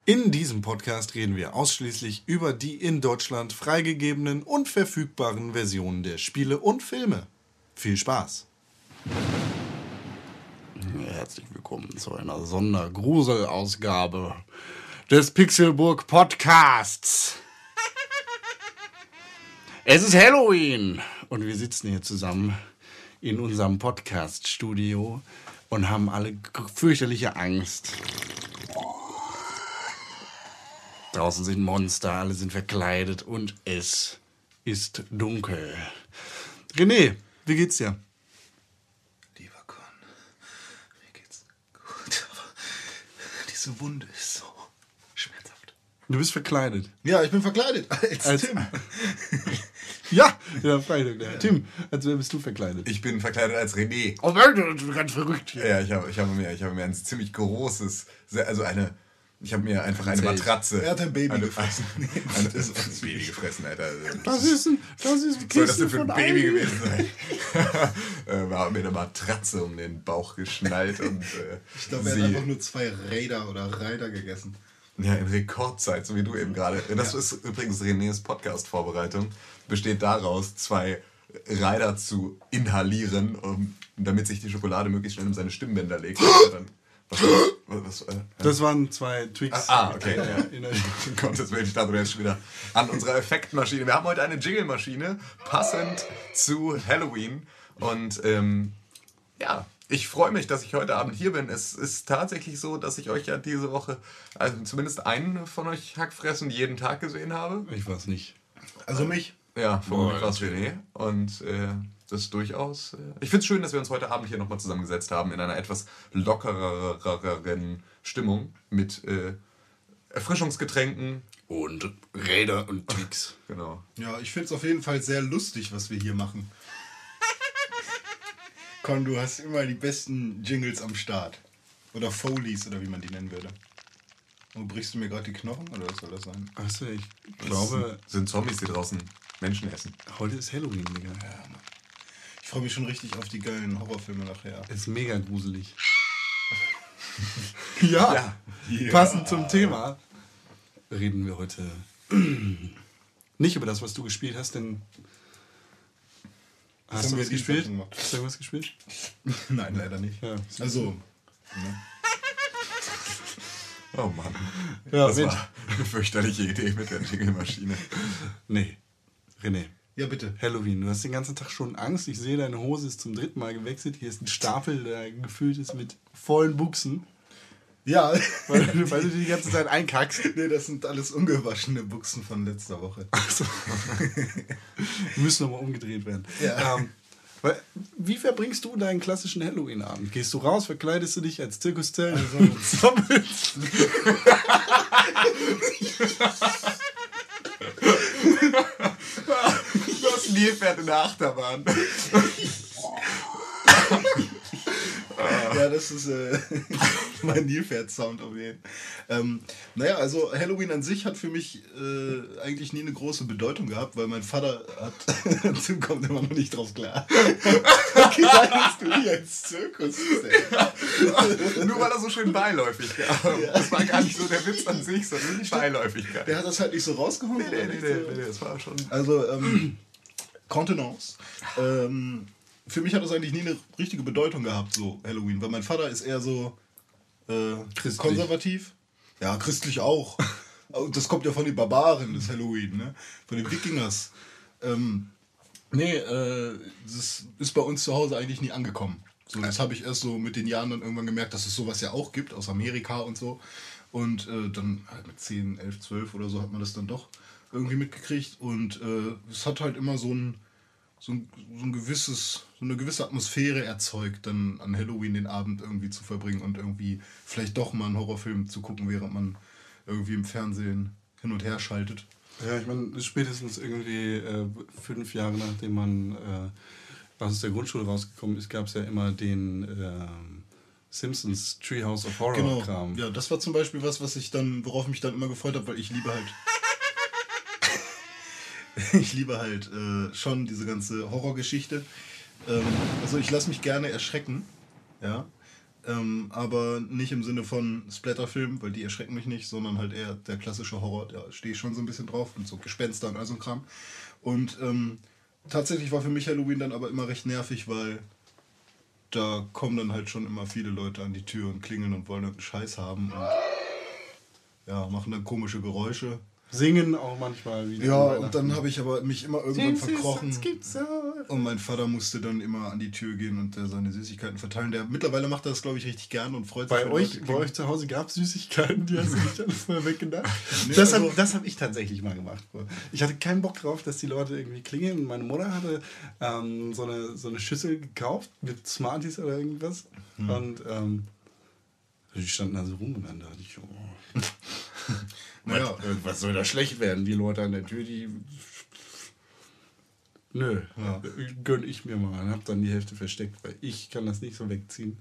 In diesem Podcast reden wir ausschließlich über die in Deutschland freigegebenen und verfügbaren Versionen der Spiele und Filme. Viel Spaß! Herzlich willkommen zu einer Sondergruselausgabe des Pixelburg Podcasts. Es ist Halloween und wir sitzen hier zusammen in unserem Podcast-Studio und haben alle fürchterliche Angst. Draußen sind Monster, alle sind verkleidet und es ist dunkel. René, wie geht's dir? Lieber Con, mir geht's gut, aber diese Wunde ist so schmerzhaft. Du bist verkleidet. Ja, ich bin verkleidet als Tim. Ja, Freitag. Ja. Tim, als wer bist du verkleidet? Ich bin verkleidet als René. Oh, du bist ganz verrückt. Ja, ich habe mir ein ziemlich großes, ich habe mir einfach eine Matratze. Er hat ein Baby gefressen. Das ist ein Baby gefressen, Alter. Das ist ein Soll das denn für ein Baby Ei. gewesen sein? War mir eine Matratze um den Bauch geschnallt und Ich glaube, er hat einfach nur 2 Räder oder Reiter gegessen. Ja, in Rekordzeit, so wie du eben gerade. Das ist übrigens Renés Podcast-Vorbereitung. Besteht daraus, 2 Reiter zu inhalieren, damit sich die Schokolade möglichst schnell in seine Stimmbänder legt. Das waren 2 Tweaks. Okay. Ja. Gottes Willen, ich dachte, du jetzt schon wieder an unserer Effektmaschine. Wir haben heute eine Jingle-Maschine, passend zu Halloween. Und ja, ich freue mich, dass ich heute Abend hier bin. Es ist tatsächlich so, dass ich euch ja diese Woche, also zumindest einen von euch Hackfressen jeden Tag gesehen habe. Ich weiß nicht. Also mich? Ja, vermutlich war es René. Und das ist durchaus... ich finde es schön, dass wir uns heute Abend hier nochmal zusammengesetzt haben in einer etwas lockereren Stimmung mit Erfrischungsgetränken. Und Räder und Tweaks. Genau. Ja, ich finde es auf jeden Fall sehr lustig, was wir hier machen. Con, du hast immer die besten Jingles am Start. Oder Foleys, oder wie man die nennen würde. Und brichst du mir gerade die Knochen, oder was soll das sein? Achso, ich glaube... Sind Zombies, die draußen Menschen essen. Heute ist Halloween, Digga. Ja, Mann. Ich freue mich schon richtig auf die geilen Horrorfilme nachher. Ist mega gruselig. Ja. Passend zum Thema reden wir heute nicht über das, was du gespielt hast, denn... Hast du was gespielt? Hast du was gespielt? Nein, leider nicht. Ja. Also... Ne? Oh Mann. Ja, das war eine fürchterliche Idee mit der Jingle-Maschine. Nee. René. Ja, bitte. Halloween, du hast den ganzen Tag schon Angst. Ich sehe, deine Hose ist zum 3. Mal gewechselt. Hier ist ein Stapel, der gefüllt ist mit vollen Buchsen. Ja. Weil du die ganze Zeit einkackst. Nee, das sind alles ungewaschene Buchsen von letzter Woche. Achso. Die müssen nochmal umgedreht werden. Ja. Wie verbringst du deinen klassischen Halloween-Abend? Gehst du raus, verkleidest du dich als Zirkuszelt? Das Nilpferd in der Achterbahn. Ja, das ist mein Nilpferd-Sound auf jeden Fall. Naja, also Halloween an sich hat für mich eigentlich nie eine große Bedeutung gehabt, weil mein Vater hat... Tim kommt immer noch nicht drauf klar. Kleidest du dich als Zirkus? Nur weil er so schön beiläufig war. Ja. Das war gar nicht so der Witz an sich, sondern die Beiläufigkeit. Der hat das halt nicht so rausgehauen. Nee, das war schon... Also, Contenance. Für mich hat das eigentlich nie eine richtige Bedeutung gehabt, so Halloween. Weil mein Vater ist eher so konservativ. Ja, christlich auch. Das kommt ja von den Barbaren, das Halloween, ne? Von den Wikingers. Das ist bei uns zu Hause eigentlich nie angekommen. So, das habe ich erst so mit den Jahren dann irgendwann gemerkt, dass es sowas ja auch gibt, aus Amerika und so. Und dann halt mit 10, 11, 12 oder so hat man das dann doch irgendwie mitgekriegt. Und es hat halt immer so eine gewisse Atmosphäre erzeugt, dann an Halloween den Abend irgendwie zu verbringen und irgendwie vielleicht doch mal einen Horrorfilm zu gucken, während man irgendwie im Fernsehen hin und her schaltet. Ja, ich meine, spätestens irgendwie 5 Jahre nachdem man aus der Grundschule rausgekommen ist, gab es ja immer den Simpsons Treehouse of Horror Kram. Ja, das war zum Beispiel worauf ich mich dann immer gefreut habe, weil ich liebe halt schon diese ganze Horrorgeschichte. Also ich lasse mich gerne erschrecken, ja. Aber nicht im Sinne von Splatterfilm, weil die erschrecken mich nicht, sondern halt eher der klassische Horror, da stehe ich schon so ein bisschen drauf und so Gespenster und all so ein Kram. Und tatsächlich war für mich Halloween dann aber immer recht nervig, weil da kommen dann halt schon immer viele Leute an die Tür und klingeln und wollen irgendeinen Scheiß haben und ja, machen dann komische Geräusche. Singen auch manchmal wieder. Ja, und dann habe ich aber mich immer irgendwann verkrochen. Und mein Vater musste dann immer an die Tür gehen und seine Süßigkeiten verteilen. Mittlerweile macht er das, glaube ich, richtig gern und freut sich. Bei euch zu Hause gab es Süßigkeiten, die hast du nicht alle vorher weggedacht? Nee, das hab ich tatsächlich mal gemacht. Ich hatte keinen Bock drauf, dass die Leute irgendwie klingeln. Und meine Mutter hatte so eine Schüssel gekauft mit Smarties oder irgendwas. Und die standen da so rum und dann dachte ich, oh. Naja, was soll da schlecht werden? Die Leute an der Tür, die... Nö, gönn ich mir mal. Und hab dann die Hälfte versteckt, weil ich kann das nicht so wegziehen.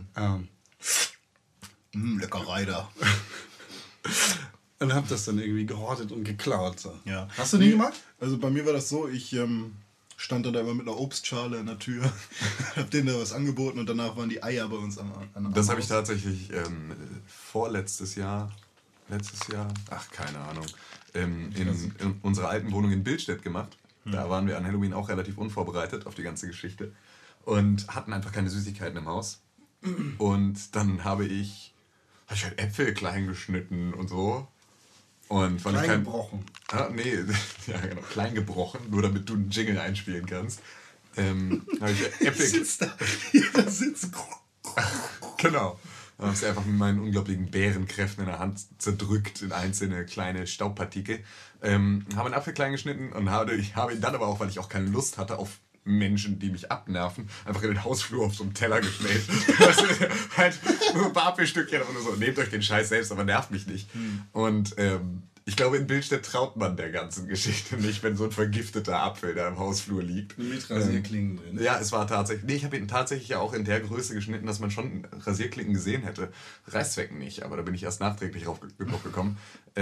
Leckerei da. Und hab das dann irgendwie gehortet und geklaut. So. Ja. Hast du nie gemacht? Also bei mir war das so, ich stand dann da immer mit einer Obstschale an der Tür, hab denen da was angeboten und danach waren die Eier bei uns am Das habe ich tatsächlich letztes Jahr, ach keine Ahnung, in unserer alten Wohnung in Billstedt gemacht. Da waren wir an Halloween auch relativ unvorbereitet auf die ganze Geschichte und hatten einfach keine Süßigkeiten im Haus. Und dann habe ich halt Äpfel klein geschnitten und so. Und weil klein gebrochen. Nee, ja genau, klein gebrochen, nur damit du einen Jingle einspielen kannst. Habe ich Äpfel... Jeder sitzt... Genau. Dann habe ich einfach mit meinen unglaublichen Bärenkräften in der Hand zerdrückt in einzelne kleine Staubpartikel. Habe einen Apfel klein geschnitten und habe ihn dann aber auch, weil ich auch keine Lust hatte auf Menschen, die mich abnerven, einfach in den Hausflur auf so einem Teller geschmäht. Also, halt nur ein paar Apfelstückchen und so, nehmt euch den Scheiß selbst, aber nervt mich nicht. Und ich glaube, in Billstedt traut man der ganzen Geschichte nicht, wenn so ein vergifteter Apfel da im Hausflur liegt. Mit Rasierklingen drin. Ja, es war tatsächlich... Nee, ich habe ihn tatsächlich ja auch in der Größe geschnitten, dass man schon Rasierklingen gesehen hätte. Reißzwecken nicht, aber da bin ich erst nachträglich drauf gekommen.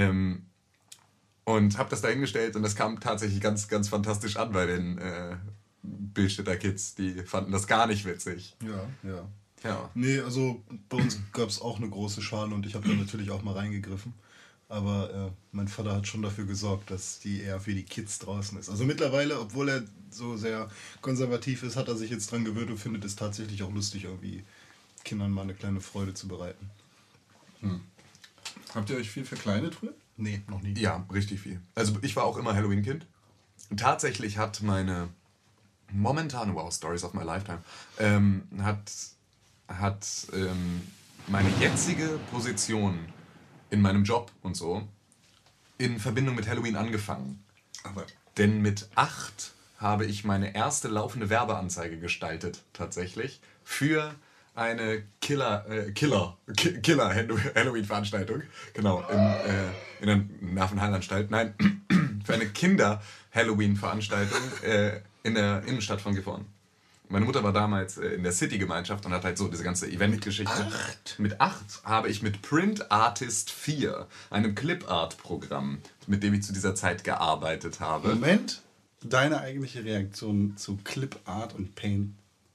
Und habe das da hingestellt und das kam tatsächlich ganz, ganz fantastisch an bei den Billstädter Kids. Die fanden das gar nicht witzig. Ja. Nee, also bei uns gab es auch eine große Schale und ich habe da natürlich auch mal reingegriffen. Aber mein Vater hat schon dafür gesorgt, dass die eher für die Kids draußen ist. Also mittlerweile, obwohl er so sehr konservativ ist, hat er sich jetzt dran gewöhnt und findet es tatsächlich auch lustig, irgendwie Kindern mal eine kleine Freude zu bereiten. Habt ihr euch viel verkleidet früher? Nee, noch nie. Ja, richtig viel. Also ich war auch immer Halloween-Kind. Tatsächlich hat meine momentane Stories of my lifetime, hat meine jetzige Position in meinem Job und so in Verbindung mit Halloween angefangen. Denn mit 8 habe ich meine erste laufende Werbeanzeige gestaltet, tatsächlich, für eine Killer-Halloween-Veranstaltung. Genau, in der Nervenheilanstalt. Nein, für eine Kinder-Halloween-Veranstaltung in der Innenstadt von Gifhorn. Meine Mutter war damals in der City-Gemeinschaft und hat halt so diese ganze Event-Geschichte. Mit 8 habe ich mit Print Artist 4, einem Clip-Art-Programm, mit dem ich zu dieser Zeit gearbeitet habe. Moment, deine eigentliche Reaktion zu Clip-Art und Paint.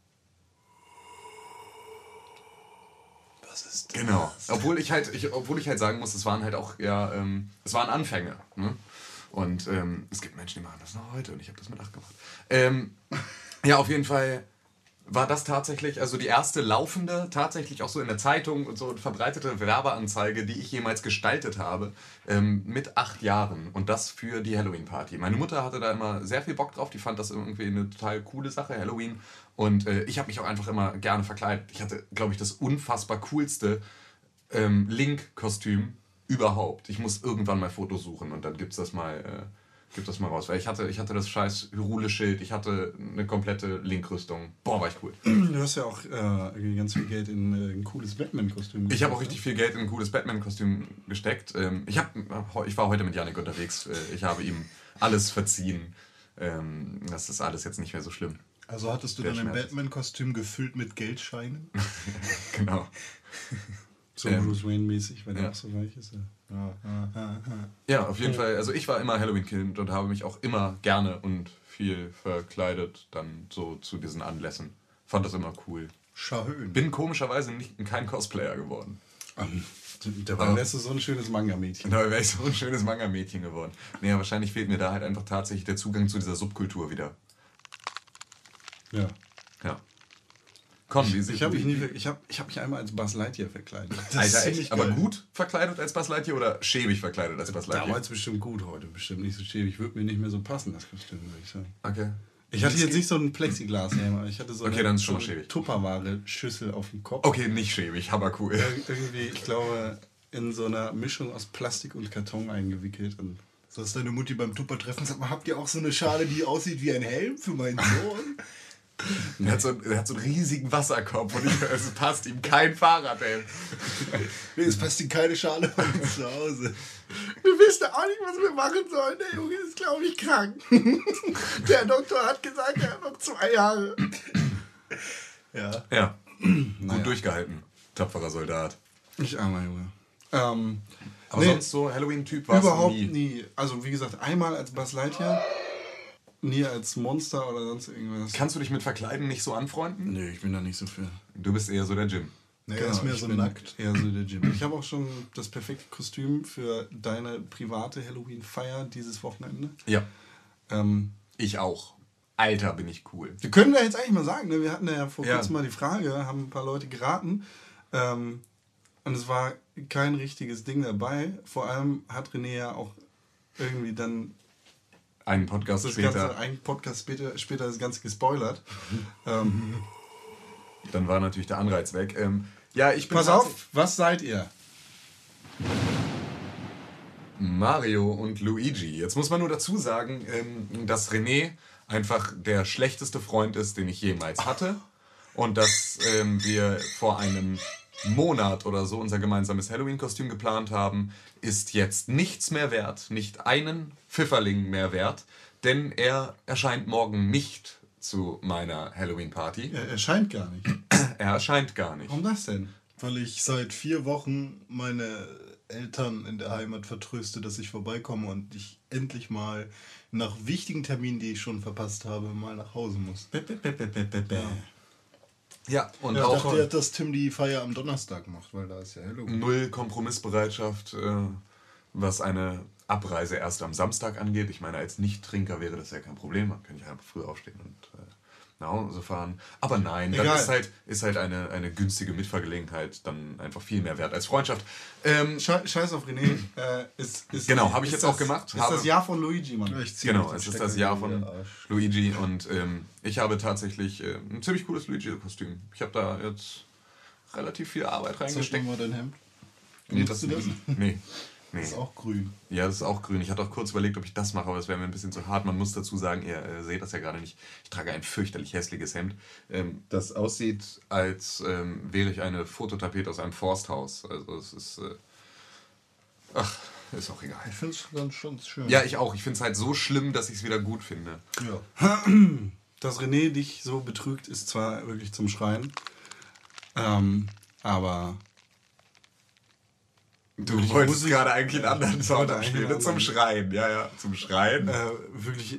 Was ist das? Genau. Obwohl ich halt sagen muss, es waren halt auch es waren Anfänge. Ne? Und es gibt Menschen, die machen das noch heute und ich habe das mit 8 gemacht. Ja, auf jeden Fall war das tatsächlich, also die erste laufende, tatsächlich auch so in der Zeitung und so verbreitete Werbeanzeige, die ich jemals gestaltet habe, mit 8 Jahren. Und das für die Halloween-Party. Meine Mutter hatte da immer sehr viel Bock drauf, die fand das irgendwie eine total coole Sache, Halloween. Und ich habe mich auch einfach immer gerne verkleidet. Ich hatte, glaube ich, das unfassbar coolste Link-Kostüm überhaupt. Ich muss irgendwann mal Fotos suchen und dann gibt's das mal raus. Weil ich hatte das scheiß Hyrule-Schild, ich hatte eine komplette Link-Rüstung. Boah, war ich cool. Du hast ja auch ganz viel Geld in ein cooles Batman-Kostüm gesteckt. Ich habe auch richtig viel Geld in ein cooles Batman-Kostüm gesteckt. Ich war heute mit Yannick unterwegs. Ich habe ihm alles verziehen. Das ist alles jetzt nicht mehr so schlimm. Also hattest du dann ein Batman-Kostüm gefüllt mit Geldscheinen? Genau. So Bruce Wayne-mäßig, weil der auch so reich ist. Ja, auf jeden Fall. Also ich war immer Halloween-Kind und habe mich auch immer gerne und viel verkleidet dann so zu diesen Anlässen. Fand das immer cool. Schön. Bin komischerweise kein Cosplayer geworden. Dabei wärst du so ein schönes Manga-Mädchen. Dabei wäre ich so ein schönes Manga-Mädchen geworden. Naja, wahrscheinlich fehlt mir da halt einfach tatsächlich der Zugang zu dieser Subkultur wieder. Ja. Ja. Komm, Ich habe mich einmal als Buzz Lightyear verkleidet. Alter, echt? Aber gut verkleidet als Buzz Lightyear oder schäbig verkleidet als Buzz Lightyear? Damals bestimmt gut, heute bestimmt nicht so schäbig. Würde mir nicht mehr so passen, das Kostüm, würde ich sagen. Okay. Ich hatte jetzt nicht so ein Plexiglas-Helm, aber ich hatte so Okay, dann ist schon mal so eine schäbig. Tupperware-Schüssel auf dem Kopf. Okay, nicht schäbig, aber cool. Irgendwie, ich glaube, in so einer Mischung aus Plastik und Karton eingewickelt. Und So ist deine Mutti beim Tupper-Treffen. Sag mal, habt ihr auch so eine Schale, die aussieht wie ein Helm für meinen Sohn? Er hat so einen riesigen Wasserkopf und es passt ihm kein Fahrradhelm. Nee, es passt in keine Schale bei uns zu Hause. wir wissen auch nicht, was wir machen sollen. Der Junge ist, glaube ich, krank. Der Doktor hat gesagt, er hat noch 2 Jahre. Ja. Ja, gut durchgehalten, tapferer Soldat. Ich armer Junge. Aber Nee. sonst so Halloween-Typ war es Überhaupt nie. nie. Also wie gesagt, einmal als Buzz Lightyear, nie als Monster oder sonst irgendwas. Kannst du dich mit Verkleiden nicht so anfreunden? Nö, ich bin da nicht so für. Du bist eher so der Jim. Nee, er ist mehr ich so bin nackt. Eher so der Jim. Ich habe auch schon das perfekte Kostüm für deine private Halloween-Feier dieses Wochenende. Ja, Ähm, ich auch. Alter, bin ich cool. wir können da jetzt eigentlich mal sagen, ne? Wir hatten ja vor Ja. kurzem mal die Frage, haben ein paar Leute geraten. Und es war kein richtiges Ding dabei. Vor allem hat René ja auch irgendwie dann Einen Podcast später. einen Podcast später das Ganze gespoilert. Dann war natürlich der Anreiz weg. Ja, ich bin Pass auf, was seid ihr? Mario und Luigi. Jetzt muss man nur dazu sagen, dass René einfach der schlechteste Freund ist, den ich jemals hatte. Und dass wir vor einem Monat oder so unser gemeinsames Halloween-Kostüm geplant haben, ist jetzt nichts mehr wert, nicht einen Pfifferling mehr wert, denn er erscheint morgen nicht zu meiner Halloween-Party. Er erscheint gar nicht. Er erscheint gar nicht. Warum das denn? Weil ich seit 4 Wochen meine Eltern in der Heimat vertröste, dass ich vorbeikomme und ich endlich mal nach wichtigen Terminen, die ich schon verpasst habe, mal nach Hause muss. Ja, und Ich auch dachte, dass Tim die Feier am Donnerstag macht, weil da ist ja Halloween. null Kompromissbereitschaft, was eine Abreise erst am Samstag angeht. Ich meine, als Nicht-Trinker wäre das ja kein Problem. Man könnte ja einfach früh aufstehen und nach Hause fahren. Aber nein, Egal. dann ist halt eine günstige Mitfahrgelegenheit dann einfach viel mehr wert als Freundschaft. Scheiß auf René. Genau, habe ich jetzt auch gemacht. Ist das Jahr von Luigi, Mann. Ich zieh Genau, mich den es ist Stecker das Jahr in von den Arsch. Luigi und ich habe tatsächlich ein ziemlich cooles Luigi-Kostüm. Ich habe da jetzt relativ viel Arbeit Zeig reingesteckt. mal dein Hemd. Nee, Benutzt du das? Nee. Das ist auch grün. Ja, das ist auch grün. Ich hatte auch kurz überlegt, ob ich das mache, aber das wäre mir ein bisschen zu hart. Man muss dazu sagen, ihr seht das ja gerade nicht. Ich trage ein fürchterlich hässliches Hemd, das aussieht, als wäre ich eine Fototapete aus einem Forsthaus. Also es ist... ist auch egal. Ich finde es dann schon schön. Ja, ich auch. Ich finde es halt so schlimm, dass ich es wieder gut finde. Ja. Dass René dich so betrügt, ist zwar wirklich zum Schreien, aber... Du Ich wolltest muss- gerade eigentlich einen anderen Sound wollte eigentlich abspielen. einen Zum anderen. Schreien. Ja, zum Schreien. Wirklich...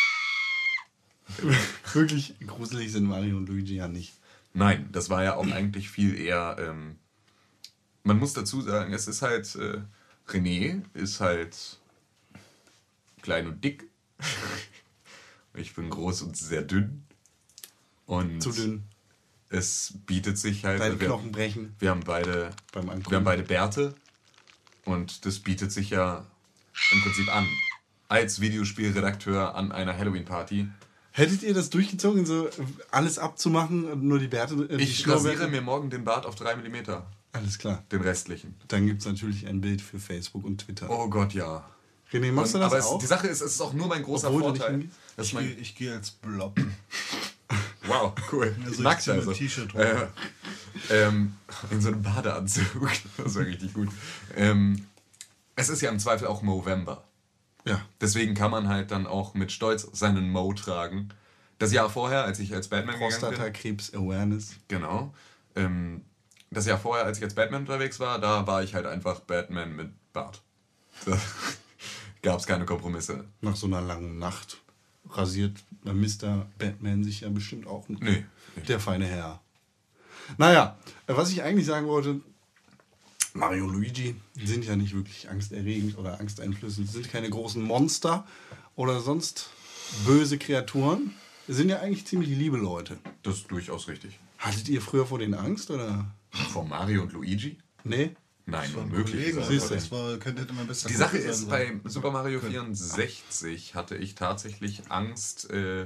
wirklich gruselig sind Mario und Luigi ja nicht. Nein, das war ja auch eigentlich viel eher... man muss dazu sagen, es ist halt... René ist halt klein und dick. Ich bin groß und sehr dünn. Und Zu dünn. es bietet sich halt... Deine Knochen brechen Wir haben beide beim Angucken. Wir haben beide Bärte und das bietet sich ja im Prinzip an. Als Videospielredakteur an einer Halloween-Party. Hättet ihr das durchgezogen, so alles abzumachen und nur die Bärte... die Ich Schnurrbärte? rasiere mir morgen den Bart auf 3 mm. Alles klar. Den restlichen. Dann gibt es natürlich ein Bild für Facebook und Twitter. Oh Gott, ja. René, machst du das aber auch? die Sache ist, es ist auch nur mein großer Obwohl du nicht Vorteil. hingehst? Das ist mein, Ich gehe als Blob. wow, cool. Also Nackt ich zieh mir also. ein T-Shirt drüber. In so einem Badeanzug. Das war richtig gut. Es ist ja im Zweifel auch Movember. Ja. Deswegen kann man halt dann auch mit Stolz seinen Mo tragen. Das Jahr vorher, als ich als Batman gegangen bin. Prostatakrebs-Awareness. Genau. Das Jahr vorher, als ich als Batman unterwegs war, da war ich halt einfach Batman mit Bart. Da gab es keine Kompromisse. Nach so einer langen Nacht rasiert Mr. Batman sich ja bestimmt auch. Nee. Der feine Herr. Naja, was ich eigentlich sagen wollte, Mario und Luigi sind ja nicht wirklich angsterregend oder angsteinflößend. Sie sind keine großen Monster oder sonst böse Kreaturen. Sie sind ja eigentlich ziemlich liebe Leute. Das ist durchaus richtig. Hattet ihr früher vor denen Angst, oder? Vor Mario und Luigi? Nee? Nein, Von unmöglich. Kollegen, Siehst du. das könnte mein bester Die Sache Kumpel ist, sein. bei Super Mario 64 hatte ich tatsächlich Angst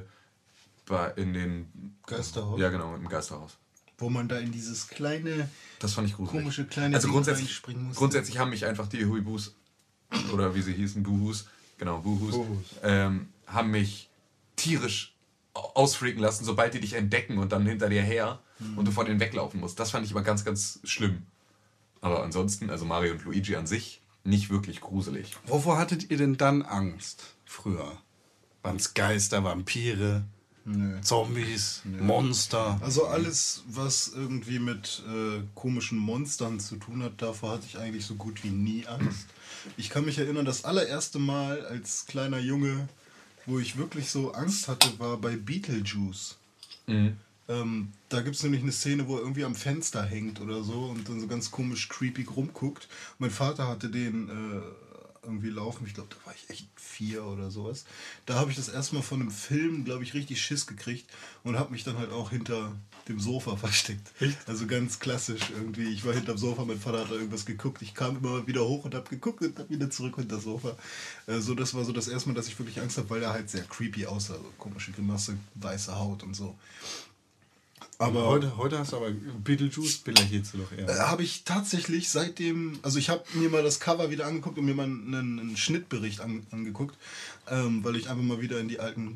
in den... Geisterhaus? Ja, genau, im Geisterhaus. Wo man da in dieses kleine, Das fand ich gruselig. komische kleine Also Ding grundsätzlich, reinspringen musste. grundsätzlich haben mich einfach die Huibus, oder wie sie hießen, Buhus, genau, Buhus, haben mich tierisch ausfreaken lassen, sobald die dich entdecken und dann hinter dir her und du vor denen weglaufen musst. Das fand ich immer ganz, ganz schlimm. Aber ansonsten, also Mario und Luigi an sich, nicht wirklich gruselig. Wovor hattet ihr denn dann Angst früher? Waren es Geister, Vampire, Zombies, Monster? Also alles, was irgendwie mit komischen Monstern zu tun hat, davor hatte ich eigentlich so gut wie nie Angst. Ich kann mich erinnern, das allererste Mal als kleiner Junge, wo ich wirklich so Angst hatte, war bei Beetlejuice. Da gibt es nämlich eine Szene, wo er irgendwie am Fenster hängt oder so und dann so ganz komisch creepy rumguckt. Mein Vater hatte den irgendwie laufen, ich glaube, da war ich echt 4 oder sowas. Da habe ich das erstmal von einem Film, glaube ich, richtig Schiss gekriegt und habe mich dann halt auch hinter dem Sofa versteckt. Echt? Also ganz klassisch irgendwie. Ich war hinterm Sofa, mein Vater hat da irgendwas geguckt. Ich kam immer wieder hoch und habe geguckt und habe wieder zurück hinter das Sofa. Das war so das erste Mal, dass ich wirklich Angst habe, weil er halt sehr creepy aussah. So komische Grimasse, weiße Haut und so. Aber heute hast du aber Beetlejuice, belächelst du doch eher. Habe ich tatsächlich seitdem, also ich habe mir mal das Cover wieder angeguckt und mir mal einen Schnittbericht angeguckt, weil ich einfach mal wieder in die alten,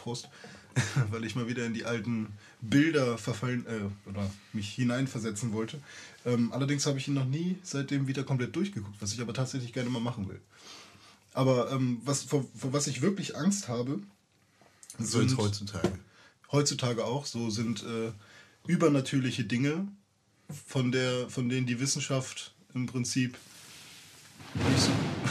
weil ich mal wieder in die alten Bilder verfallen, oder mich hineinversetzen wollte. Allerdings habe ich ihn noch nie seitdem wieder komplett durchgeguckt, was ich aber tatsächlich gerne mal machen will. Aber vor was ich wirklich Angst habe, So jetzt heutzutage auch, so sind übernatürliche Dinge, von denen die Wissenschaft im Prinzip nicht so,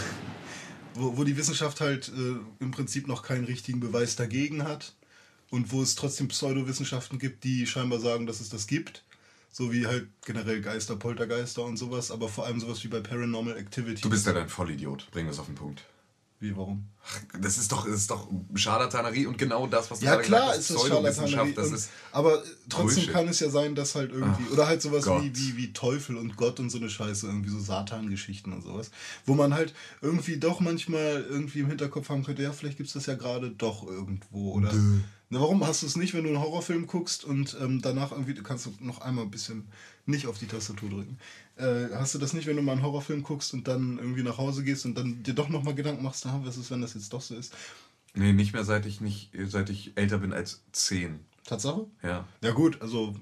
wo die Wissenschaft halt im Prinzip noch keinen richtigen Beweis dagegen hat und wo es trotzdem Pseudowissenschaften gibt, die scheinbar sagen, dass es das gibt. So wie halt generell Geister, Poltergeister und sowas, aber vor allem sowas wie bei Paranormal Activity. Du bist ja ein Vollidiot, bring das auf den Punkt. Wie, warum? Das ist doch Scharlatanerie und genau das, was du Ja, gerade klar gesagt ist hast, das Scharlatanerie. Das ist Aber trotzdem Bullshit. kann es ja sein, dass halt irgendwie... oder halt sowas Gott. wie Teufel und Gott und so eine Scheiße, irgendwie so Satan-Geschichten und sowas. Wo man halt irgendwie doch manchmal irgendwie im Hinterkopf haben könnte, ja, vielleicht gibt es das ja gerade doch irgendwo. Oder na, warum hast du es nicht, wenn du einen Horrorfilm guckst und danach irgendwie... Du kannst noch einmal ein bisschen nicht auf die Tastatur drücken. Hast du das nicht, wenn du mal einen Horrorfilm guckst und dann irgendwie nach Hause gehst und dann dir doch nochmal Gedanken machst, was ist, wenn das jetzt doch so ist? Nee, nicht mehr seit ich älter bin als 10. Tatsache? Ja. Ja gut, also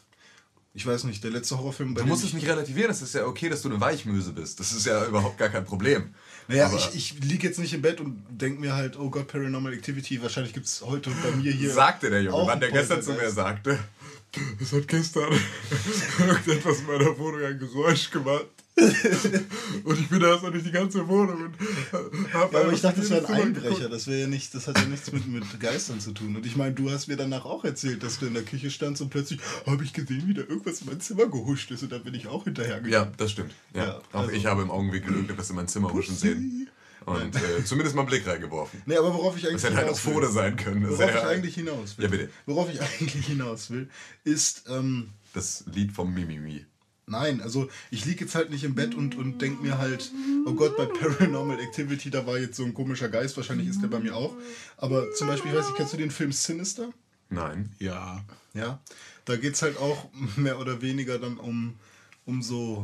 ich weiß nicht, der letzte Horrorfilm... Du musst es nicht relativieren, es ist ja okay, dass du eine Weichmöse bist. Das ist ja überhaupt gar kein Problem. Naja, Aber ich liege jetzt nicht im Bett und denke mir halt, oh Gott, Paranormal Activity, wahrscheinlich gibt es heute bei mir hier... sagte der junge auch Mann, der ein gestern zu mir Poltergeist. sagte, es hat gestern irgendetwas in meiner Wohnung ein Geräusch gemacht. Und ich bin da erstmal durch die ganze Wohnung und habe Ja, aber ich dachte, das wäre ein Einbrecher. Das hat ja nichts mit Geistern zu tun. Und ich meine, du hast mir danach auch erzählt, dass du in der Küche standst und plötzlich habe ich gesehen, wie da irgendwas in mein Zimmer gehuscht ist und dann bin ich auch hinterhergegangen. Ja, das stimmt. Ja. Ja, Auch also- ich habe im Augenwinkel irgendetwas in mein Zimmer huschen sehen. Und zumindest mal einen Blick reingeworfen. Nee, aber worauf ich eigentlich Das hätte halt auch Fode sein können. Das Worauf ich wäre- eigentlich hinaus will. Ja, bitte. Worauf ich eigentlich hinaus will, ist... Das Lied vom Mimimi. Nein, also ich liege jetzt halt nicht im Bett und denke mir halt, oh Gott, bei Paranormal Activity, da war jetzt so ein komischer Geist, wahrscheinlich ist der bei mir auch. Aber zum Beispiel, ich weiß nicht, kennst du den Film Sinister? Nein. Ja. Ja. Da geht es halt auch mehr oder weniger dann um so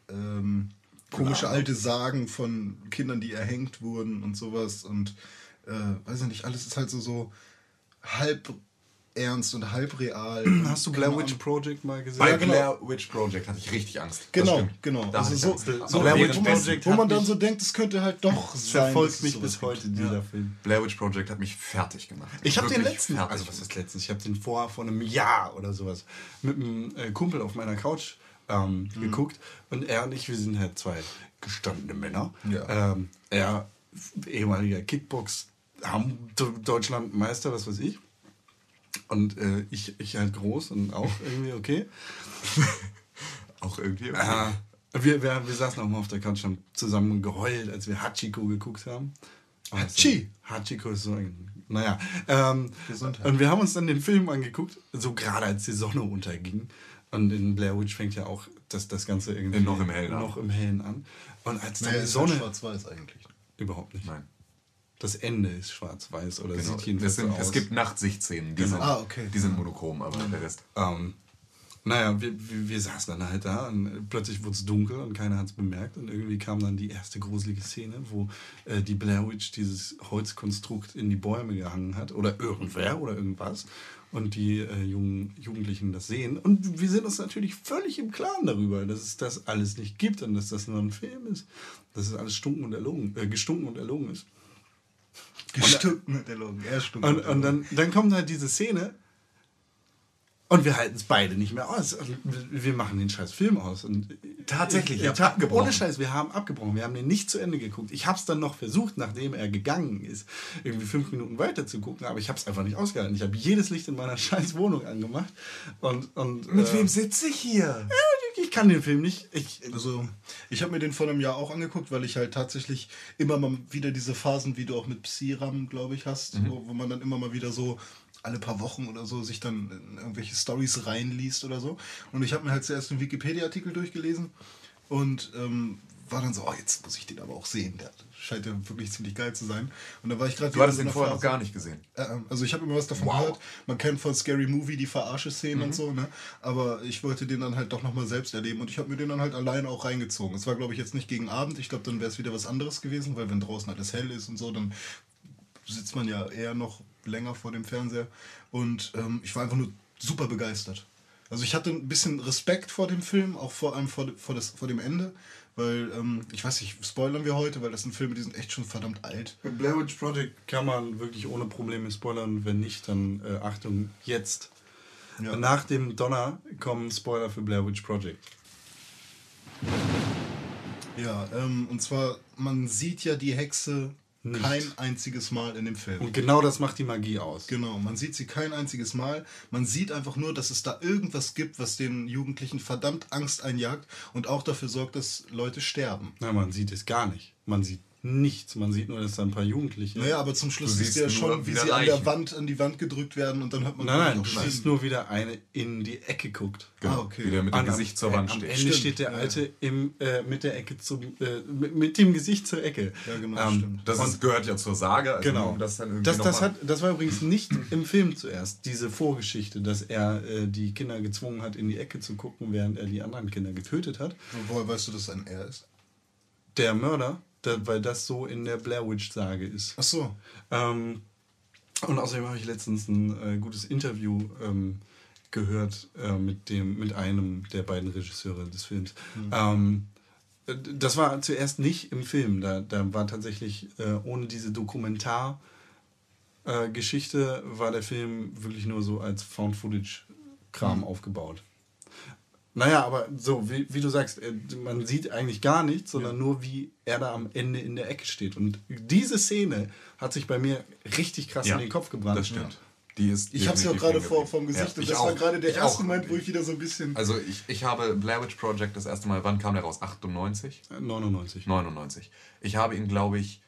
komische alte Sagen von Kindern, die erhängt wurden und sowas. Und weiß ich nicht, alles ist halt so halb ernst und halb real. Hast du Blair Witch Project mal gesehen? Bei Ja, genau. Blair Witch Project hatte ich richtig Angst. Das Genau, stimmt. genau. Da hatte Also ich so, Angst. so Aber Blair Witch währenddessen- Project wo man hat dann mich- so denkt, es könnte halt doch sein. dass Verfolgt es mich sowas bis heute, gibt. dieser Ja. Film. Blair Witch Project hat mich fertig gemacht. Ich habe den Wirklich letzten, fertig. also was ist letztens? Ich habe den vor einem Jahr oder sowas mit einem Kumpel auf meiner Couch geguckt und er und ich, wir sind halt zwei gestandene Männer. Ja. Er ehemaliger Kickbox, Deutschlandmeister, was weiß ich. Und ich halt groß und auch irgendwie okay. Auch irgendwie okay. Wir saßen auch mal auf der Couch und haben zusammen geheult, als wir Hachiko geguckt haben. Hachiko ist so ein... Naja. Gesundheit. Und wir haben uns dann den Film angeguckt, so gerade als die Sonne unterging. Und in Blair Witch fängt ja auch das Ganze irgendwie noch im Hellen an. Und als dann Naja, die ist Sonne... halt schwarz-weiß eigentlich. Überhaupt nicht. Nein. Das Ende ist schwarz-weiß oder Genau. sieht jedenfalls so aus. Es gibt Nachtsichtszenen, die sind monochrom, aber der Rest. Naja, wir saßen dann halt da und plötzlich wurde es dunkel und keiner hat es bemerkt. Und irgendwie kam dann die erste gruselige Szene, wo die Blair Witch dieses Holzkonstrukt in die Bäume gehangen hat. Oder irgendwer oder irgendwas. Und die Jugendlichen das sehen. Und wir sind uns natürlich völlig im Klaren darüber, dass es das alles nicht gibt und dass das nur ein Film ist. Dass es alles gestunken und erlogen ist. Gestunken und erlogen. Und dann kommt halt diese Szene und wir halten es beide nicht mehr aus. Und wir machen den scheiß Film aus. Und Tatsächlich, ihr habt abgebrochen. Ohne Scheiß, wir haben abgebrochen. Wir haben den nicht zu Ende geguckt. Ich habe es dann noch versucht, nachdem er gegangen ist, irgendwie 5 Minuten weiter zu gucken, aber ich habe es einfach nicht ausgehalten. Ich habe jedes Licht in meiner scheiß Wohnung angemacht. Mit wem sitze ich hier? Ich kann den Film nicht. Ich habe mir den vor einem Jahr auch angeguckt, weil ich halt tatsächlich immer mal wieder diese Phasen, wie du auch mit Psi-Ram, glaube ich, hast, wo man dann immer mal wieder so alle paar Wochen oder so sich dann in irgendwelche Storys reinliest oder so. Und ich habe mir halt zuerst einen Wikipedia-Artikel durchgelesen und war dann so, jetzt muss ich den aber auch sehen. Der scheint ja wirklich ziemlich geil zu sein. Und da war ich gerade... Du hattest den vorher noch gar nicht gesehen? Also ich habe immer was davon gehört. Man kennt von Scary Movie die Verarsche-Szenen und so, ne? Aber ich wollte den dann halt doch nochmal selbst erleben und ich habe mir den dann halt alleine auch reingezogen. Es war, glaube ich, jetzt nicht gegen Abend. Ich glaube, dann wäre es wieder was anderes gewesen, weil wenn draußen alles hell ist und so, dann sitzt man ja eher noch länger vor dem Fernseher. Und ich war einfach nur super begeistert. Also ich hatte ein bisschen Respekt vor dem Film, auch vor allem vor dem Ende. Weil, ich weiß nicht, spoilern wir heute, weil das sind Filme, die sind echt schon verdammt alt. Mit Blair Witch Project kann man wirklich ohne Probleme spoilern. Wenn nicht, dann Achtung, jetzt. Ja. Nach dem Donner kommen Spoiler für Blair Witch Project. Ja, und zwar, man sieht ja die Hexe nicht kein einziges Mal in dem Film. Und genau das macht die Magie aus. Genau, man sieht sie kein einziges Mal. Man sieht einfach nur, dass es da irgendwas gibt, was den Jugendlichen verdammt Angst einjagt und auch dafür sorgt, dass Leute sterben. Na, man sieht es gar nicht. Man sieht nichts. Man sieht nur, dass da ein paar Jugendliche... Naja, aber zum Schluss siehst du ja schon, wie sie an die Wand gedrückt werden und dann hört man... Nein, du siehst nur wieder eine in die Ecke guckt. Genau, okay. Wie der mit dem Gesicht zur Wand steht. Am Ende steht der Alte mit der Ecke mit dem Gesicht zur Ecke. Ja, genau, stimmt. Das gehört ja zur Sage. Also genau. das war übrigens nicht im Film zuerst, diese Vorgeschichte, dass er die Kinder gezwungen hat, in die Ecke zu gucken, während er die anderen Kinder getötet hat. Woher weißt du, dass es ein Er ist? Der Mörder. Weil das so in der Blair Witch-Sage ist. Ach so. Und außerdem habe ich letztens ein gutes Interview gehört mit einem der beiden Regisseure des Films. Das war zuerst nicht im Film. Da war tatsächlich ohne diese Dokumentargeschichte war der Film wirklich nur so als Found-Footage-Kram aufgebaut. Naja, aber so, wie du sagst, man sieht eigentlich gar nichts, sondern nur, wie er da am Ende in der Ecke steht. Und diese Szene hat sich bei mir richtig krass in den Kopf gebrannt. Das stimmt. Die ist ich habe es ja auch gerade vom Gesicht und das war gerade der erste Moment, wo ich wieder so ein bisschen... Also ich habe Blair Witch Project das erste Mal, wann kam der raus? 98? 99. Ich habe ihn, glaube ich,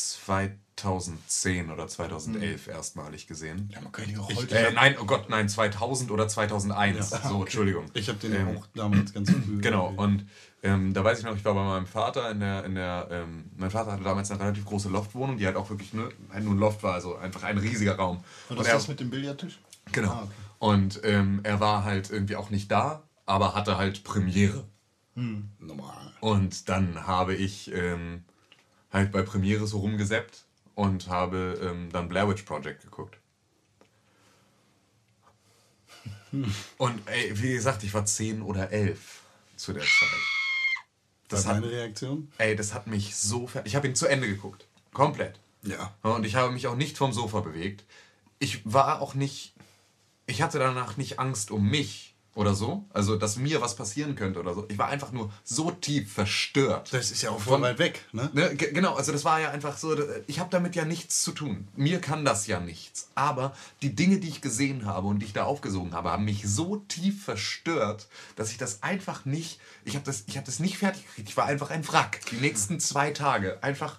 2010 oder 2011 erstmalig gesehen. Ja, man kann ihn auch heute... Nein, 2000 oder 2001. Ja. So, Entschuldigung. Ich habe den auch damals ganz früh. Genau, und da weiß ich noch, ich war bei meinem Vater mein Vater hatte damals eine relativ große Loftwohnung, die halt auch wirklich nur ein Loft war, also einfach ein riesiger Raum. Und das mit dem Billardtisch? Genau. Okay. Und er war halt irgendwie auch nicht da, aber hatte halt Premiere. Normal. Und dann habe ich halt bei Premiere so rumgesäppt und habe dann Blair Witch Project geguckt. Und wie gesagt, ich war 10 oder 11 zu der Zeit. Das war deine Reaktion? Das hat mich so... Ich habe ihn zu Ende geguckt. Komplett. Ja. Und ich habe mich auch nicht vom Sofa bewegt. Ich war auch nicht... Ich hatte danach nicht Angst um mich, oder so. Also, dass mir was passieren könnte oder so. Ich war einfach nur so tief verstört. Das ist ja auch voll weit weg, ne? Genau, also das war ja einfach so, ich habe damit ja nichts zu tun. Mir kann das ja nichts. Aber die Dinge, die ich gesehen habe und die ich da aufgesogen habe, haben mich so tief verstört, dass ich das einfach nicht, ich habe das nicht fertig gekriegt. Ich war einfach ein Wrack. Die nächsten 2 Tage einfach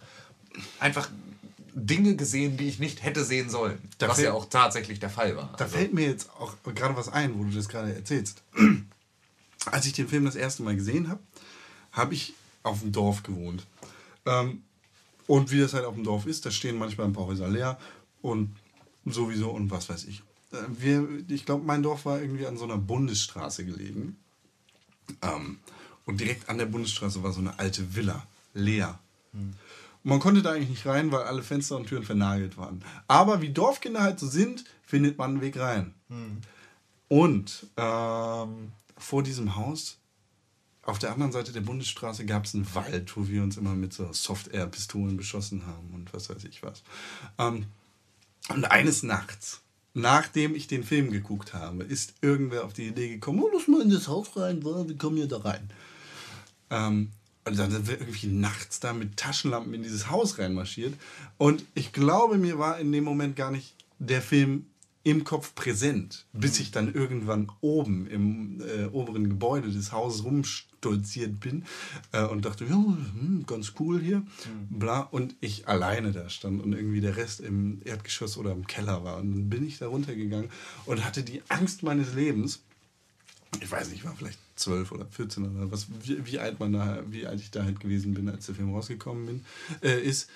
Dinge gesehen, die ich nicht hätte sehen sollen. Was ja auch tatsächlich der Fall war. Da fällt mir jetzt auch gerade was ein, wo du das gerade erzählst. Als ich den Film das erste Mal gesehen habe, habe ich auf dem Dorf gewohnt. Und wie das halt auf dem Dorf ist, da stehen manchmal ein paar Häuser leer und sowieso und was weiß ich. Ich glaube, mein Dorf war irgendwie an so einer Bundesstraße gelegen. Und direkt an der Bundesstraße war so eine alte Villa, leer. Und man konnte da eigentlich nicht rein, weil alle Fenster und Türen vernagelt waren. Aber wie Dorfkinder halt so sind, findet man einen Weg rein. Und vor diesem Haus, auf der anderen Seite der Bundesstraße, gab es einen Wald, wo wir uns immer mit so Soft-Air-Pistolen beschossen haben und was weiß ich was. Und eines Nachts, nachdem ich den Film geguckt habe, ist irgendwer auf die Idee gekommen, oh, lass mal in das Haus rein, wir kommen hier da rein. Und dann sind wir irgendwie nachts da mit Taschenlampen in dieses Haus reinmarschiert. Und ich glaube, mir war in dem Moment gar nicht der Film im Kopf präsent, bis ich dann irgendwann oben im oberen Gebäude des Hauses rumstolziert bin und dachte, ja, ganz cool hier. Bla. Und ich alleine da stand und irgendwie der Rest im Erdgeschoss oder im Keller war. Und dann bin ich da runtergegangen und hatte die Angst meines Lebens. Ich weiß nicht, ich war vielleicht 12 oder 14 oder was, wie alt ich da halt gewesen bin, als der Film rausgekommen ist.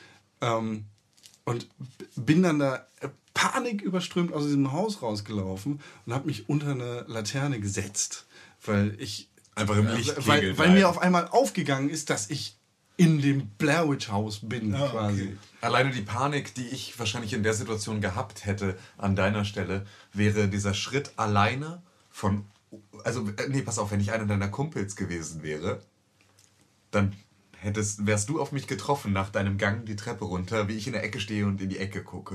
Und bin dann da paniküberströmt aus diesem Haus rausgelaufen und habe mich unter eine Laterne gesetzt, weil ich einfach im Licht weil mir auf einmal aufgegangen ist, dass ich in dem Blair Witch Haus bin, quasi. Okay. Alleine die Panik, die ich wahrscheinlich in der Situation gehabt hätte an deiner Stelle, wäre dieser Schritt alleine von... Also, nee, pass auf, wenn ich einer deiner Kumpels gewesen wäre, dann wärst du auf mich getroffen nach deinem Gang die Treppe runter, wie ich in der Ecke stehe und in die Ecke gucke.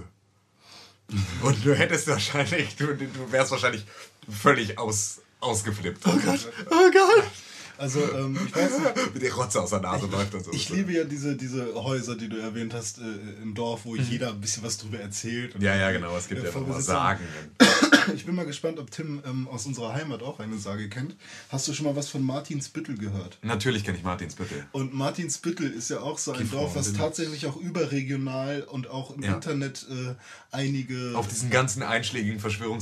Und du hättest wahrscheinlich, du wärst wahrscheinlich völlig ausgeflippt. Oh Gott, oh Gott. Also, ich weiß nicht. Mit der Rotze aus der Nase läuft und so. Ich liebe ja diese Häuser, die du erwähnt hast, im Dorf, wo jeder ein bisschen was drüber erzählt. Und ja, genau, es gibt ja nochmal Sagen. Ich bin mal gespannt, ob Tim aus unserer Heimat auch eine Sage kennt. Hast du schon mal was von Martinsbüttel gehört? Natürlich kenne ich Martinsbüttel. Und Martinsbüttel ist ja auch so ein Dorf, was tatsächlich auch überregional und auch im Internet einige... Auf diesen ganzen einschlägigen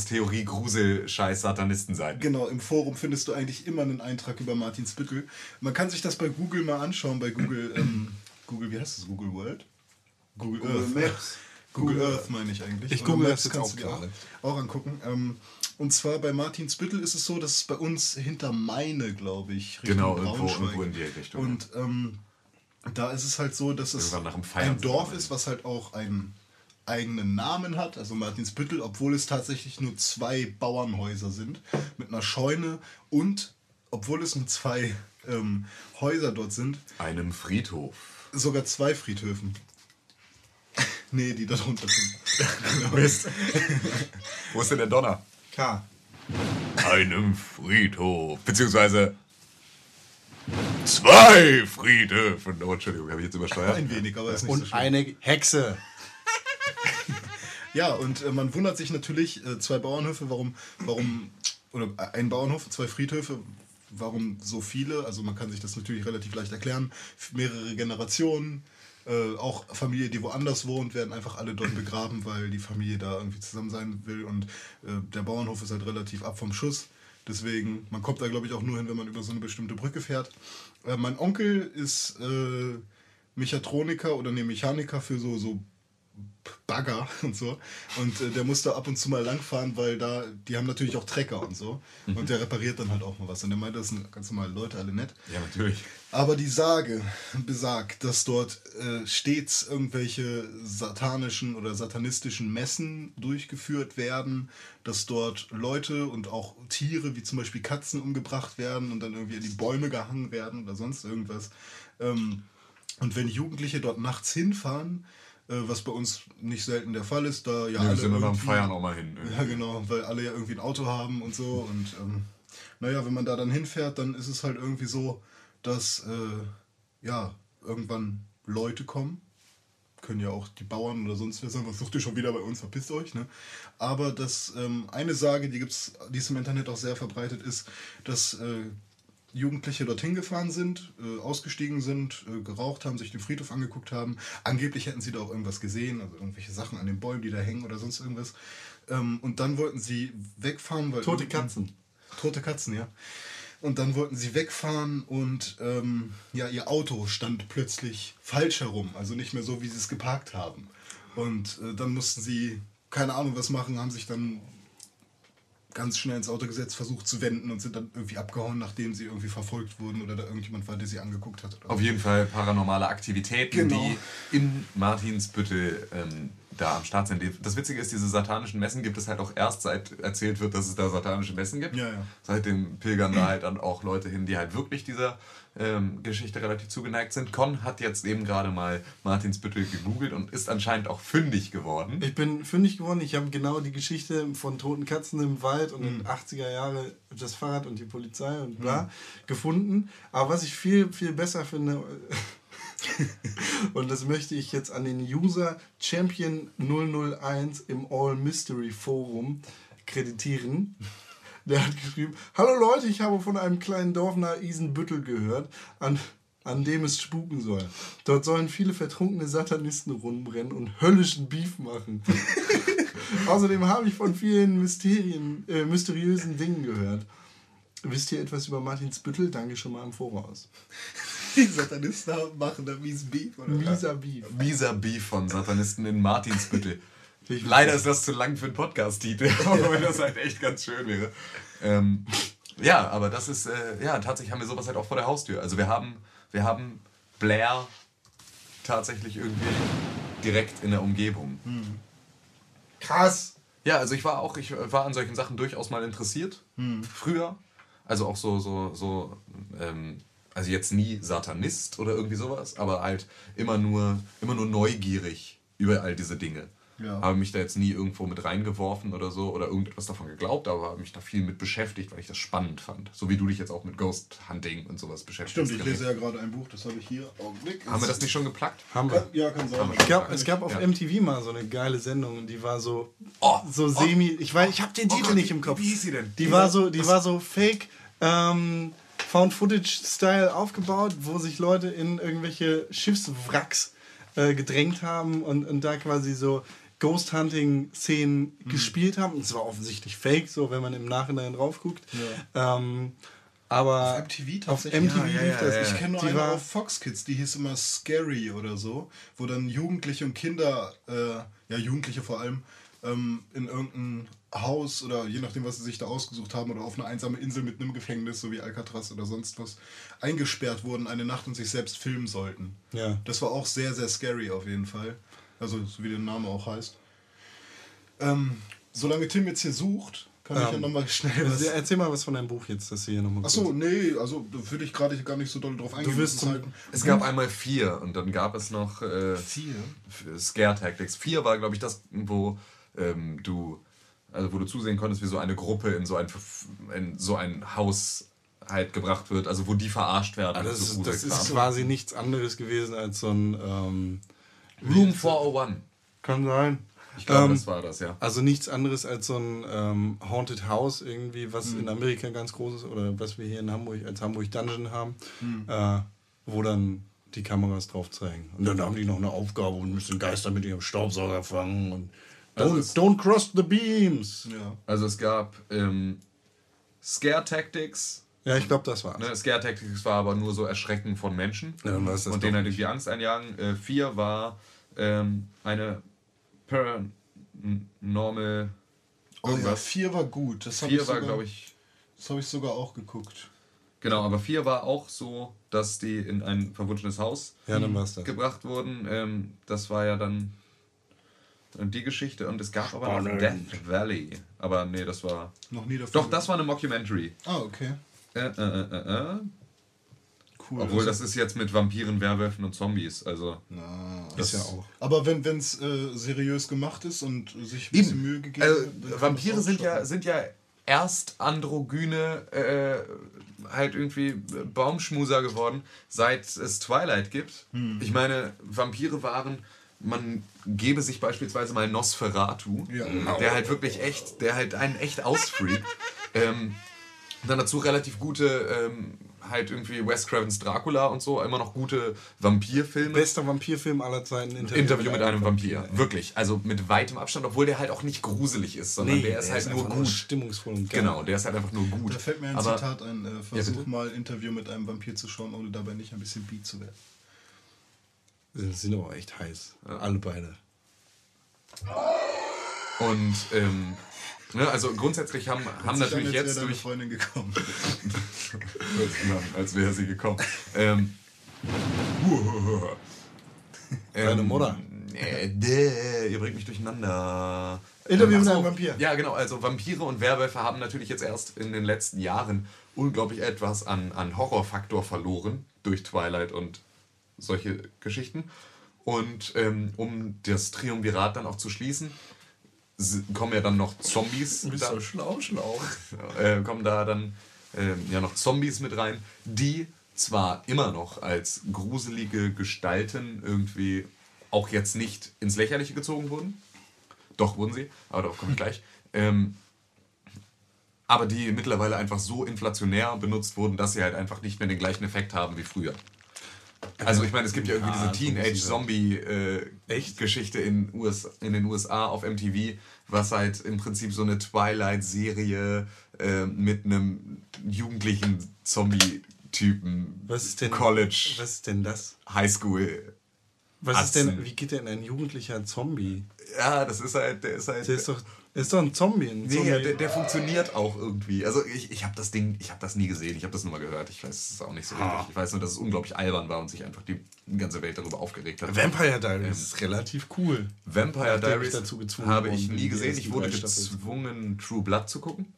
Verschwörungstheorie-Grusel-Scheiß-Satanisten-Seiten. Genau, im Forum findest du eigentlich immer einen Eintrag über Martinsbüttel. Man kann sich das bei Google mal anschauen, bei Google, wie heißt das, Google World? Google Earth. Maps. Google Earth meine ich eigentlich. Ich google das jetzt kannst du dir auch angucken. Und zwar bei Martinsbüttel ist es so, dass es bei uns hinter Meine, glaube ich, Richtung irgendwo in die Richtung. Und da ist es halt so, dass es ein Dorf ist, was halt auch einen eigenen Namen hat, also Martinsbüttel, obwohl es tatsächlich nur 2 Bauernhäuser sind, mit einer Scheune und, obwohl es nur 2 Häuser dort sind, einem Friedhof. Sogar 2 Friedhöfen. Nee, die da drunter sind. Mist. Wo ist denn der Donner? K. Einem Friedhof. Beziehungsweise 2 Friedhöfe. Oh, Entschuldigung, habe ich jetzt übersteuert? Ein wenig, aber ist nicht und so schlimm. eine Hexe. Ja, und man wundert sich natürlich, 2 Bauernhöfe, warum, oder ein Bauernhof, 2 Friedhöfe, warum so viele? Also man kann sich das natürlich relativ leicht erklären. Mehrere Generationen. Auch Familie, die woanders wohnt, werden einfach alle dort begraben, weil die Familie da irgendwie zusammen sein will und der Bauernhof ist halt relativ ab vom Schuss. Deswegen, man kommt da glaube ich auch nur hin, wenn man über so eine bestimmte Brücke fährt. Mein Onkel ist Mechatroniker oder Mechaniker für so Bagger und so. Und der muss da ab und zu mal langfahren, weil die haben natürlich auch Trecker und so. Und der repariert dann halt auch mal was. Und der meinte, das sind ganz normale Leute, alle nett. Ja, natürlich. Aber die Sage besagt, dass dort stets irgendwelche satanischen oder satanistischen Messen durchgeführt werden, dass dort Leute und auch Tiere, wie zum Beispiel Katzen, umgebracht werden und dann irgendwie in die Bäume gehangen werden oder sonst irgendwas. Und wenn Jugendliche dort nachts hinfahren, was bei uns nicht selten der Fall ist, da ja alle sind wir beim Feiern auch mal hin. Ja, genau, weil alle ja irgendwie ein Auto haben und so und naja, wenn man da dann hinfährt, dann ist es halt irgendwie so, dass irgendwann Leute kommen. Können ja auch die Bauern oder sonst wer sein, was sucht ihr schon wieder bei uns, verpisst euch, ne? Aber dass eine Sage, die ist im Internet auch sehr verbreitet ist, dass Jugendliche dorthin gefahren sind, ausgestiegen sind, geraucht haben, sich den Friedhof angeguckt haben. Angeblich hätten sie da auch irgendwas gesehen, also irgendwelche Sachen an den Bäumen, die da hängen oder sonst irgendwas. Und dann wollten sie wegfahren, weil... Tote Katzen, ja. Und dann wollten sie wegfahren und ihr Auto stand plötzlich falsch herum, also nicht mehr so, wie sie es geparkt haben. Und dann mussten sie, keine Ahnung was machen, haben sich dann ganz schnell ins Auto gesetzt, versucht zu wenden und sind dann irgendwie abgehauen, nachdem sie irgendwie verfolgt wurden oder da irgendjemand war, der sie angeguckt hat. Auf jeden Fall paranormale Aktivitäten, die in Martinsbüttel da am Start sind. Das Witzige ist, diese satanischen Messen gibt es halt auch erst, seit erzählt wird, dass es da satanische Messen gibt. Ja, ja. Seitdem pilgern da halt dann auch Leute hin, die halt wirklich dieser Geschichte relativ zugeneigt sind. Con hat jetzt eben gerade mal Martinsbüttel gegoogelt und ist anscheinend auch fündig geworden. Ich bin fündig geworden. Ich habe genau die Geschichte von toten Katzen im Wald und in den 80er Jahre das Fahrrad und die Polizei und bla gefunden. Aber was ich viel, viel besser finde, und das möchte ich jetzt an den User Champion 001 im All Mystery Forum kreditieren. Der hat geschrieben: Hallo Leute, ich habe von einem kleinen Dorf nahe Isenbüttel gehört, an dem es spuken soll. Dort sollen viele vertrunkene Satanisten rumbrennen und höllischen Beef machen. Außerdem habe ich von vielen mysteriösen Dingen gehört. Wisst ihr etwas über Martinsbüttel? Danke schon mal im Voraus. Die Satanisten machen da mies Beef, oder? Mieser Beef. Mieser Beef von Satanisten in Martinsbüttel. Leider ist das zu lang für einen Podcast-Titel, aber das halt echt ganz schön wäre. Ja, aber das ist, tatsächlich haben wir sowas halt auch vor der Haustür. Also wir haben Blair tatsächlich irgendwie direkt in der Umgebung. Krass! Ja, also ich war an solchen Sachen durchaus mal interessiert, früher. Also auch also jetzt nie Satanist oder irgendwie sowas, aber halt immer nur neugierig über all diese Dinge. Ja. Habe mich da jetzt nie irgendwo mit reingeworfen oder so oder irgendetwas davon geglaubt, aber habe mich da viel mit beschäftigt, weil ich das spannend fand. So wie du dich jetzt auch mit Ghost Hunting und sowas beschäftigst. Stimmt, ich lese ja gerade ein Buch, das habe ich hier. Augenblick. Haben wir das nicht schon geplackt? Haben wir. Ja, kann sein. Es gab auf MTV mal so eine geile Sendung, die war so semi... Ich habe den Titel nicht im Kopf. Wie hieß sie denn? Die war so fake... Found-Footage-Style aufgebaut, wo sich Leute in irgendwelche Schiffswracks gedrängt haben und da quasi so Ghost-Hunting-Szenen gespielt haben. Und es war offensichtlich fake, so wenn man im Nachhinein drauf guckt. Ja. Aber auf MTV tatsächlich? lief das. Ich kenne nur eine auf Fox Kids, die hieß immer Scary oder so, wo dann Jugendliche und Kinder, Jugendliche vor allem, in irgendein Haus oder je nachdem, was sie sich da ausgesucht haben oder auf eine einsame Insel mit einem Gefängnis, so wie Alcatraz oder sonst was, eingesperrt wurden eine Nacht und sich selbst filmen sollten. Ja. Das war auch sehr, sehr scary auf jeden Fall. Also, so wie der Name auch heißt. Solange Tim jetzt hier sucht, kann ich ja nochmal schnell was... Erzähl mal was von deinem Buch jetzt, das hier nochmal... Achso, nee, also da würde ich gerade gar nicht so doll drauf eingehen. Es gab einmal 4 und dann gab es noch 4 Scare Tactics. 4 war, glaube ich, das, wo du zusehen konntest, wie so eine Gruppe in so ein Haus halt gebracht wird, also wo die verarscht werden. Das ist quasi nichts anderes gewesen als so ein... Room 401. Kann sein. Ich glaube, das war das, ja. Also nichts anderes als so ein Haunted House irgendwie, was in Amerika ganz groß ist oder was wir hier in Hamburg als Hamburg Dungeon haben, wo dann die Kameras drauf zeigen. Und dann haben die noch eine Aufgabe und müssen Geister mit ihrem Staubsauger fangen und don't cross the beams. Ja. Also es gab Scare Tactics. Ja, ich glaube, das war's. Ne, Scare Tactics war aber nur so Erschrecken von Menschen und denen halt irgendwie Angst einjagen. 4 war eine Paranormal... Oh ja, 4 war gut. 4 war, glaube ich... Das habe ich sogar auch geguckt. Genau, aber 4 war auch so, dass die in ein verwunschenes Haus gebracht wurden. Das war ja dann die Geschichte und es gab aber noch Death Valley. Aber nee, das war... Noch nie davon. Doch, das war eine Mockumentary. Ah, okay. Cool. Obwohl, das ist jetzt mit Vampiren, Werwölfen und Zombies. Also ist ja auch. Aber wenn es seriös gemacht ist und sich ein bisschen Mühe gegeben wird. Vampire sind ja erst androgyne halt irgendwie Baumschmuser geworden, seit es Twilight gibt. Ich meine, Vampire waren, man gebe sich beispielsweise mal Nosferatu, der halt wirklich echt, der halt einen echt ausfreakt. Dann dazu relativ gute, halt irgendwie Wes Cravens Dracula und so, immer noch gute Vampirfilme. Bester Vampirfilm aller Zeiten. Interview mit einem Vampir. Wirklich. Also mit weitem Abstand, obwohl der halt auch nicht gruselig ist, sondern der ist halt nur gut. Stimmungsvoll und geil. Genau, der ist halt einfach nur gut. Da fällt mir ein Zitat ein. Versuch mal ein Interview mit einem Vampir zu schauen, ohne dabei nicht ein bisschen Beat zu werden. Die sind aber echt heiß. Alle beide. Und, ne, also grundsätzlich haben natürlich als jetzt wäre durch... Freundin gekommen. als wäre sie gekommen. Deine Mutter. Ihr bringt mich durcheinander. Interview mit einem Vampir. Ja, genau. Also Vampire und Werwölfe haben natürlich jetzt erst in den letzten Jahren unglaublich etwas an Horrorfaktor verloren durch Twilight und solche Geschichten. Und um das Triumvirat dann auch zu schließen, kommen ja dann noch Zombies. Du bist so schlau. Kommen da dann ja noch Zombies mit rein, die zwar immer noch als gruselige Gestalten irgendwie auch jetzt nicht ins Lächerliche gezogen wurden. Doch wurden sie, aber darauf komme ich gleich. Aber die mittlerweile einfach so inflationär benutzt wurden, dass sie halt einfach nicht mehr den gleichen Effekt haben wie früher. Also ich meine, es gibt ja irgendwie diese Teenage-Zombie-Geschichte in den USA auf MTV, was halt im Prinzip so eine Twilight-Serie mit einem jugendlichen Zombie-Typen, College, was ist denn das? Highschool. Wie geht denn ein jugendlicher Zombie? Ja, der ist halt... Der ist doch ein Zombie. Der funktioniert auch irgendwie. Also ich habe das nie gesehen, ich habe das nur mal gehört. Ich weiß es auch nicht so richtig. Ich weiß nur, dass es unglaublich albern war und sich einfach die ganze Welt darüber aufgeregt hat. Vampire Diaries ist relativ cool. Vampire Diaries habe ich worden, nie gesehen. Ich wurde drei gezwungen, True Blood zu gucken.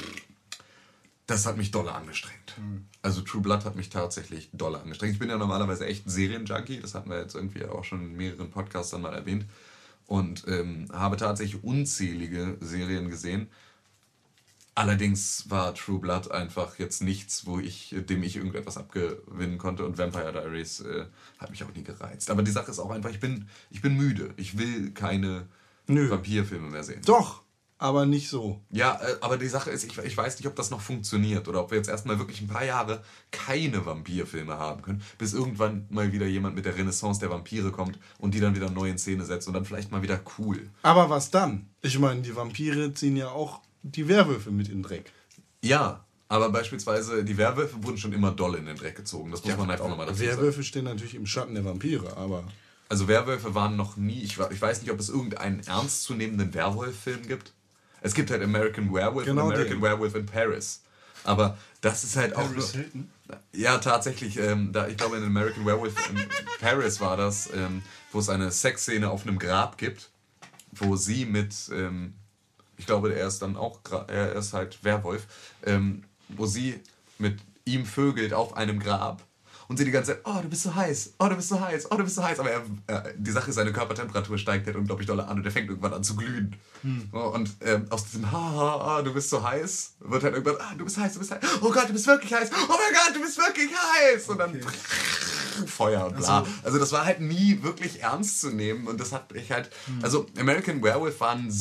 Das hat mich dolle angestrengt. Also True Blood hat mich tatsächlich dolle angestrengt. Ich bin ja normalerweise echt ein Serienjunkie. Das hatten wir jetzt irgendwie auch schon in mehreren Podcasts dann mal erwähnt. Und habe tatsächlich unzählige Serien gesehen. Allerdings war True Blood einfach jetzt nichts, dem ich irgendetwas abgewinnen konnte. Und Vampire Diaries hat mich auch nie gereizt. Aber die Sache ist auch einfach, ich bin müde. Ich will keine Vampirfilme mehr sehen. Doch, aber nicht so. Ja, aber die Sache ist, ich weiß nicht, ob das noch funktioniert oder ob wir jetzt erstmal wirklich ein paar Jahre keine Vampirfilme haben können, bis irgendwann mal wieder jemand mit der Renaissance der Vampire kommt und die dann wieder neu in Szene setzt und dann vielleicht mal wieder cool. Aber was dann? Ich meine, die Vampire ziehen ja auch die Werwölfe mit in den Dreck. Ja, aber beispielsweise die Werwölfe wurden schon immer doll in den Dreck gezogen. Das muss man einfach nochmal dazu sagen. Werwölfe stehen natürlich im Schatten der Vampire, aber... Also Werwölfe waren noch nie... Ich weiß nicht, ob es irgendeinen ernstzunehmenden Werwolf-Film gibt. Es gibt halt American Werewolf und American Werewolf in Paris. Aber das ist halt auch... Hilton? Ja, tatsächlich. Ich glaube, in American Werewolf in Paris war das, wo es eine Sexszene auf einem Grab gibt, wo sie mit... ich glaube, er ist halt Werwolf, wo sie mit ihm vögelt auf einem Grab und sie die ganze Zeit, oh, du bist so heiß, oh, du bist so heiß, oh, du bist so heiß. Aber die Sache ist, seine Körpertemperatur steigt halt unglaublich doll an und er fängt irgendwann an zu glühen. Und aus diesem du bist so heiß, wird halt irgendwann, du bist heiß, oh Gott, du bist wirklich heiß, oh mein Gott, du bist wirklich heiß. Und dann Feuer und bla. Also das war halt nie wirklich ernst zu nehmen und das hat mich halt, also American Werewolf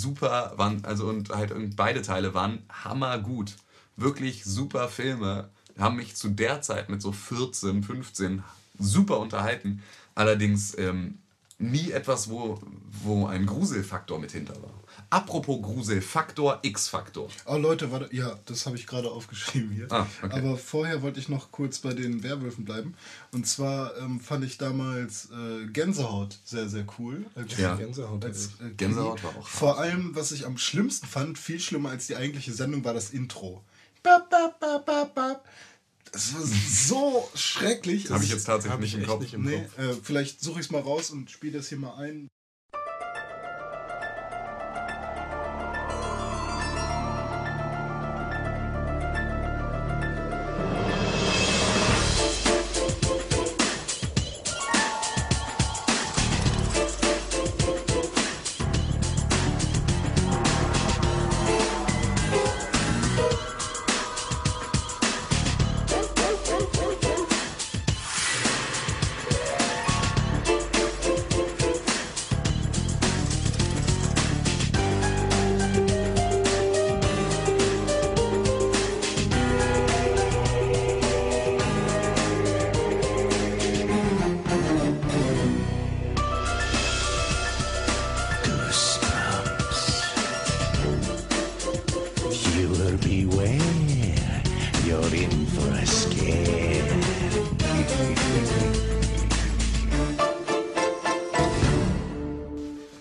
und beide Teile waren hammergut. Wirklich super Filme. Haben mich zu der Zeit mit so 14, 15 super unterhalten. Allerdings nie etwas, wo ein Gruselfaktor mit hinter war. Apropos Gruselfaktor, X-Faktor. Oh Leute, warte, ja, das habe ich gerade aufgeschrieben hier. Okay. Aber vorher wollte ich noch kurz bei den Werwölfen bleiben. Und zwar fand ich damals Gänsehaut sehr, sehr cool. Gänsehaut war auch hart. Vor allem, was ich am schlimmsten fand, viel schlimmer als die eigentliche Sendung, war das Intro. Das war so schrecklich. Habe ich jetzt tatsächlich nicht im Kopf. Vielleicht suche ich es mal raus und spiele das hier mal ein.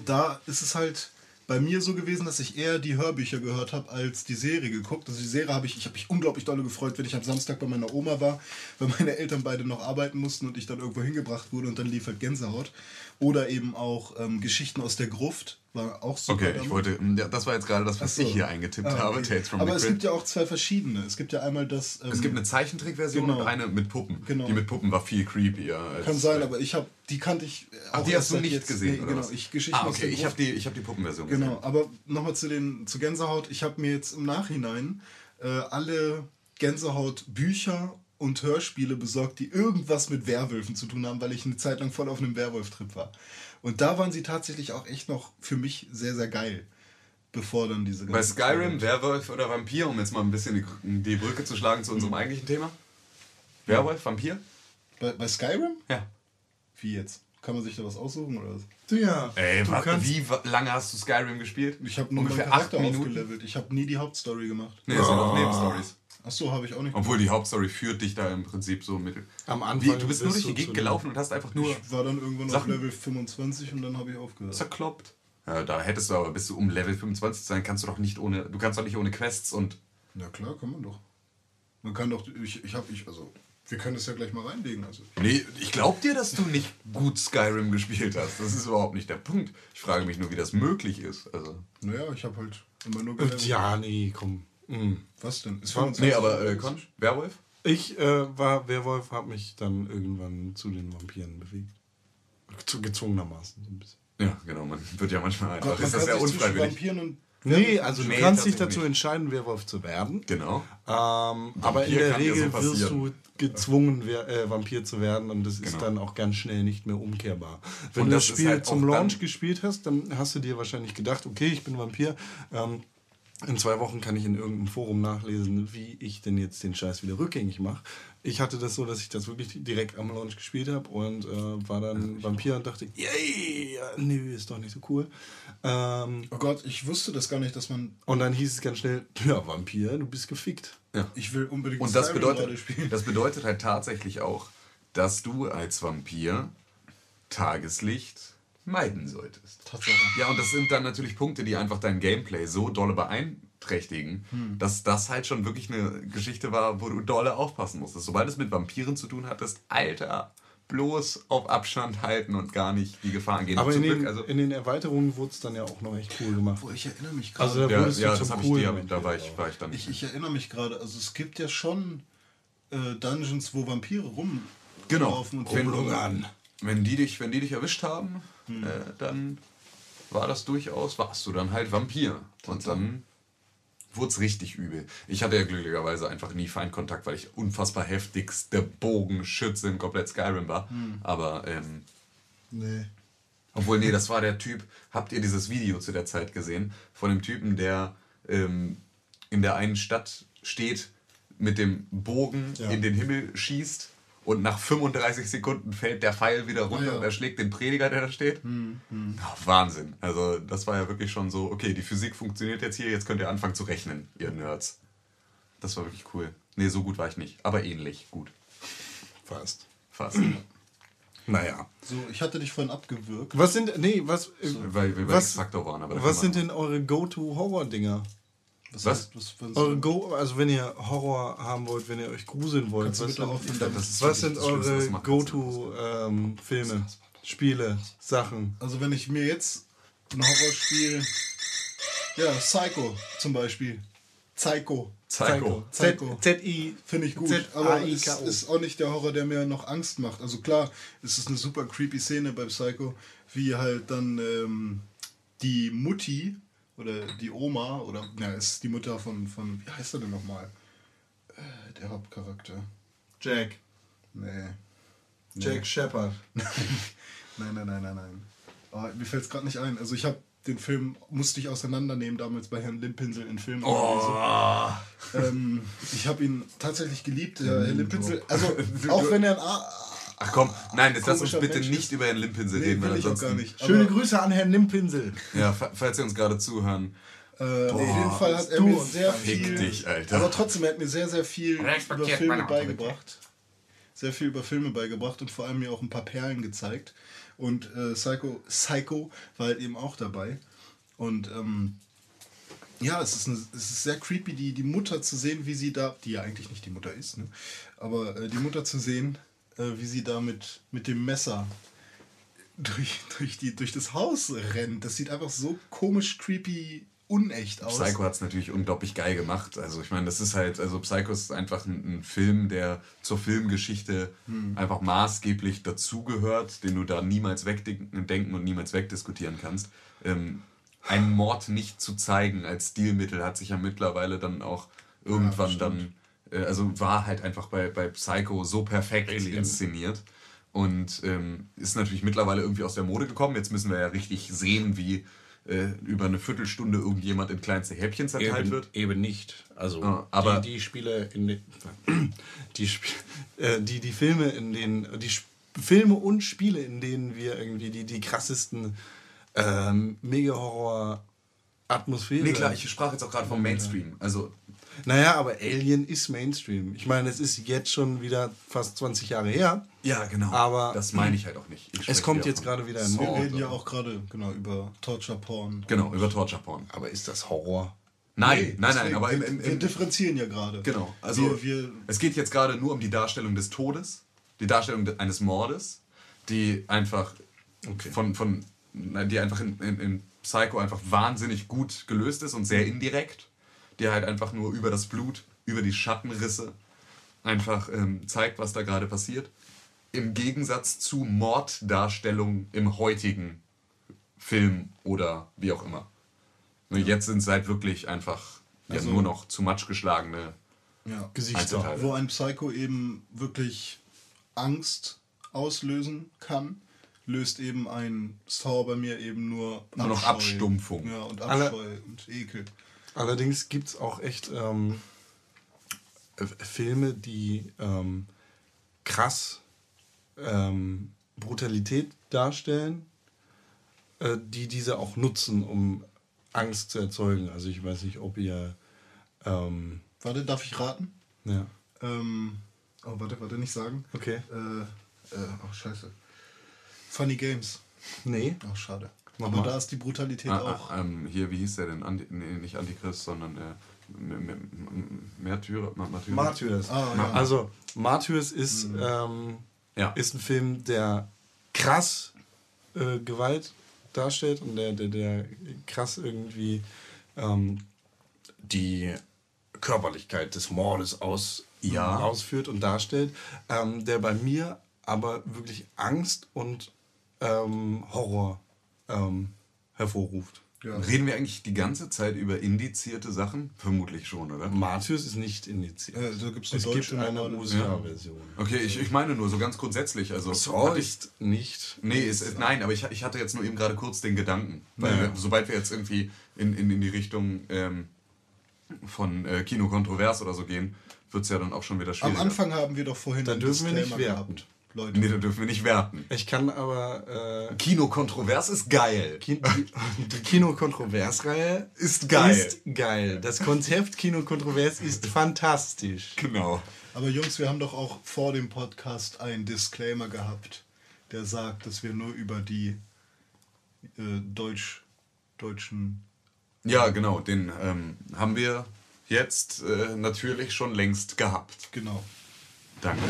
da ist es halt bei mir so gewesen, dass ich eher die Hörbücher gehört habe, als die Serie geguckt. Also die Serie habe ich mich unglaublich dolle gefreut, wenn ich am Samstag bei meiner Oma war, weil meine Eltern beide noch arbeiten mussten und ich dann irgendwo hingebracht wurde und dann lief halt Gänsehaut. Oder eben auch Geschichten aus der Gruft, war auch super. Okay, das war jetzt gerade das, was ich hier eingetippt habe, okay. Tales from Aber the es Crypt. gibt ja auch zwei verschiedene. Es gibt ja einmal das... Es gibt eine Zeichentrickversion und eine mit Puppen. Genau. Die mit Puppen war viel creepier. Kann sein, aber die kannte ich Ach, die hast du nicht gesehen, oder genau, was? Geschichten aus okay, der ich Gruft. hab die Puppenversion Genau, gesehen. aber nochmal zu Gänsehaut. Ich habe mir jetzt im Nachhinein alle Gänsehaut-Bücher und Hörspiele besorgt, die irgendwas mit Werwölfen zu tun haben, weil ich eine Zeit lang voll auf einem Werwolf-Trip war. Und da waren sie tatsächlich auch echt noch für mich sehr, sehr geil, bevor dann diese Bei Skyrim, Werwolf oder Vampir, um jetzt mal ein bisschen die Brücke zu schlagen zu unserem eigentlichen Thema? Werwolf, Vampir? Bei Skyrim? Ja. Wie jetzt? Kann man sich da was aussuchen oder was? Ja. Ey, wie lange hast du Skyrim gespielt? Ich habe nur meinen Ungefähr Charakter 8 Minuten. aufgelevelt. Ich habe nie die Hauptstory gemacht. Nee, es sind auch Nebenstories. Achso, habe ich auch nicht. Obwohl die Hauptstory führt dich da im Prinzip so mit. Am Anfang Du bist nur durch die du Gegend zu- gelaufen und hast einfach nur Ich war dann irgendwann auf Sachen- Level 25 und dann habe ich aufgehört. zerkloppt. Ja, da hättest du aber, bis du um Level 25 sein, kannst du doch nicht ohne. Du kannst doch nicht ohne Quests und. Na klar, kann man doch. Man kann doch, wir können das ja gleich mal reinlegen. Also. Nee, ich glaub dir, dass du nicht gut Skyrim gespielt hast. Das ist überhaupt nicht der Punkt. Ich frage mich nur, wie das möglich ist. Also. Naja, ich habe halt immer nur Ja, nee, komm. Was denn? Ist Nee, aber Con, Werwolf? Ich war Werwolf, habe mich dann irgendwann zu den Vampiren bewegt. Gezwungenermaßen so ein bisschen. Ja, genau, man wird ja manchmal einfach. Man Ist das kann ja sich zwischen unfreiwillig. Vampiren und Nee, also du Nee, kannst dich tatsächlich dazu nicht. entscheiden, Werwolf zu werden. Genau. Aber in der kann ja so Regel wirst du passieren. gezwungen, Vampir zu werden und das ist Genau. dann auch ganz schnell nicht mehr umkehrbar. Wenn Und du das das ist Spiel halt zum auch Launch dann- gespielt hast, dann hast du dir wahrscheinlich gedacht, okay, ich bin Vampir. In 2 Wochen kann ich in irgendeinem Forum nachlesen, wie ich denn jetzt den Scheiß wieder rückgängig mache. Ich hatte das so, dass ich das wirklich direkt am Launch gespielt habe und war dann Vampir und dachte, yay, nö, ist doch nicht so cool. Oh Gott, ich wusste das gar nicht, dass man... Und dann hieß es ganz schnell, ja, Vampir, du bist gefickt. Ja. Ich will unbedingt Und das Skyrim gerade spielen. bedeutet halt tatsächlich auch, dass du als Vampir Tageslicht meiden solltest. Tatsache. Ja, und das sind dann natürlich Punkte, die einfach dein Gameplay so dolle beeinträchtigen, dass das halt schon wirklich eine Geschichte war, wo du dolle aufpassen musstest. Sobald es mit Vampiren zu tun hattest, Alter, bloß auf Abstand halten und gar nicht die Gefahr angehen. Aber Zum in Glück, den, in den Erweiterungen wurde es dann ja auch noch echt cool gemacht. Obwohl, ich erinnere mich gerade... Also da ja, wurdest du ja, zum das habe coolen ich, da war ich dann nicht. Ich erinnere mich gerade, also es gibt ja schon Dungeons, wo Vampire rumlaufen Genau. und Rumlungern. Wenn die dich erwischt haben, dann warst du dann halt Vampir. Und dann wurde es richtig übel. Ich hatte ja glücklicherweise einfach nie Feindkontakt, weil ich unfassbar heftigste Bogenschütze in komplett Skyrim war. Aber, Nee. obwohl, nee, das war der Typ, habt ihr dieses Video zu der Zeit gesehen, von dem Typen, der in der einen Stadt steht, mit dem Bogen in den Himmel schießt und nach 35 Sekunden fällt der Pfeil wieder runter und er schlägt den Prediger, der da steht. Wahnsinn. Also das war ja wirklich schon so, okay, die Physik funktioniert jetzt hier, jetzt könnt ihr anfangen zu rechnen, ihr Nerds. Das war wirklich cool. Nee, so gut war ich nicht, aber ähnlich gut. Fast. Fast. Naja. So, ich hatte dich vorhin abgewürgt. Was sind, Weil wir bei was, X-Factor waren. Aber da was können sind denn eure Go-To-Horror-Dinger? Was? Also wenn ihr Horror haben wollt, wenn ihr euch gruseln wollt, Kannst du bitte aufhören, damit- das ist was wirklich sind das Schlimmste, was eure du machen kannst. Go-To-Filme, Spiele, Sachen? Also wenn ich mir jetzt ein Horrorspiel... Ja, Psycho zum Beispiel. Psycho. Psycho. Z-I. Finde ich gut. Aber es ist auch nicht der Horror, der mir noch Angst macht. Also klar, es ist eine super creepy Szene bei Psycho, wie halt dann die Mutti oder die Oma oder ist die Mutter von wie heißt er denn nochmal? Der Hauptcharakter. Jack. Nee. Jack Shepard. Nein. Oh, mir fällt es gerade nicht ein. Also ich habe den Film, musste ich auseinandernehmen damals bei Herrn Limpinsel in Film. Ich habe ihn tatsächlich geliebt, Herr Limpinsel. Also auch wenn er ein Ach komm, nein, jetzt lass uns komischer bitte Mensch nicht ist. über den Limpinsel Nee, reden, will weil ich auch ansonsten... gar nicht. Schöne Grüße an Herrn Nimpinsel. Ja, falls Sie uns gerade zuhören. Auf jeden Fall hat er du mir uns sehr Fick viel... dich, Alter. Aber trotzdem, er hat mir sehr, sehr viel über Respektiert Filme meine Autorität. beigebracht. Sehr viel über Filme beigebracht und vor allem mir auch ein paar Perlen gezeigt. Und Psycho war halt eben auch dabei. Und ja, es ist sehr creepy, die Mutter zu sehen, wie sie da, die ja eigentlich nicht die Mutter ist, ne? Aber die Mutter zu sehen, wie sie da mit dem Messer durch das Haus rennt. Das sieht einfach so komisch, creepy, unecht aus. Psycho hat es natürlich unglaublich geil gemacht. Also ich meine, das ist halt, also Psycho ist einfach ein Film, der zur Filmgeschichte einfach maßgeblich dazugehört, den du da niemals wegdenken und niemals wegdiskutieren kannst. Einen Mord nicht zu zeigen als Stilmittel hat sich ja mittlerweile dann auch irgendwann dann, also war halt einfach bei Psycho so perfekt inszeniert und ist natürlich mittlerweile irgendwie aus der Mode gekommen. Jetzt müssen wir ja richtig sehen, wie über eine Viertelstunde irgendjemand in kleinste Häppchen zerteilt wird. Eben nicht. Also aber die Spiele in den die Filme in denen Filme und Spiele, in denen wir irgendwie die krassesten Mega-Horror-Atmosphäre. nee, klar, ich sprach jetzt auch gerade vom Mainstream. Also naja, aber Alien ist Mainstream. Ich meine, es ist jetzt schon wieder fast 20 Jahre her. ja, genau. Aber das meine ich halt auch nicht. Es kommt jetzt gerade wieder ein Wir Mord. reden ja auch gerade über Torture Porn. Genau, über Torture Porn. Aber ist das Horror? Nein, Deswegen, aber wir differenzieren ja gerade. genau. Also wir es geht jetzt gerade nur um die Darstellung des Todes, die Darstellung eines Mordes, die einfach die einfach in Psycho einfach wahnsinnig gut gelöst ist und sehr indirekt, die halt einfach nur über das Blut, über die Schattenrisse einfach zeigt, was da gerade passiert. Im Gegensatz zu Morddarstellungen im heutigen Film oder wie auch immer. Nur jetzt sind es halt wirklich einfach nur noch zu Matsch geschlagene Gesichter. Einzelteile. wo ein Psycho eben wirklich Angst auslösen kann, löst eben ein Saw bei mir eben nur noch Abstumpfung. Ja, und Abscheu und Ekel. Allerdings gibt es auch echt Filme, die krass Brutalität darstellen, die diese auch nutzen, um Angst zu erzeugen. Also ich weiß nicht, ob ihr... Warte, darf ich raten? ja. Warte, nicht sagen. Okay. Scheiße. Funny Games. Nee. Ach, schade. Mach Aber mal. da ist die Brutalität auch. Hier, wie hieß der denn? Nicht Antichrist, sondern Märtyrer. Martyrs. Ja. Also Martyrs ist, ist ein Film, der krass Gewalt darstellt und der krass irgendwie die Körperlichkeit des Mordes ausführt und darstellt, der bei mir aber wirklich Angst und Horror hervorruft. Ja. Reden wir eigentlich die ganze Zeit über indizierte Sachen? Vermutlich schon, oder? Martyrs ist nicht indiziert. Da gibt's Es gibt eine normale- USA-Version. Okay, ich meine nur so ganz grundsätzlich. Also, Saw ist nicht. Nein, aber ich hatte jetzt nur eben gerade kurz den Gedanken. Weil sobald wir jetzt irgendwie in die Richtung von Kino kontrovers oder so gehen, wird es ja dann auch schon wieder Am schwierig. Anfang haben wir doch vorhin Da einen dürfen wir nicht Disclaimer werten. gehabt. Leute. Nee, da dürfen wir nicht werten. Ich kann aber. Kino kontrovers ist geil. Die Kino-Kontrovers-Reihe Ist geil. Ist geil. Das Konzept Kino-Kontrovers ist fantastisch. Genau. Aber Jungs, wir haben doch auch vor dem Podcast einen Disclaimer gehabt, der sagt, dass wir nur über die deutschen... Ja, genau. Den haben wir jetzt natürlich schon längst gehabt. Genau. Danke.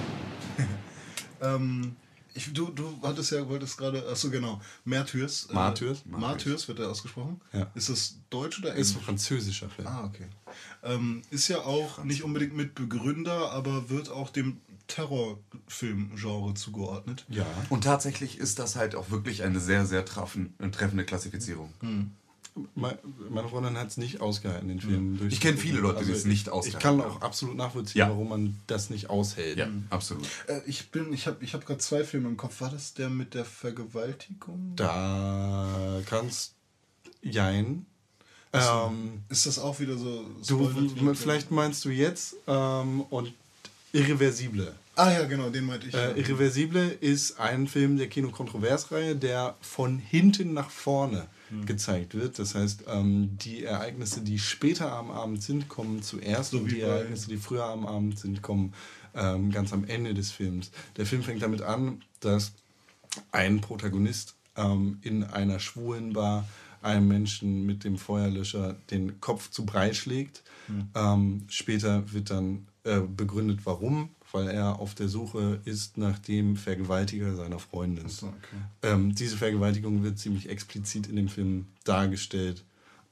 Wolltest gerade, achso genau, Martyrs. Martyrs wird er ausgesprochen. Ja. Ist das deutsch oder Ist englisch? ein französischer Film. Ah, okay. Ist ja auch nicht unbedingt Mitbegründer, aber wird auch dem Terrorfilmgenre zugeordnet. Ja. Und tatsächlich ist das halt auch wirklich eine sehr, sehr treffende Klassifizierung. Meine Freundin hat es nicht ausgehalten, den Film durch. Ich kenne viele Leute, die es nicht aushalten. Ich kann auch absolut nachvollziehen, Ja. warum man das nicht aushält. Ja, absolut. Ich hab gerade zwei Filme im Kopf. War das der mit der Vergewaltigung? Da kannst jein. Ist das auch wieder so... Vielleicht meinst du jetzt und Irreversible. Ah ja, genau, den meinte ich. Irreversible ist ein Film der Kino-Kontrovers-Reihe, der von hinten nach vorne gezeigt wird. Das heißt, die Ereignisse, die später am Abend sind, kommen zuerst So und wie die bei- Ereignisse, die früher am Abend sind, kommen ganz am Ende des Films. Der Film fängt damit an, dass ein Protagonist in einer schwulen Bar einem Menschen mit dem Feuerlöscher den Kopf zu Brei schlägt. Später wird dann begründet, warum, weil er auf der Suche ist nach dem Vergewaltiger seiner Freundin. Ach so, okay. Diese Vergewaltigung wird ziemlich explizit in dem Film dargestellt.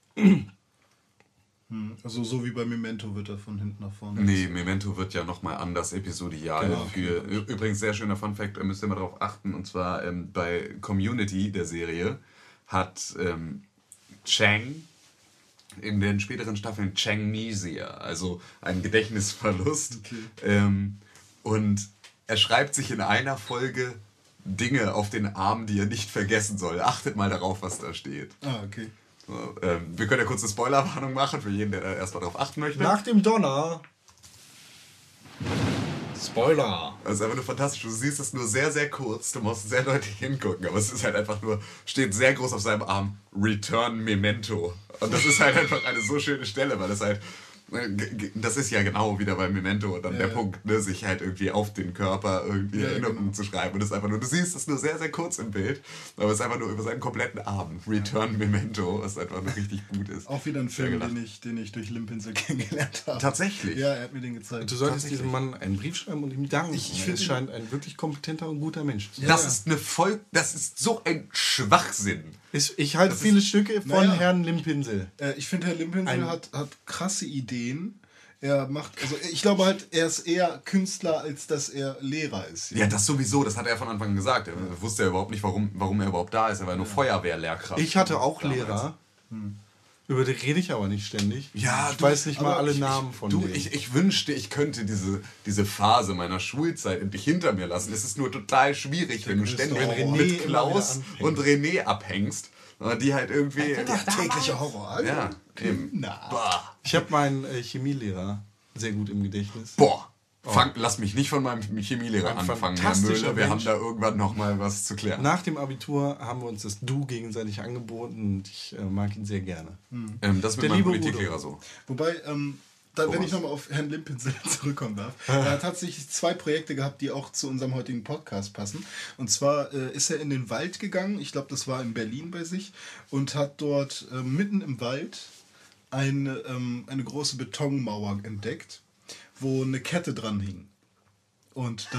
Also so wie bei Memento wird er von hinten nach vorne. Nee, Memento wird ja nochmal anders episodial. Genau. Übrigens, sehr schöner Funfact, müsst ihr mal darauf achten, und zwar bei Community, der Serie, hat Chang in den späteren Staffeln Changnesia, also ein Gedächtnisverlust. Okay. Und er schreibt sich in einer Folge Dinge auf den Arm, die er nicht vergessen soll. Achtet mal darauf, was da steht. Ah, okay. Wir können ja kurz eine Spoilerwarnung machen für jeden, der da erstmal drauf achten möchte. Nach dem Donner. Spoiler. Das ist einfach nur fantastisch. Du siehst es nur sehr, sehr kurz. Du musst sehr deutlich hingucken. Aber es ist halt einfach nur, steht sehr groß auf seinem Arm, Return Memento. Und das ist halt einfach eine so schöne Stelle, weil das halt, das ist ja genau wieder bei Memento und dann der Punkt, ne, sich halt irgendwie auf den Körper irgendwie Erinnerungen zu schreiben. Und das ist einfach nur, du siehst es nur sehr, sehr kurz im Bild, aber es ist einfach nur über seinen kompletten Arm. Return Memento, was einfach nur richtig gut ist. Auch wieder ein Film, den ich durch Limpinsel kennengelernt habe. Tatsächlich? Ja, er hat mir den gezeigt. Du solltest diesem Mann einen Brief schreiben und ihm danken. Ich Er finde, scheint ein wirklich kompetenter und guter Mensch zu sein. Das ist so ein Schwachsinn. Ich halte viele Stücke von Herrn Limpinsel. Ich finde, Herr Limpinsel hat krasse Ideen. Er macht, also ich glaube halt, er ist eher Künstler, als dass er Lehrer ist. Ja, das sowieso, das hat er von Anfang an gesagt. Er wusste ja überhaupt nicht, warum er überhaupt da ist. Er war nur Feuerwehrlehrkraft. Ich hatte auch Lehrer. Über die rede ich aber nicht ständig. Ja, ich weiß nicht mal alle Namen von denen. Ich wünschte, ich könnte diese Phase meiner Schulzeit endlich hinter mir lassen. Es ist nur total schwierig, wenn du ständig mit Klaus und René abhängst. Die halt irgendwie... Der tägliche Horror. Also, ja, eben. Ich habe meinen Chemielehrer sehr gut im Gedächtnis. Boah, lass mich nicht von meinem Chemielehrer anfangen, Herr Müller. Wir haben da irgendwann nochmal was zu klären. Nach dem Abitur haben wir uns das Du gegenseitig angeboten und ich mag ihn sehr gerne. Das ist mit meinem Politiklehrer so. Wobei, wenn ich nochmal auf Herrn Limpinsel zurückkommen darf, er hat tatsächlich 2 Projekte gehabt, die auch zu unserem heutigen Podcast passen. Und zwar ist er in den Wald gegangen, ich glaube, das war in Berlin bei sich, und hat dort mitten im Wald eine große Betonmauer entdeckt, wo eine Kette dran hing. Und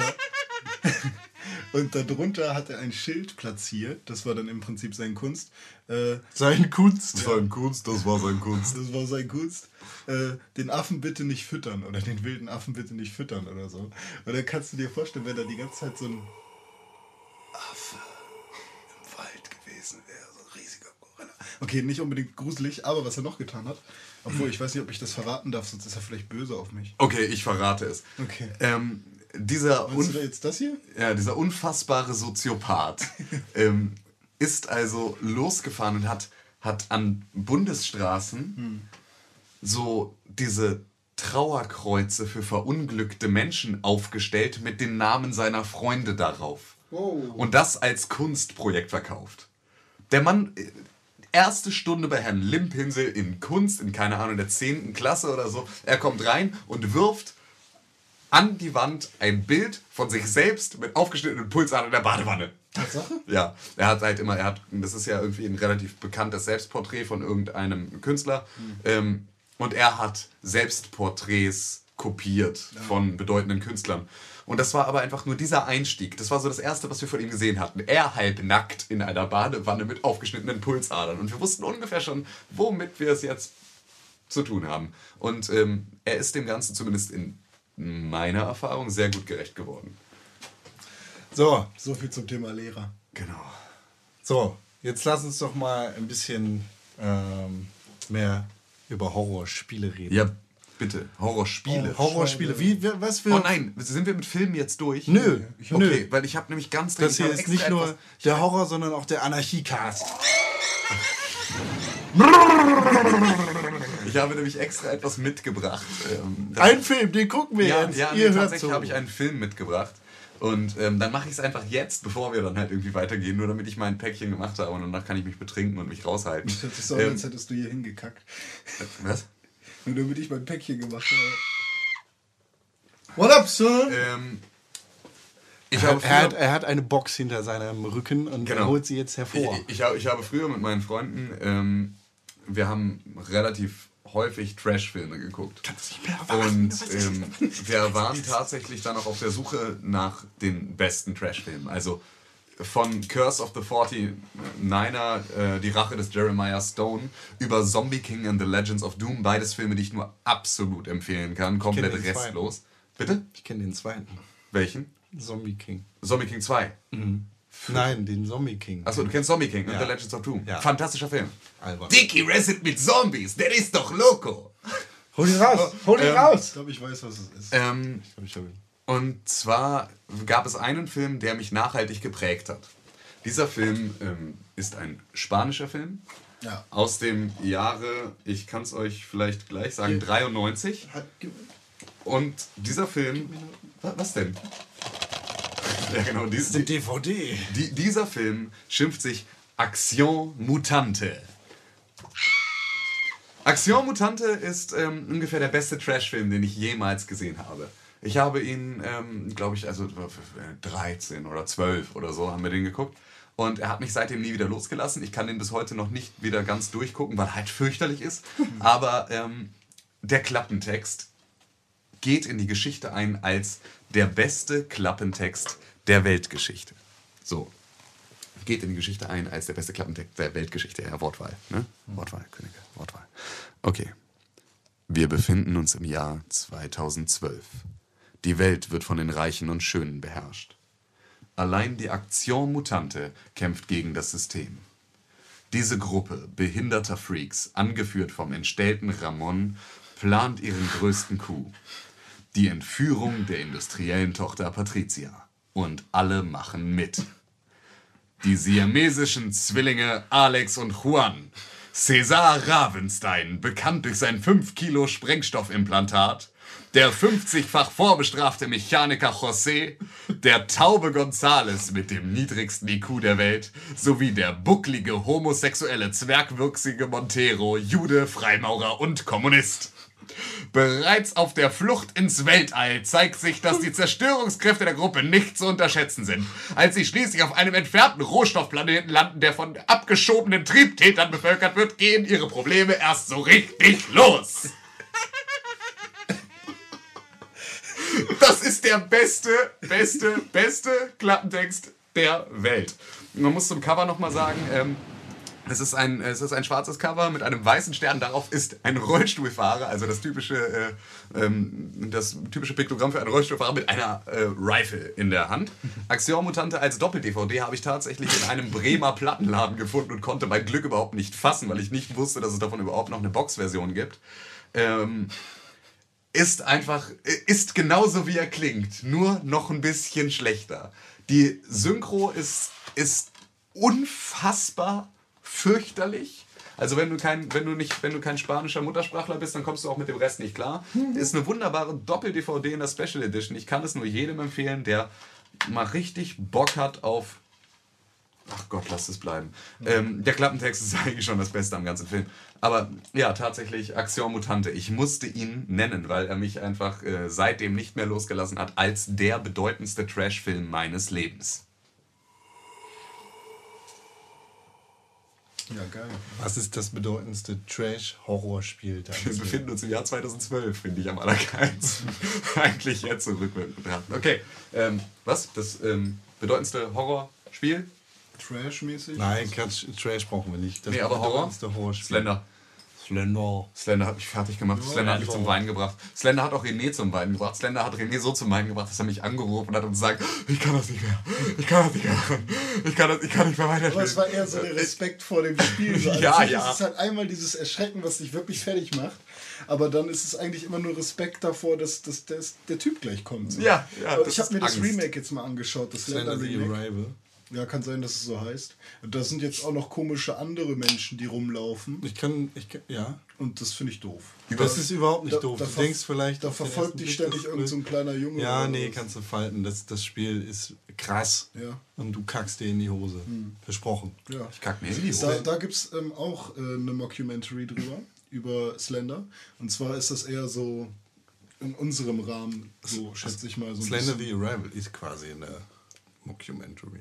darunter hat er ein Schild platziert, das war dann im Prinzip seine Kunst. Sein Kunst. Sein Kunst, das war sein Kunst. Das war sein Kunst. Den Affen bitte nicht füttern oder den wilden Affen bitte nicht füttern oder so. Und dann kannst du dir vorstellen, wenn da die ganze Zeit so ein Affe im Wald gewesen wäre, so ein riesiger Gorilla. Okay, nicht unbedingt gruselig, aber was er noch getan hat, obwohl ich weiß nicht, ob ich das verraten darf, sonst ist er vielleicht böse auf mich. Okay, ich verrate es. Okay. Dieser Meinst du da jetzt das hier? Ja, dieser unfassbare Soziopath ist also losgefahren und hat an Bundesstraßen so diese Trauerkreuze für verunglückte Menschen aufgestellt mit den Namen seiner Freunde darauf. Oh. Und das als Kunstprojekt verkauft. Der Mann, erste Stunde bei Herrn Limpinsel in Kunst, in keine Ahnung, der 10. Klasse oder so. Er kommt rein und wirft an die Wand ein Bild von sich selbst mit aufgeschnittenen Pulsadern in der Badewanne. Tatsache? Ja, das ist ja irgendwie ein relativ bekanntes Selbstporträt von irgendeinem Künstler. Und er hat Selbstporträts kopiert von bedeutenden Künstlern. Und das war aber einfach nur dieser Einstieg. Das war so das Erste, was wir von ihm gesehen hatten. Er halbnackt in einer Badewanne mit aufgeschnittenen Pulsadern. Und wir wussten ungefähr schon, womit wir es jetzt zu tun haben. Und er ist dem Ganzen zumindest in meiner Erfahrung sehr gut gerecht geworden. So viel zum Thema Lehrer. Genau. So, jetzt lass uns doch mal ein bisschen mehr über Horrorspiele reden. Ja, bitte. Horrorspiele. Horrorspiele. Was für... Oh nein, sind wir mit Filmen jetzt durch? Nö. Okay, weil ich habe nämlich ganz dringend... Das hier ist nicht nur der Horror, sondern auch der Anarchiecast. Ich habe nämlich extra etwas mitgebracht. Ein Film, den gucken wir jetzt. Ja, Ihr hört tatsächlich so. habe ich einen Film mitgebracht. Und dann mache ich es einfach jetzt, bevor wir dann halt irgendwie weitergehen, nur damit ich mein Päckchen gemacht habe und danach kann ich mich betrinken und mich raushalten. Das hört sich so an, als hättest du hier hingekackt. Was? Nur damit ich mein Päckchen gemacht habe. What up, son? Er hat eine Box hinter seinem Rücken und Genau. holt sie jetzt hervor. Ich habe früher mit meinen Freunden, wir haben relativ häufig Trash-Filme geguckt. Und wir waren tatsächlich dann auch auf der Suche nach den besten Trash-Filmen. Also von Curse of the 49er, die Rache des Jeremiah Stone, über Zombie King and the Legends of Doom. Beides Filme, die ich nur absolut empfehlen kann. Komplett restlos. Bitte? Ich kenne den zweiten. Welchen? Zombie King. Zombie King 2. Nein, den Zombie King. Achso, du kennst Zombie King and Ja. the Legends of Doom. Ja. Fantastischer Film. Albert. Dickie wrestelt mit Zombies, der ist doch loco. Hol ihn raus! Hol ihn raus! Ich glaube, ich weiß, was es ist. Ich glaub, Und zwar gab es einen Film, der mich nachhaltig geprägt hat. Dieser Film ist ein spanischer Film Ja. aus dem Jahre, ich kann es euch vielleicht gleich sagen, 93. Und dieser Film... Was denn? Ja genau, DVD. dieser Film schimpft sich Action Mutante. Action Mutante ist ungefähr der beste Trash-Film, den ich jemals gesehen habe. Ich habe ihn, glaube ich, also 13 oder 12 oder so haben wir den geguckt. Und er hat mich seitdem nie wieder losgelassen. Ich kann den bis heute noch nicht wieder ganz durchgucken, weil er halt fürchterlich ist. Aber der Klappentext geht in die Geschichte ein als der beste Klappentext der Weltgeschichte. So. Geht in die Geschichte ein als der beste Klappentext der Weltgeschichte. Ja, Wortwahl. Ne? Wortwahl, Könige, Wortwahl. Okay. Wir befinden uns im Jahr 2012. Die Welt wird von den Reichen und Schönen beherrscht. Allein die Action Mutante kämpft gegen das System. Diese Gruppe behinderter Freaks, angeführt vom entstellten Ramon, plant ihren größten Coup. Die Entführung der industriellen Tochter Patricia. Und alle machen mit. Die siamesischen Zwillinge Alex und Juan. Cesar Ravenstein, bekannt durch sein 5 Kilo Sprengstoffimplantat. Der 50-fach vorbestrafte Mechaniker José, der taube González mit dem niedrigsten IQ der Welt, sowie der bucklige, homosexuelle, zwergwüchsige Montero, Jude, Freimaurer und Kommunist. Bereits auf der Flucht ins Weltall zeigt sich, dass die Zerstörungskräfte der Gruppe nicht zu unterschätzen sind. Als sie schließlich auf einem entfernten Rohstoffplaneten landen, der von abgeschobenen Triebtätern bevölkert wird, gehen ihre Probleme erst so richtig los. Das ist der beste Klappentext der Welt. Man muss zum Cover nochmal sagen, es ist ein schwarzes Cover mit einem weißen Stern. Darauf ist ein Rollstuhlfahrer, also das typische Piktogramm für einen Rollstuhlfahrer mit einer Rifle in der Hand. Action Mutante als Doppel-DVD habe ich tatsächlich in einem Bremer Plattenladen gefunden und konnte mein Glück überhaupt nicht fassen, weil ich nicht wusste, dass es davon überhaupt noch eine Boxversion gibt. Ist genauso wie er klingt, nur noch ein bisschen schlechter. Die Synchro ist unfassbar fürchterlich. Also wenn du kein spanischer Muttersprachler bist, dann kommst du auch mit dem Rest nicht klar. Ist eine wunderbare Doppel-DVD in der Special Edition. Ich kann es nur jedem empfehlen, der mal richtig Bock hat auf... Ach Gott, lass es bleiben. Der Klappentext ist eigentlich schon das Beste am ganzen Film. Aber ja, tatsächlich Action Mutante. Ich musste ihn nennen, weil er mich einfach seitdem nicht mehr losgelassen hat als der bedeutendste Trash-Film meines Lebens. Ja, geil. Was ist das bedeutendste Trash-Horrorspiel? Wir befinden uns im Jahr 2012, finde ich am allergeilsten. Eigentlich jetzt so rückwärts betrachten. Okay, was? Das bedeutendste Horrorspiel? Trash-mäßig? Nein, Trash brauchen wir nicht. Das Nee, aber Horror? bedeutendste Horrorspiel. Slender. Slender hat mich fertig gemacht. Ja, Slender hat mich also- zum Weinen gebracht. Slender hat auch René zum Weinen gebracht. Slender hat René so zum Weinen gebracht, dass er mich angerufen hat und gesagt, ich kann das nicht mehr. Ich kann das nicht mehr machen. Ich kann nicht mehr weiterspielen. Aber es war eher so der Respekt vor dem Spiel. So, Ja, sich ja. Es ist halt einmal dieses Erschrecken, was dich wirklich fertig macht. Aber dann ist es eigentlich immer nur Respekt davor, dass der Typ gleich kommt. So. Ja, Aber das ich habe ist mir das Angst. Remake jetzt mal angeschaut. Das Slender the Remake. Arrival. Ja, kann sein, dass es so heißt. Und da sind jetzt auch noch komische andere Menschen, die rumlaufen. Ja. Und das finde ich doof. Das ist überhaupt nicht Da- doof. da Du ver- denkst vielleicht... Da auf den verfolgt ersten dich Blick, ständig das irgend so ein kleiner Junge. Ja, oder nee, was. kannst du falten. Das Spiel ist krass. Ja. Und du kackst dir in die Hose. Versprochen. Ja. Ich kack mir in die Hose. Da gibt es auch eine Mockumentary drüber, über Slender. Und zwar ist das eher so in unserem Rahmen, so schätze ich mal. So ein Slender bisschen. the Arrival ist quasi eine Mockumentary.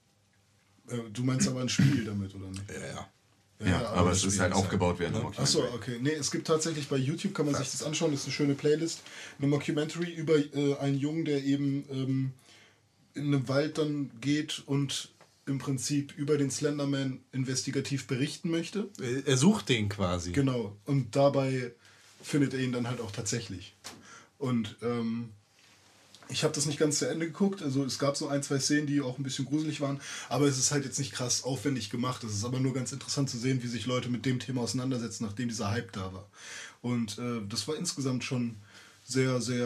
Du meinst aber ein Spiel damit, oder nicht? Ja. Ja, aber es ist halt aufgebaut wie eine Mockumentary. Achso, okay. Nee, es gibt tatsächlich bei YouTube, kann man sich das anschauen, das ist eine schöne Playlist, eine Mockumentary über einen Jungen, der eben in einem Wald dann geht und im Prinzip über den Slenderman investigativ berichten möchte. Er sucht den quasi. Genau. Und dabei findet er ihn dann halt auch tatsächlich. Und ich habe das nicht ganz zu Ende geguckt. Also es gab so 1, 2 Szenen, die auch ein bisschen gruselig waren. Aber es ist halt jetzt nicht krass aufwendig gemacht. Es ist aber nur ganz interessant zu sehen, wie sich Leute mit dem Thema auseinandersetzen, nachdem dieser Hype da war. Und das war insgesamt schon sehr, sehr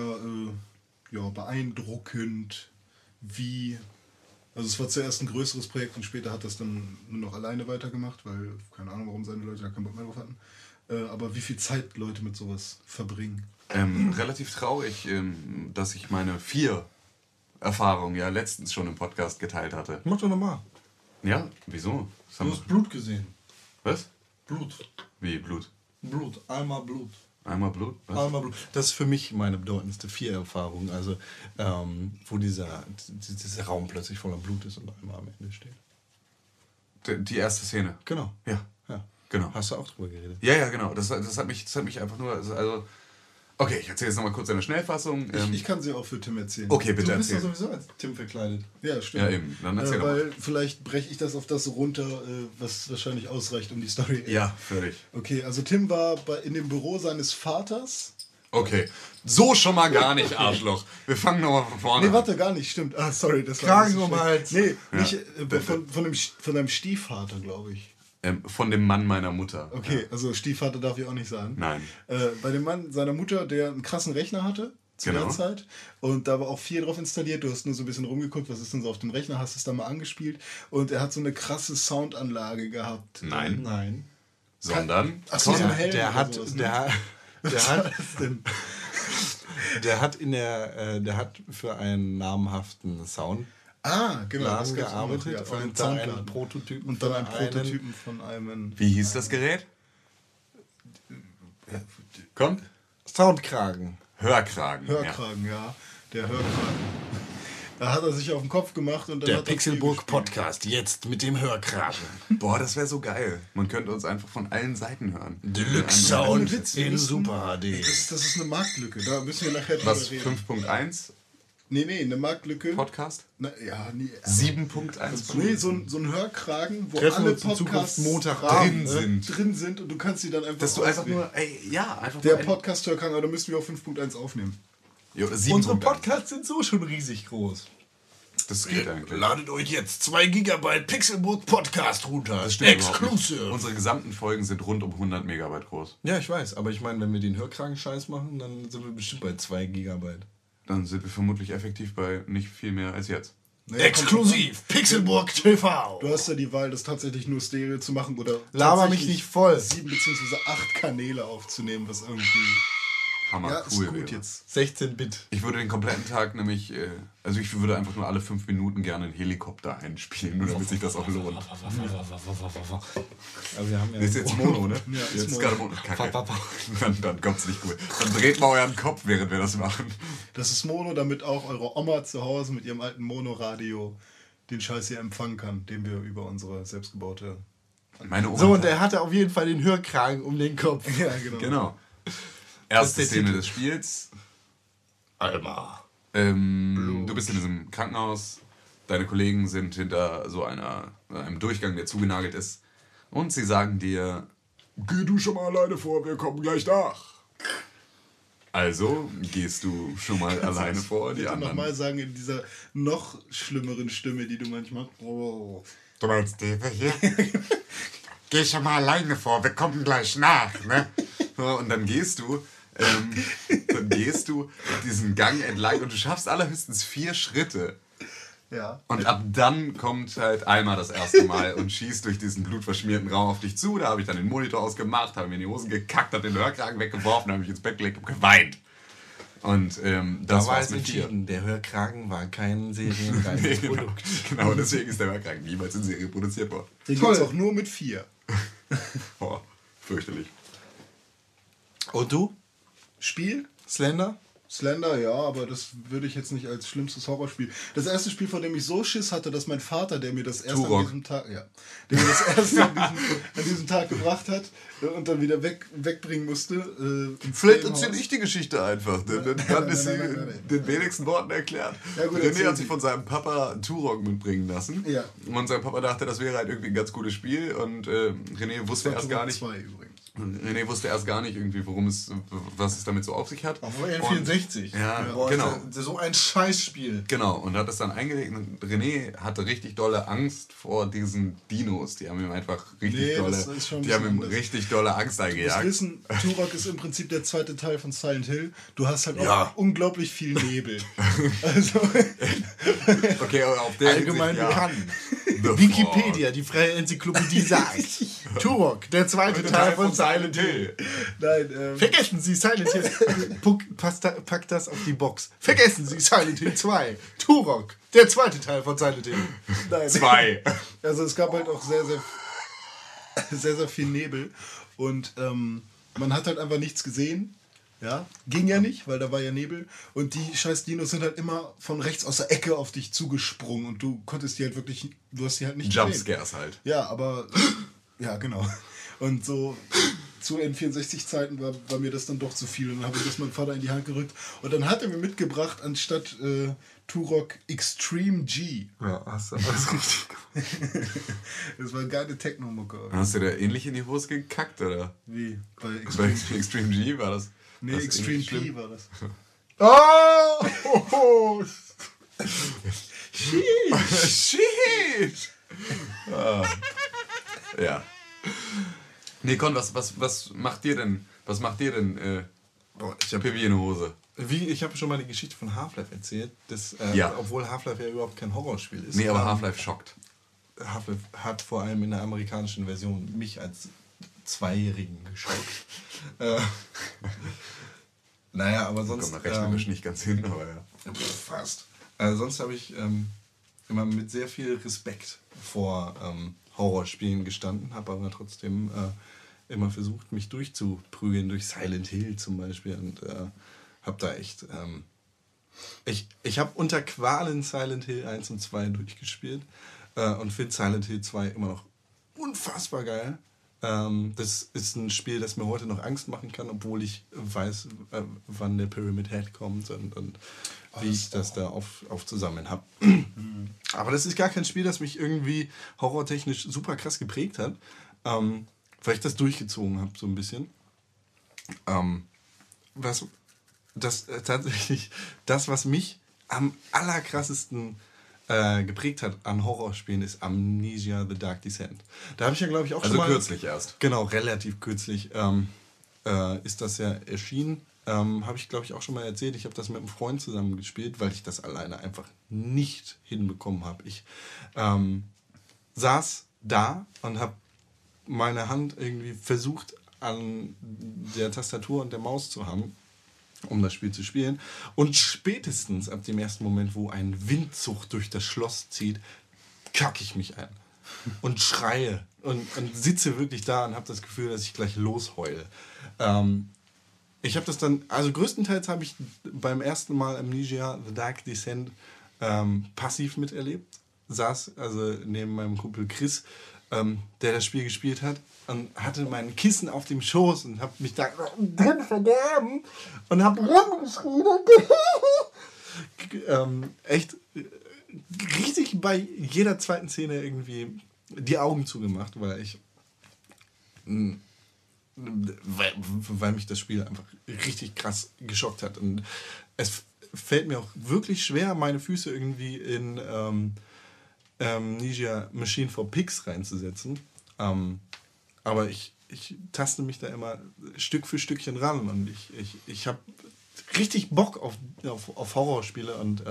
beeindruckend, wie... Also es war zuerst ein größeres Projekt und später hat das dann nur noch alleine weitergemacht, weil keine Ahnung, warum seine Leute da keinen Bock mehr drauf hatten. Aber wie viel Zeit Leute mit sowas verbringen. Relativ traurig, dass ich meine 4 Erfahrungen ja letztens schon im Podcast geteilt hatte. Mach doch nochmal. Ja, wieso? Du hast Blut gesehen. Was? Blut. Wie Blut? Blut. Einmal Blut. Einmal Blut? Was? Einmal Blut. Das ist für mich meine bedeutendste 4 Erfahrung. Also, wo dieser Raum plötzlich voller Blut ist und einmal am Ende steht. Die erste Szene. Genau. Ja. Genau. Hast du auch drüber geredet? Ja, genau. Das hat mich einfach nur... Also, okay, ich erzähle jetzt nochmal kurz eine Schnellfassung. Ich kann sie auch für Tim erzählen. Okay, bitte Du bist doch erzähl. sowieso als Tim verkleidet. Ja, stimmt. Ja, eben. Dann erzähl doch weil mal. vielleicht breche ich das auf das runter, was wahrscheinlich ausreicht, um die Story... Ja, völlig. Okay, also Tim war in dem Büro seines Vaters. Okay. So schon mal gar nicht, Arschloch. Wir fangen nochmal von vorne Nee, an. warte, gar nicht, stimmt. Ah, sorry, das war... Kragen um den Hals. Nee, Ja. nicht von deinem Stiefvater, glaube ich. Von dem Mann meiner Mutter. Okay, also Stiefvater darf ich auch nicht sagen. Nein. Bei dem Mann seiner Mutter, der einen krassen Rechner hatte zu Genau. der Zeit. Und da war auch viel drauf installiert. Du hast nur so ein bisschen rumgeguckt, was ist denn so auf dem Rechner, hast es da mal angespielt. Und er hat so eine krasse Soundanlage gehabt. Nein. Nein. Sondern... Achso, so ein Helm Der oder hat, sowas, ne? der hat für einen namhaften Soundladen genau. das gab's auch noch, gearbeitet ja, für einen und dann einen Soundladen. Prototypen Und dann einen für einen- Prototypen von einem... Wie hieß das Gerät? Kommt? Soundkragen. Hörkragen. Hörkragen, ja. Der Hörkragen. Da hat er sich auf den Kopf gemacht und dann Der hat er viel Pixelburg gespielt. Podcast, jetzt mit dem Hörkragen. Boah, das wäre so geil. Man könnte uns einfach von allen Seiten hören. Deluxe Ohne Sound Witz, wir in müssen- Super HD. Das ist eine Marktlücke, da müssen wir nachher drüber Was, reden. 5.1 Nee, eine Marktlücke. Podcast? Na, ja, nee. 7.1 Nee, so ein Hörkragen, wo Treffen wir alle uns in Zukunft Podcasts Montag drin sind und du kannst sie dann einfach Dass du einfach auswählen. nur, einfach Der nur Podcast-Hörkragen, aber da müssen wir auch 5.1 aufnehmen. Jo, 7.1. Unsere Podcasts sind so schon riesig groß. Das geht eigentlich. Ladet euch jetzt 2 GB Pixelburg Podcast runter. Das stimmt überhaupt nicht. Exclusive. Unsere gesamten Folgen sind rund um 100 Megabyte groß. Ja, ich weiß, aber ich meine, wenn wir den Hörkragen-Scheiß machen, dann sind wir bestimmt bei 2 GB. Dann sind wir vermutlich effektiv bei nicht viel mehr als jetzt. Naja, Exklusiv, Pixelburg TV. Du hast ja die Wahl, das tatsächlich nur Stereo zu machen oder Laber mich tatsächlich nicht voll. 7 bzw. 8 Kanäle aufzunehmen, was irgendwie... Hammer, Ja, ist cool gut wäre. jetzt. 16-Bit. Ich würde den kompletten Tag nämlich, also ich würde einfach nur alle 5 Minuten gerne einen Helikopter einspielen, nur damit sich das auch lohnt. Aber wir haben ja Das ist jetzt Mono, ne? Ja, jetzt ist ist Mono. gerade Mono. Kacke. Dann kommt's nicht gut. Dann dreht mal euren Kopf, während wir das machen. Das ist Mono, damit auch eure Oma zu Hause mit ihrem alten Monoradio den Scheiß hier empfangen kann, den wir über unsere selbstgebaute... Meine Oma. So, und er hatte auf jeden Fall den Hörkragen um den Kopf. Ja, genau. Genau. Erste der Szene Titel. des Spiels. Alma. Du bist in diesem Krankenhaus. Deine Kollegen sind hinter so einem Durchgang, der zugenagelt ist. Und sie sagen dir, geh du schon mal alleine vor, wir kommen gleich nach. Also gehst du schon mal alleine vor, die Bitte anderen. nochmal sagen in dieser noch schlimmeren Stimme, die du manchmal... Oh. Du meinst die hier? Geh schon mal alleine vor, wir kommen gleich nach, ne? So, und dann gehst du diesen Gang entlang und du schaffst allerhöchstens 4 Schritte. Ja. Und ab dann kommt halt Alma das erste Mal und schießt durch diesen blutverschmierten Raum auf dich zu. Da habe ich dann den Monitor ausgemacht, habe mir in die Hosen gekackt, habe den Hörkragen weggeworfen, habe mich ins Bett gelegt und geweint. Und das Da war war's es mit dir. entschieden. Der Hörkragen war kein serienreiches Genau. Produkt. Genau, deswegen ist der Hörkragen niemals in Serie produziert worden. Den Toll. gibt's auch nur mit 4. Oh, fürchterlich. Und du? Spiel? Slender? Slender, ja, aber das würde ich jetzt nicht als schlimmstes Horrorspiel. Das erste Spiel, von dem ich so Schiss hatte, dass mein Vater, der mir das erst Turok. an diesem Tag, der mir das erst an diesem Tag gebracht hat und dann wieder wegbringen musste. Vielleicht erzähle ich die Geschichte einfach. Dann ist sie nein. in den wenigsten Worten erklärt. Ja, gut, René hat sich von seinem Papa Turok mitbringen lassen. Ja. Und sein Papa dachte, das wäre halt irgendwie ein ganz cooles Spiel. Und René wusste erst gar nicht. 2 übrigens. René wusste erst gar nicht irgendwie, was es damit so auf sich hat. Auf N64. Ja, Boah, genau. So ein Scheißspiel. Genau, und hat das dann eingelegt. Und René hatte richtig dolle Angst vor diesen Dinos. Die haben ihm einfach richtig dolle Angst Du eingejagt. musst wissen, Turok ist im Prinzip der zweite Teil von Silent Hill. Du hast halt auch Ja. unglaublich viel Nebel. Also, Okay, aber auf der Allgemein Hinsicht, ja. bekannt. The Wikipedia, die freie Enzyklopädie sagt. Turok, der zweite Teil von Silent Hill. nein, Vergessen Sie Silent Hill. Pack das auf die Box. Vergessen Sie Silent Hill 2. Turok, der zweite Teil von Silent Hill. nein. 2. Also es gab halt auch sehr, sehr viel Nebel und man hat halt einfach nichts gesehen. Ja, ging ja nicht, weil da war ja Nebel und die scheiß Dinos sind halt immer von rechts aus der Ecke auf dich zugesprungen und du konntest die halt wirklich, du hast die halt nicht gesehen. Jumpscares halt. Ja, aber ja, genau. Und so zu N64-Zeiten war mir das dann doch zu viel und dann habe ich das meinem Vater in die Hand gerückt und dann hat er mir mitgebracht anstatt Turok Extreme G. Ja, hast du alles richtig gemacht. Das war eine geile Techno-Mucke. Hast du da ähnlich in die Hose gekackt, oder? Wie? Bei Bei Extreme Extreme G war das? Nee, das Extreme ähnlich P schlimm? war das. Oh! Shit! Ja. Nee, Con, was macht dir denn? Was macht dir denn Ich habe Pipi in der Hose? ich habe schon mal die Geschichte von Half-Life erzählt, Ja. obwohl Half-Life ja überhaupt kein Horrorspiel ist. Nee, aber Half-Life schockt. Half-Life hat vor allem in der amerikanischen Version mich als Zweijährigen geschockt. Naja, aber sonst... Kommt rechnerisch nicht ganz hin, aber ja. Fast. Sonst habe ich immer mit sehr viel Respekt vor Horrorspielen gestanden, habe aber trotzdem immer versucht, mich durchzuprügeln durch Silent Hill zum Beispiel und habe da echt... Ich habe unter Qualen Silent Hill 1 und 2 durchgespielt und finde Silent Hill 2 immer noch unfassbar geil. Das ist ein Spiel, das mir heute noch Angst machen kann, obwohl ich weiß, wann der Pyramid Head kommt und wie ich das da aufzusammeln habe. Aber das ist gar kein Spiel, das mich irgendwie horrortechnisch super krass geprägt hat, weil ich das durchgezogen habe so ein bisschen. Tatsächlich das, was mich am allerkrassesten geprägt hat an Horrorspielen, ist Amnesia: The Dark Descent. Da habe ich ja, glaube ich, auch schon mal... Also kürzlich erst. Genau, relativ kürzlich ist das ja erschienen. Habe ich, glaube ich, auch schon mal erzählt. Ich habe das mit einem Freund zusammen gespielt, weil ich das alleine einfach nicht hinbekommen habe. Ich saß da und habe meine Hand irgendwie versucht, an der Tastatur und der Maus zu haben, um das Spiel zu spielen. Und spätestens ab dem ersten Moment, wo ein Windzug durch das Schloss zieht, kacke ich mich ein und schreie und sitze wirklich da und habe das Gefühl, dass ich gleich losheule. Ich habe das dann, also größtenteils habe ich beim ersten Mal Amnesia: The Dark Descent passiv miterlebt. Saß also neben meinem Kumpel Chris, der das Spiel gespielt hat, und hatte mein Kissen auf dem Schoß und habe mich da drin vergraben und habe rumgeschrien. Echt riesig bei jeder zweiten Szene irgendwie die Augen zugemacht, weil mich das Spiel einfach richtig krass geschockt hat. Und es fällt mir auch wirklich schwer, meine Füße irgendwie in Amnesia Machine for Pigs reinzusetzen. Aber ich taste mich da immer Stück für Stückchen ran und ich habe richtig Bock auf Horrorspiele und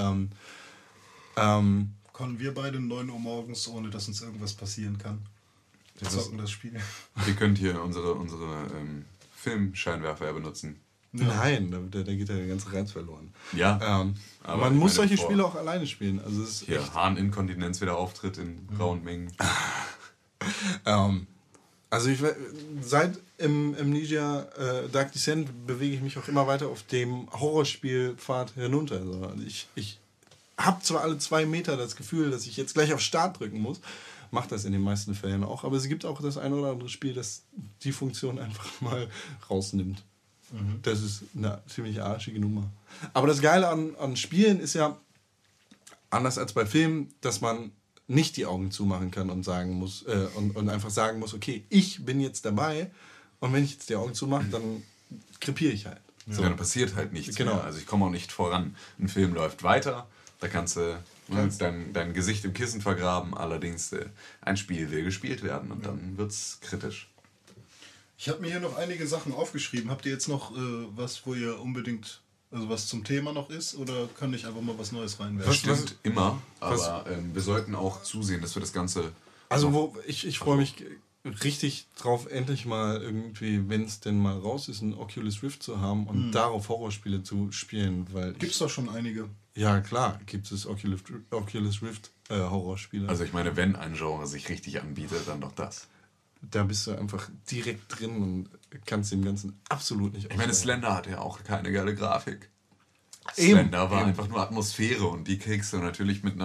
Kommen wir beide 9 Uhr morgens, ohne dass uns irgendwas passieren kann. Wir zocken das Spiel. Ihr könnt hier unsere Filmscheinwerfer benutzen. Ja. Nein, da geht ja der ganze Reiz verloren. Ja, aber man muss solche Spiele auch alleine spielen. Also es ist hier Harninkontinenz wieder auftritt in rauen Mengen. Also seit Amnesia Dark Descent bewege ich mich auch immer weiter auf dem Horrorspielpfad hinunter. Also ich habe zwar alle 2 Meter das Gefühl, dass ich jetzt gleich auf Start drücken muss, macht das in den meisten Fällen auch, aber es gibt auch das ein oder andere Spiel, das die Funktion einfach mal rausnimmt. Das ist eine ziemlich arschige Nummer. Aber das Geile an Spielen ist ja, anders als bei Filmen, dass man nicht die Augen zumachen kann und sagen muss und einfach sagen muss, okay, ich bin jetzt dabei und wenn ich jetzt die Augen zumache, dann krepiere ich halt. So, dann passiert halt nichts mehr. Also ich komme auch nicht voran. Ein Film läuft weiter, da kannst du dein Gesicht im Kissen vergraben, allerdings ein Spiel will gespielt werden und dann wird es kritisch. Ich habe mir hier noch einige Sachen aufgeschrieben. Habt ihr jetzt noch was, wo ihr unbedingt, also was zum Thema noch ist, oder kann ich einfach mal was Neues reinwerfen? Das stimmt immer, aber wir sollten auch zusehen, dass wir das Ganze... Also ich freue mich richtig drauf, endlich mal irgendwie, wenn es denn mal raus ist, ein Oculus Rift zu haben und darauf Horrorspiele zu spielen, weil... Gibt's doch schon einige. Ja, klar, gibt es Oculus Rift Horrorspiele. Also ich meine, wenn ein Genre sich richtig anbietet, dann doch das. Da bist du einfach direkt drin und kannst dem Ganzen absolut nicht Ich meine, Slender hatte ja auch keine geile Grafik. Eben. Slender war einfach nur Atmosphäre und die kriegst du natürlich mit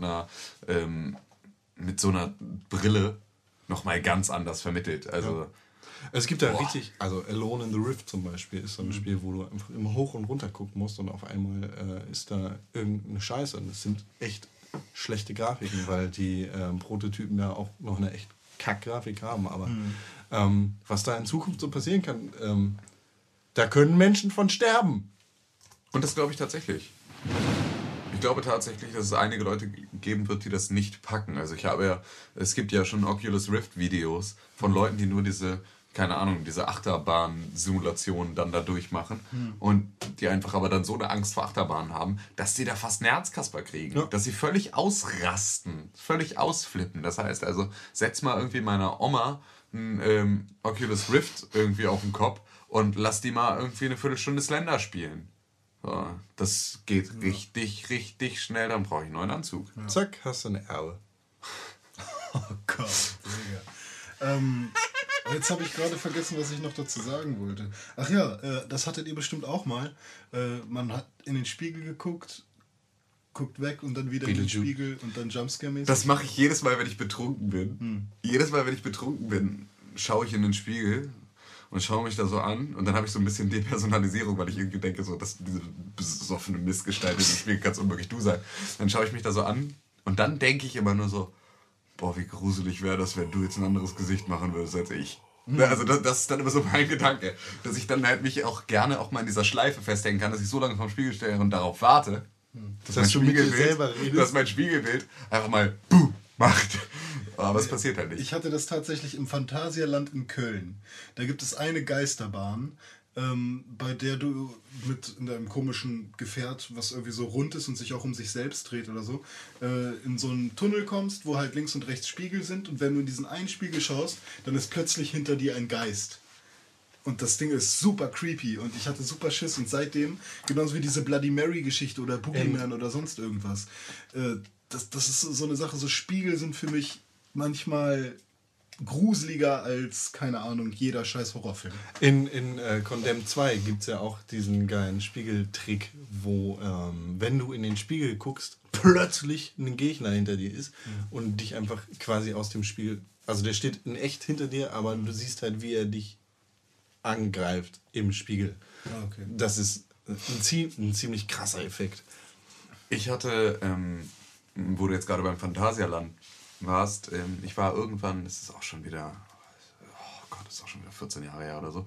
so einer Brille nochmal ganz anders vermittelt. Also es gibt da richtig, also Alone in the Rift zum Beispiel ist so ein Spiel, wo du einfach immer hoch und runter gucken musst und auf einmal ist da irgendeine Scheiße und es sind echt schlechte Grafiken, weil die Prototypen ja auch noch eine echt Kack-Grafik haben, aber was da in Zukunft so passieren kann, da können Menschen von sterben. Und das glaube ich tatsächlich. Ich glaube tatsächlich, dass es einige Leute geben wird, die das nicht packen. Also es gibt ja schon Oculus Rift Videos von Leuten, die nur diese Achterbahn-Simulation dann da durchmachen und die einfach aber dann so eine Angst vor Achterbahnen haben, dass sie da fast eine Herzkasper kriegen. Dass sie völlig ausrasten, völlig ausflippen. Das heißt also, setz mal irgendwie meiner Oma ein Oculus Rift irgendwie auf den Kopf und lass die mal irgendwie eine Viertelstunde Slender spielen. So, das geht richtig, richtig schnell, dann brauche ich einen neuen Anzug. Ja. Zack, hast du eine Erbe. Oh Gott, Digga. Jetzt habe ich gerade vergessen, was ich noch dazu sagen wollte. Ach ja, das hattet ihr bestimmt auch mal. Man hat in den Spiegel geguckt, guckt weg und dann wieder in den Spiegel und dann Jumpscare-mäßig. Das mache ich jedes Mal, wenn ich betrunken bin. Jedes Mal, wenn ich betrunken bin, schaue ich in den Spiegel und schaue mich da so an und dann habe ich so ein bisschen Depersonalisierung, weil ich irgendwie denke, so, dass diese besoffene Missgestalt in dem Spiegel kann es unmöglich du sein. Dann schaue ich mich da so an und dann denke ich immer nur so, boah, wie gruselig wäre das, wenn du jetzt ein anderes Gesicht machen würdest als ich. Also das ist dann immer so mein Gedanke, dass ich dann halt mich auch gerne auch mal in dieser Schleife festhängen kann, dass ich so lange vorm Spiegel stehe und darauf warte, dass mein Spiegelbild einfach mal Buh macht. Aber es passiert halt nicht. Ich hatte das tatsächlich im Phantasialand in Köln. Da gibt es eine Geisterbahn, bei der du in deinem komischen Gefährt, was irgendwie so rund ist und sich auch um sich selbst dreht oder so, in so einen Tunnel kommst, wo halt links und rechts Spiegel sind und wenn du in diesen einen Spiegel schaust, dann ist plötzlich hinter dir ein Geist. Und das Ding ist super creepy und ich hatte super Schiss und seitdem, genauso wie diese Bloody Mary Geschichte oder Boogeyman oder sonst irgendwas, das ist so eine Sache, so Spiegel sind für mich manchmal gruseliger als, keine Ahnung, jeder scheiß Horrorfilm. In Condemned 2 gibt es ja auch diesen geilen Spiegeltrick, wo, wenn du in den Spiegel guckst, plötzlich ein Gegner hinter dir ist und dich einfach quasi aus dem Spiegel, also der steht in echt hinter dir, aber du siehst halt, wie er dich angreift im Spiegel. Okay. Das ist ein ziemlich krasser Effekt. Ich hatte, wo du jetzt gerade beim Phantasialand warst, ich war irgendwann, das ist auch schon wieder, oh Gott, das ist auch schon wieder 14 Jahre her oder so,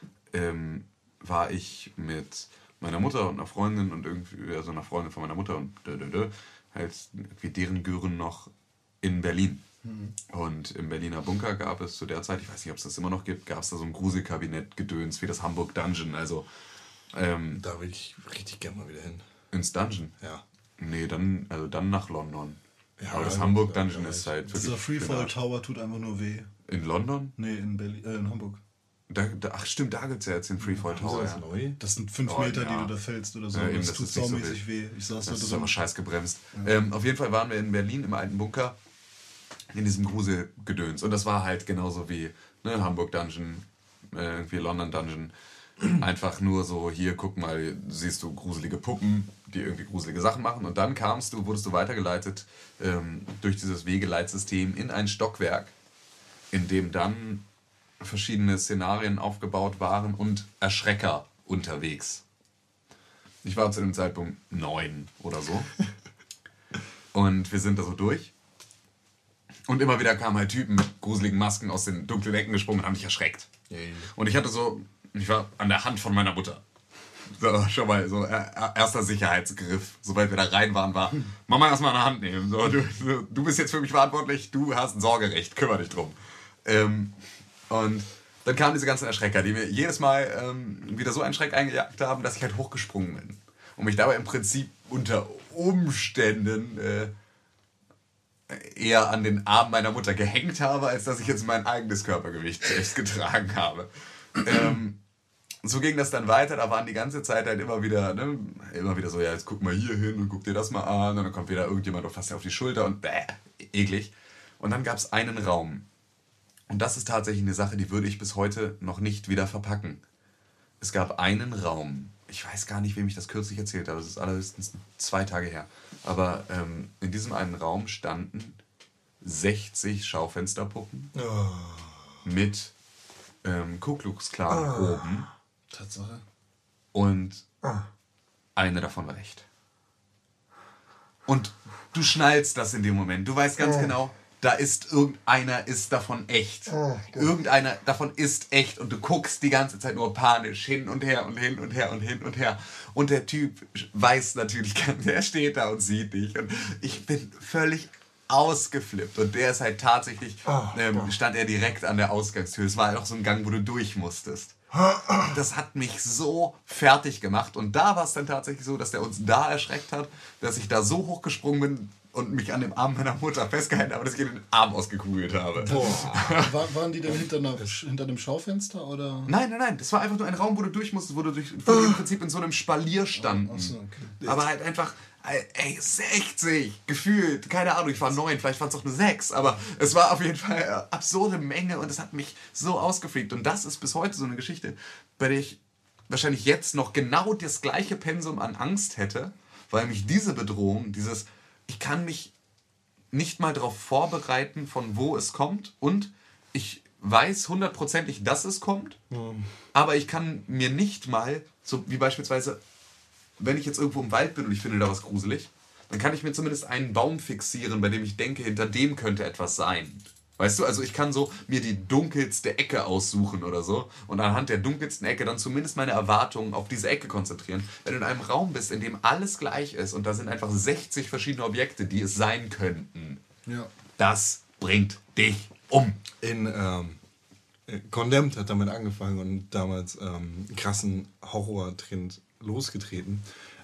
war ich mit meiner Mutter und einer Freundin und irgendwie, also einer Freundin von meiner Mutter und halt wie deren Gören noch in Berlin. Und im Berliner Bunker gab es zu der Zeit, ich weiß nicht, ob es das immer noch gibt, gab es da so ein Gruselkabinett-Gedöns wie das Hamburg Dungeon, also da will ich richtig gerne mal wieder hin. Ins Dungeon? Ja. Nee, dann nach London. Ja, aber das Hamburg Dungeon ist halt dieser Freefall Tower tut einfach nur weh. In London? Nee, in Hamburg. Ach stimmt, da gibt es ja jetzt den Freefall Tower. Ist das neu? Das sind 5 Meter, die du da fällst oder so. Ja, eben, das tut saumäßig weh. Ich saß da das ist drin. aber scheiß gebremst. Auf jeden Fall waren wir in Berlin im alten Bunker in diesem Gruselgedöns. Und das war halt genauso wie Hamburg Dungeon, irgendwie London Dungeon. Einfach nur so, hier, guck mal, siehst du gruselige Puppen, die irgendwie gruselige Sachen machen. Und dann wurdest du weitergeleitet durch dieses Wegeleitsystem in ein Stockwerk, in dem dann verschiedene Szenarien aufgebaut waren und Erschrecker unterwegs. Ich war zu dem Zeitpunkt 9 oder so. Und wir sind da so durch. Und immer wieder kamen halt Typen mit gruseligen Masken aus den dunklen Ecken gesprungen und haben mich erschreckt. Und ich war an der Hand von meiner Mutter. So, schon mal so erster Sicherheitsgriff. Sobald wir da rein waren, war Mama erstmal an der Hand nehmen. So, du bist jetzt für mich verantwortlich, du hast ein Sorgerecht, kümmere dich drum. Und dann kamen diese ganzen Erschrecker, die mir jedes Mal wieder so einen Schreck eingejagt haben, dass ich halt hochgesprungen bin. Und mich dabei im Prinzip unter Umständen eher an den Arm meiner Mutter gehängt habe, als dass ich jetzt mein eigenes Körpergewicht selbst getragen habe. So ging das dann weiter, da waren die ganze Zeit halt immer wieder so, ja, jetzt guck mal hier hin und guck dir das mal an und dann kommt wieder irgendjemand und fasst dir auf die Schulter und eklig. Und dann gab es einen Raum. Und das ist tatsächlich eine Sache, die würde ich bis heute noch nicht wieder verpacken. Es gab einen Raum, ich weiß gar nicht, wem ich das kürzlich erzählt habe, das ist allerhöchstens 2 Tage her, aber in diesem einen Raum standen 60 Schaufensterpuppen mit Ku Klux Klan oben. Tatsache. Und eine davon war echt. Und du schnallst das in dem Moment. Du weißt ganz genau, irgendeiner ist davon echt. Irgendeiner davon ist echt. Und du guckst die ganze Zeit nur panisch hin und her und hin und her und hin und her. Und der Typ weiß natürlich, der steht da und sieht dich. Und ich bin völlig ausgeflippt. Und der ist halt tatsächlich, stand er direkt an der Ausgangstür. Es war halt auch so ein Gang, wo du durch musstest. Das hat mich so fertig gemacht. Und da war es dann tatsächlich so, dass der uns da erschreckt hat, dass ich da so hochgesprungen bin und mich an dem Arm meiner Mutter festgehalten habe, dass ich ihr den Arm ausgekugelt habe. Waren die denn hinter einem Schaufenster? Oder? Nein. Das war einfach nur ein Raum, wo du durch musstest, wo die im Prinzip in so einem Spalier standen. Ach so, okay. Aber halt einfach, 60 gefühlt, keine Ahnung, ich war 9, vielleicht waren es auch nur 6, aber es war auf jeden Fall eine absurde Menge und es hat mich so ausgefreakt. Und das ist bis heute so eine Geschichte, bei der ich wahrscheinlich jetzt noch genau das gleiche Pensum an Angst hätte, weil mich diese Bedrohung, ich kann mich nicht mal darauf vorbereiten, von wo es kommt, und ich weiß 100%ig, dass es kommt, aber ich kann mir nicht mal, so wie beispielsweise, wenn ich jetzt irgendwo im Wald bin und ich finde da was gruselig, dann kann ich mir zumindest einen Baum fixieren, bei dem ich denke, hinter dem könnte etwas sein. Weißt du, also ich kann so mir die dunkelste Ecke aussuchen oder so und anhand der dunkelsten Ecke dann zumindest meine Erwartungen auf diese Ecke konzentrieren. Wenn du in einem Raum bist, in dem alles gleich ist und da sind einfach 60 verschiedene Objekte, die es sein könnten, das bringt dich um. In Condemned hat damit angefangen und damals einen krassen Horror-Trend losgetreten.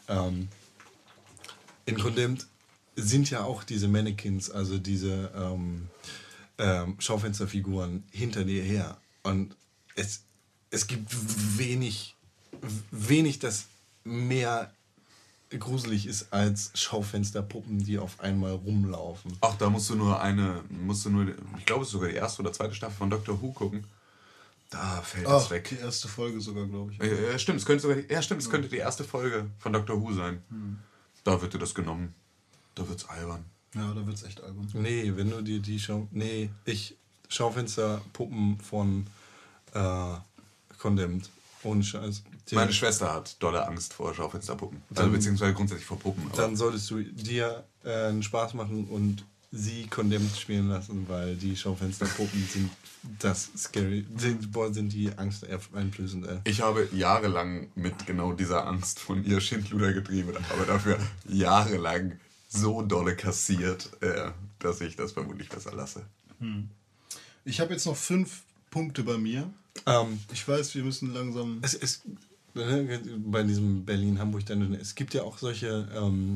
In Condemned sind ja auch diese Mannequins, also diese Schaufensterfiguren hinter dir her. Und es gibt wenig, das mehr gruselig ist als Schaufensterpuppen, die auf einmal rumlaufen. Ach, da musst du nur, ich glaube es ist sogar die erste oder zweite Staffel von Doctor Who gucken. Da fällt es weg. Die erste Folge sogar, glaube ich. Ja, stimmt, es könnte die erste Folge von Doctor Who sein. Da wird dir das genommen. Da wird's albern. Ja, da wird's echt albern. Nee, wenn du dir die Schaufensterpuppen von Condemned. Ohne Scheiß. Meine Schwester hat dolle Angst vor Schaufensterpuppen. Also beziehungsweise grundsätzlich vor Puppen. Aber dann solltest du dir einen Spaß machen und sie Condemned spielen lassen, weil die Schaufensterpuppen sind das scary. Sind die Angst einflößend. Ich habe jahrelang mit genau dieser Angst von ihr Schindluder getrieben, aber dafür jahrelang so dolle kassiert, dass ich das vermutlich besser lasse. Ich habe jetzt noch 5 Punkte bei mir. Ich weiß, wir müssen langsam... Bei diesem Berlin-Hamburg, es gibt ja auch solche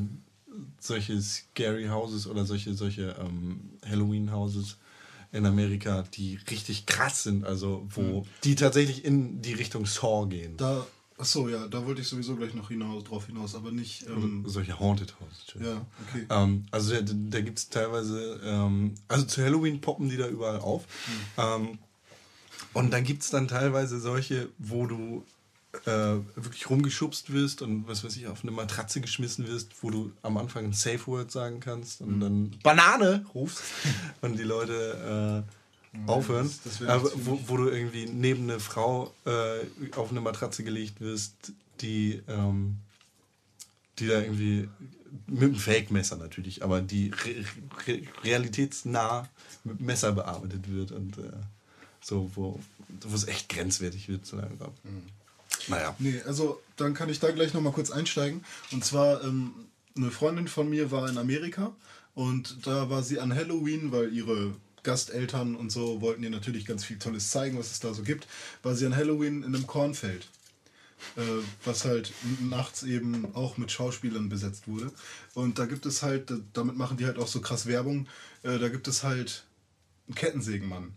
Scary Houses oder solche Halloween Houses in Amerika, die richtig krass sind, also wo die tatsächlich in die Richtung Saw gehen. Da Achso, ja, da wollte ich sowieso gleich noch drauf hinaus, aber nicht... solche Haunted Houses. Ja, okay. Also da gibt es teilweise, also zu Halloween poppen die da überall auf. Und dann gibt es dann teilweise solche, wo du wirklich rumgeschubst wirst und was weiß ich, auf eine Matratze geschmissen wirst, wo du am Anfang ein Safe Word sagen kannst und dann Banane rufst und die Leute aufhören. Aber wo du irgendwie neben eine Frau auf eine Matratze gelegt wirst, die da irgendwie mit einem Fake-Messer natürlich, aber die realitätsnah mit Messer bearbeitet wird und so, wo es echt grenzwertig wird zu langsam. Naja. Nee, also dann kann ich da gleich nochmal kurz einsteigen. Und zwar, eine Freundin von mir war in Amerika und da war sie an Halloween, weil ihre Gasteltern und so wollten ihr natürlich ganz viel Tolles zeigen, was es da so gibt, war sie an Halloween in einem Kornfeld. Was halt nachts eben auch mit Schauspielern besetzt wurde. Und da gibt es halt, damit machen die halt auch so krass Werbung, da gibt es halt einen Kettensägenmann.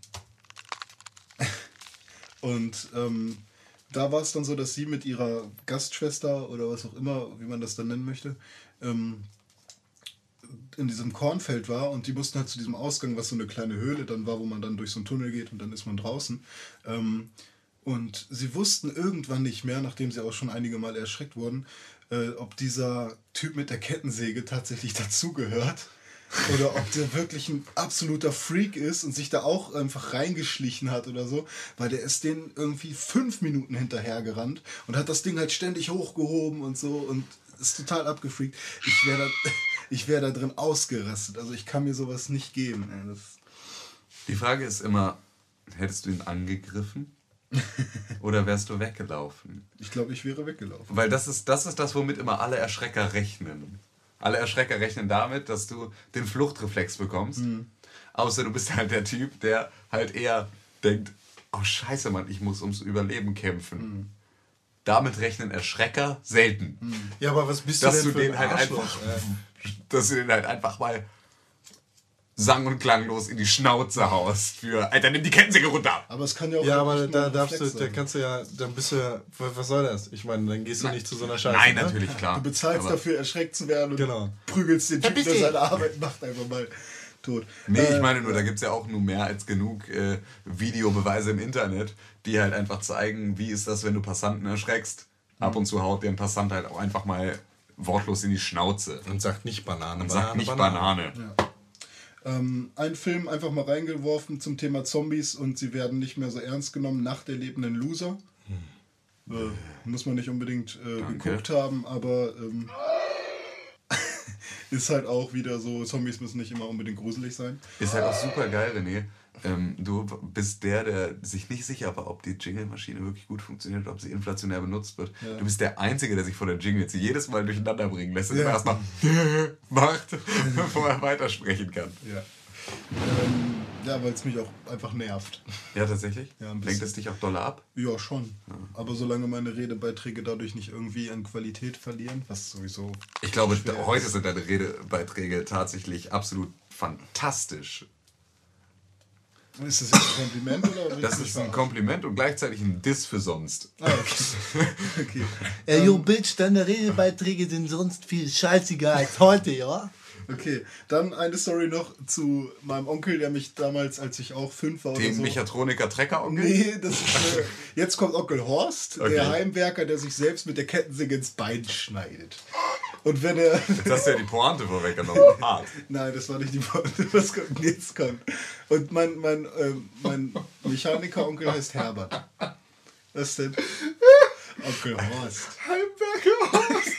Und da war es dann so, dass sie mit ihrer Gastschwester oder was auch immer, wie man das dann nennen möchte, in diesem Kornfeld war und die mussten halt zu diesem Ausgang, was so eine kleine Höhle dann war, wo man dann durch so einen Tunnel geht und dann ist man draußen. Und sie wussten irgendwann nicht mehr, nachdem sie auch schon einige Mal erschreckt wurden, ob dieser Typ mit der Kettensäge tatsächlich dazugehört. Oder ob der wirklich ein absoluter Freak ist und sich da auch einfach reingeschlichen hat oder so, weil der ist denen irgendwie 5 Minuten hinterhergerannt und hat das Ding halt ständig hochgehoben und so und ist total abgefreakt. Ich wär da drin ausgerastet, also ich kann mir sowas nicht geben. Ey. Die Frage ist immer, hättest du ihn angegriffen oder wärst du weggelaufen? Ich glaube, ich wäre weggelaufen. Weil das ist das, womit immer alle Erschrecker rechnen. Alle Erschrecker rechnen damit, dass du den Fluchtreflex bekommst. Außer du bist halt der Typ, der halt eher denkt, oh scheiße Mann, ich muss ums Überleben kämpfen. Damit rechnen Erschrecker selten. Ja, aber was bist dass du denn du für ein Arschloch? Dass du den halt einfach mal sang- und klanglos in die Schnauze haust für, Alter, nimm die Kettensäge runter! Aber es kann ja auch... Ja, aber da kannst du ja, dann bist du ja, was soll das? Ich meine, dann gehst du nicht zu so einer Scheiße. Nein, ne? natürlich, klar. Du bezahlst dafür, erschreckt zu werden und prügelst den Typen, der seine Arbeit macht, einfach mal tot. Nee, ich meine nur, da gibt es ja auch nur mehr als genug Videobeweise im Internet, die halt einfach zeigen, wie ist das, wenn du Passanten erschreckst. Ab und zu haut dir ein Passant halt auch einfach mal wortlos in die Schnauze. Und sagt nicht Banane. Und sagt nicht Banane. Ja. Ein Film einfach mal reingeworfen zum Thema Zombies und sie werden nicht mehr so ernst genommen, Nacht der lebenden Loser. Muss man nicht unbedingt geguckt haben, aber ist halt auch wieder so, Zombies müssen nicht immer unbedingt gruselig sein. Ist halt auch super geil, René. Du bist der sich nicht sicher war, ob die Jingle-Maschine wirklich gut funktioniert, ob sie inflationär benutzt wird. Ja. Du bist der Einzige, der sich vor der Jingles jedes Mal durcheinander bringen lässt und immer erstmal macht, bevor er weitersprechen kann. Ja, weil es mich auch einfach nervt. Ja, tatsächlich? Ja, lenkt es dich auch doll ab? Ja, schon. Ja. Aber solange meine Redebeiträge dadurch nicht irgendwie an Qualität verlieren, was sowieso... Ich glaube, heute sind deine Redebeiträge tatsächlich absolut fantastisch. Ist das jetzt ein Kompliment oder? Das ist ein Kompliment und gleichzeitig ein Diss für sonst. Ah, okay. Ey, yo, Bitch, deine Redebeiträge sind sonst viel scheißiger als heute, ja? Okay, dann eine Story noch zu meinem Onkel, der mich damals, als ich auch 5 war oder so... Den Mechatroniker-Trecker-Onkel? Nee, das ist, jetzt kommt Onkel Horst, der Heimwerker, der sich selbst mit der Kettensäge ins Bein schneidet. Und wenn er... Jetzt hast du ja die Pointe vorweggenommen. Nein, das war nicht die Pointe, was jetzt kommt. Und mein Mechaniker-Onkel heißt Herbert. Was denn? Onkel Horst. Heimwerker Horst.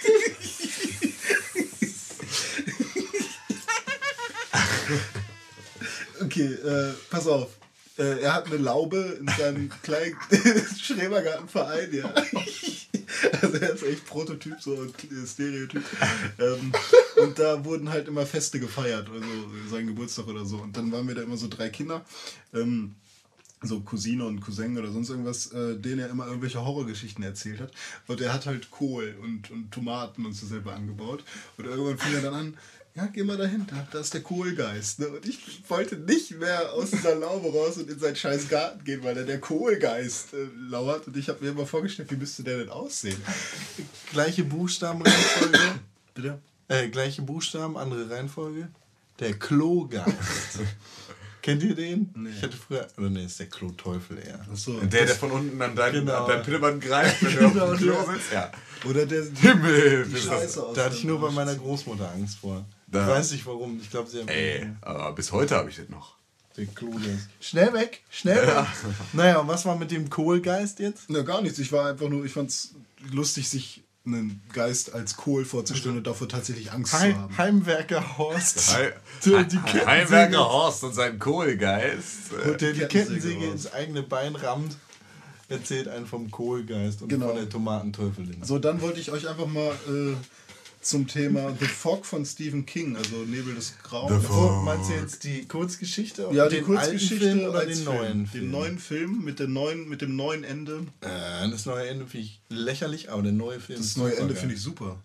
Okay, pass auf. Er hat eine Laube in seinem kleinen Schrebergartenverein, ja. Also er ist echt Prototyp, so ein Stereotyp. Und da wurden halt immer Feste gefeiert, also sein Geburtstag oder so. Und dann waren wir da immer so 3 Kinder, so Cousine und Cousin oder sonst irgendwas, denen er immer irgendwelche Horrorgeschichten erzählt hat. Und er hat halt Kohl und Tomaten und so selber angebaut. Und irgendwann fing er dann an, ja, geh mal dahinter, da ist der Kohlgeist. Ne? Und ich wollte nicht mehr aus dieser Laube raus und in seinen scheiß Garten gehen, weil da der Kohlgeist lauert. Und ich habe mir immer vorgestellt, wie müsste der denn aussehen? Gleiche Buchstabenreihenfolge. Bitte? Gleiche Buchstaben, andere Reihenfolge. Der Klogeist. Kennt ihr den? Nee. Ich hatte früher... Oder nee, ist der Kloteufel eher. Achso. Der von unten an dein Pillemann greift, wenn du Genau, auf dem Klo der. sitzt. Ja. Oder der Himmel! die ist das- Scheiße aus. Da hatte ich nur bei meiner Großmutter Angst vor. Da. Ich weiß nicht warum. Ich glaube, sie haben... Ey, aber bis heute habe ich das noch. Der Klogeist. Schnell weg, schnell weg. Naja, und was war mit dem Kohlgeist jetzt? Na, gar nichts. Ich fand's lustig, sich einen Geist als Kohl vorzustellen und davor tatsächlich Angst zu haben. Heimwerker Horst. Die Kettensäge. Heimwerker Horst und sein Kohlgeist. Und der die Kettensäge Kettensäge raus. ins eigene Bein rammt, erzählt einen vom Kohlgeist und Genau. von der Tomatenteufelin. So, dann wollte ich euch einfach mal zum Thema The Fog von Stephen King, also Nebel des Grauens. Meinst du jetzt die Kurzgeschichte? Ja, die den Kurzgeschichte alten Film oder als den Film. neuen Film? Den neuen Film mit dem neuen Ende. Das neue Ende finde ich lächerlich, aber der neue Film Das ist neue super Ende geil. finde ich super.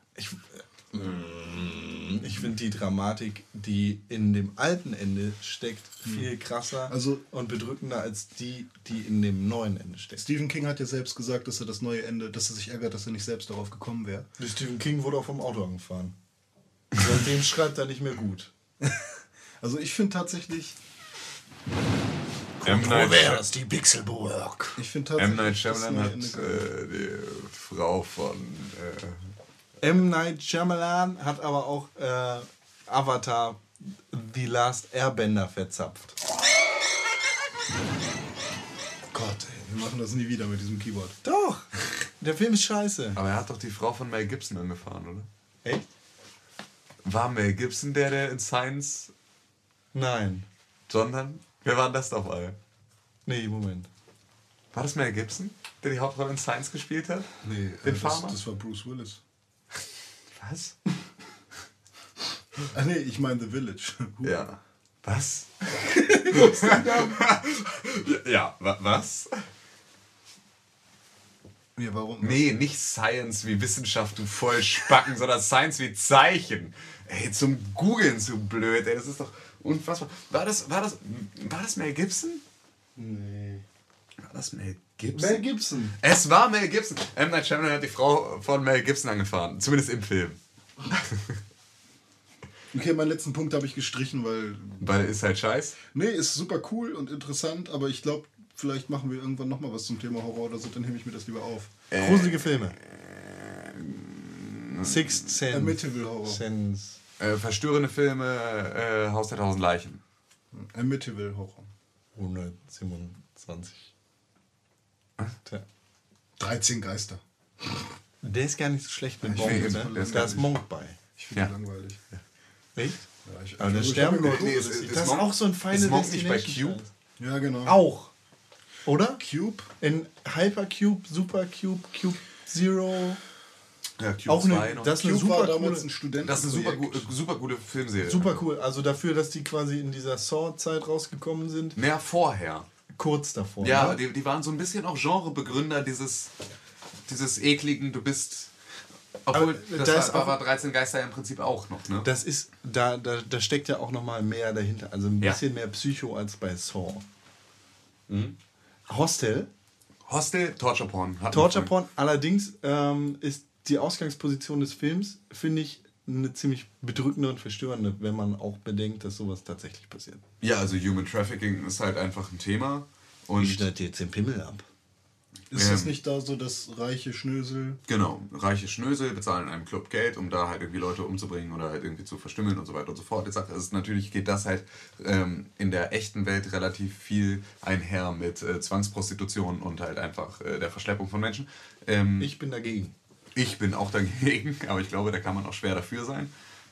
Ich finde die Dramatik, die in dem alten Ende steckt, viel krasser Also- und bedrückender als die in dem neuen Ende steckt. Stephen King hat ja selbst gesagt, dass er das neue Ende, dass er sich ärgert, dass er nicht selbst darauf gekommen wäre. Stephen King wurde auch vom Auto angefahren. Seitdem schreibt er nicht mehr gut. Also ich finde tatsächlich, die Pixelburg. ich finde M. tatsächlich Night das Shyamalan neue hat Ende geil. die Frau von... M. Night Shyamalan hat aber auch Avatar The Last Airbender verzapft. Gott, ey, wir machen das nie wieder mit diesem Keyboard. Doch! Der Film ist scheiße. Aber er hat doch die Frau von Mel Gibson angefahren, oder? Echt? War Mel Gibson der in Science, Nein. sondern... Wer war denn das dabei? Nee, Moment. War das Mel Gibson, der die Hauptrolle in Science gespielt hat? Nee, Den das Farmer? war Bruce Willis. Was? Ach nee, ich meine The Village. Ja. Was? ja, was? Ja, warum? Nee, nicht Science wie Wissenschaft, du Vollspacken, sondern Science wie Zeichen. Ey, zum Googeln zu blöd, ey, das ist doch unfassbar. War das Mel Gibson? Nee. War das Mel Gibson? Mel Gibson. Es war Mel Gibson. M. Night Shyamalan hat die Frau von Mel Gibson angefahren, zumindest im Film. Okay, meinen letzten Punkt habe ich gestrichen, weil... Weil ist halt scheiß. Nee, ist super cool und interessant, aber ich glaube, vielleicht machen wir irgendwann nochmal was zum Thema Horror oder so, dann hebe ich mir das lieber auf. Gruselige Filme. Sixth Sense. Amityville Horror. Sense. Verstörende Filme, Haus der 1000 Leichen. Amityville Horror. 127. Tja. 13 Geister. Der ist gar nicht so schlecht mit Ich Monk, finde, ne? der ist Da ist Monk bei. Ich finde Ja. die langweilig. Echt? Ja, Aber da ich sterben hab mir Leute. geguckt, Nee, das ist- Das ist auch so ein Final ist Monk nicht bei Destination. Cube? Ja, genau. Auch. Oder? Cube? In Hypercube, Supercube, Cube Zero. Ja, Cube Auch 2 eine, noch. das ist eine Cube war super damals coole, ein Student. Das ist eine super gute Filmserie. super cool. Also dafür, dass die quasi in dieser Saw-Zeit rausgekommen sind, Mehr vorher. kurz davor. Ja, ne? die waren so ein bisschen auch Genrebegründer dieses ekligen, du bist... Obwohl, Aber das da ist war 13 Geister ja im Prinzip auch noch, ne? Das ist, da steckt ja auch nochmal mehr dahinter. Also ein Ja. bisschen mehr Psycho als bei Saw. Hostel. Hostel, Torture Porn. hatten wir Torture vorhin. Porn. Allerdings ist die Ausgangsposition des Films, finde ich, eine ziemlich bedrückende und verstörende, wenn man auch bedenkt, dass sowas tatsächlich passiert. Ja, also Human Trafficking ist halt einfach ein Thema. Und schneide jetzt den Pimmel ab. Ist das nicht da so, dass reiche Schnösel... genau, reiche Schnösel bezahlen einem Club Geld, um da halt irgendwie Leute umzubringen oder halt irgendwie zu verstümmeln und so weiter und so fort. Jetzt sagt, natürlich geht das halt in der echten Welt relativ viel einher mit Zwangsprostitution und halt einfach der Verschleppung von Menschen. Ich bin dagegen. Ich bin auch dagegen, aber ich glaube, da kann man auch schwer dafür sein.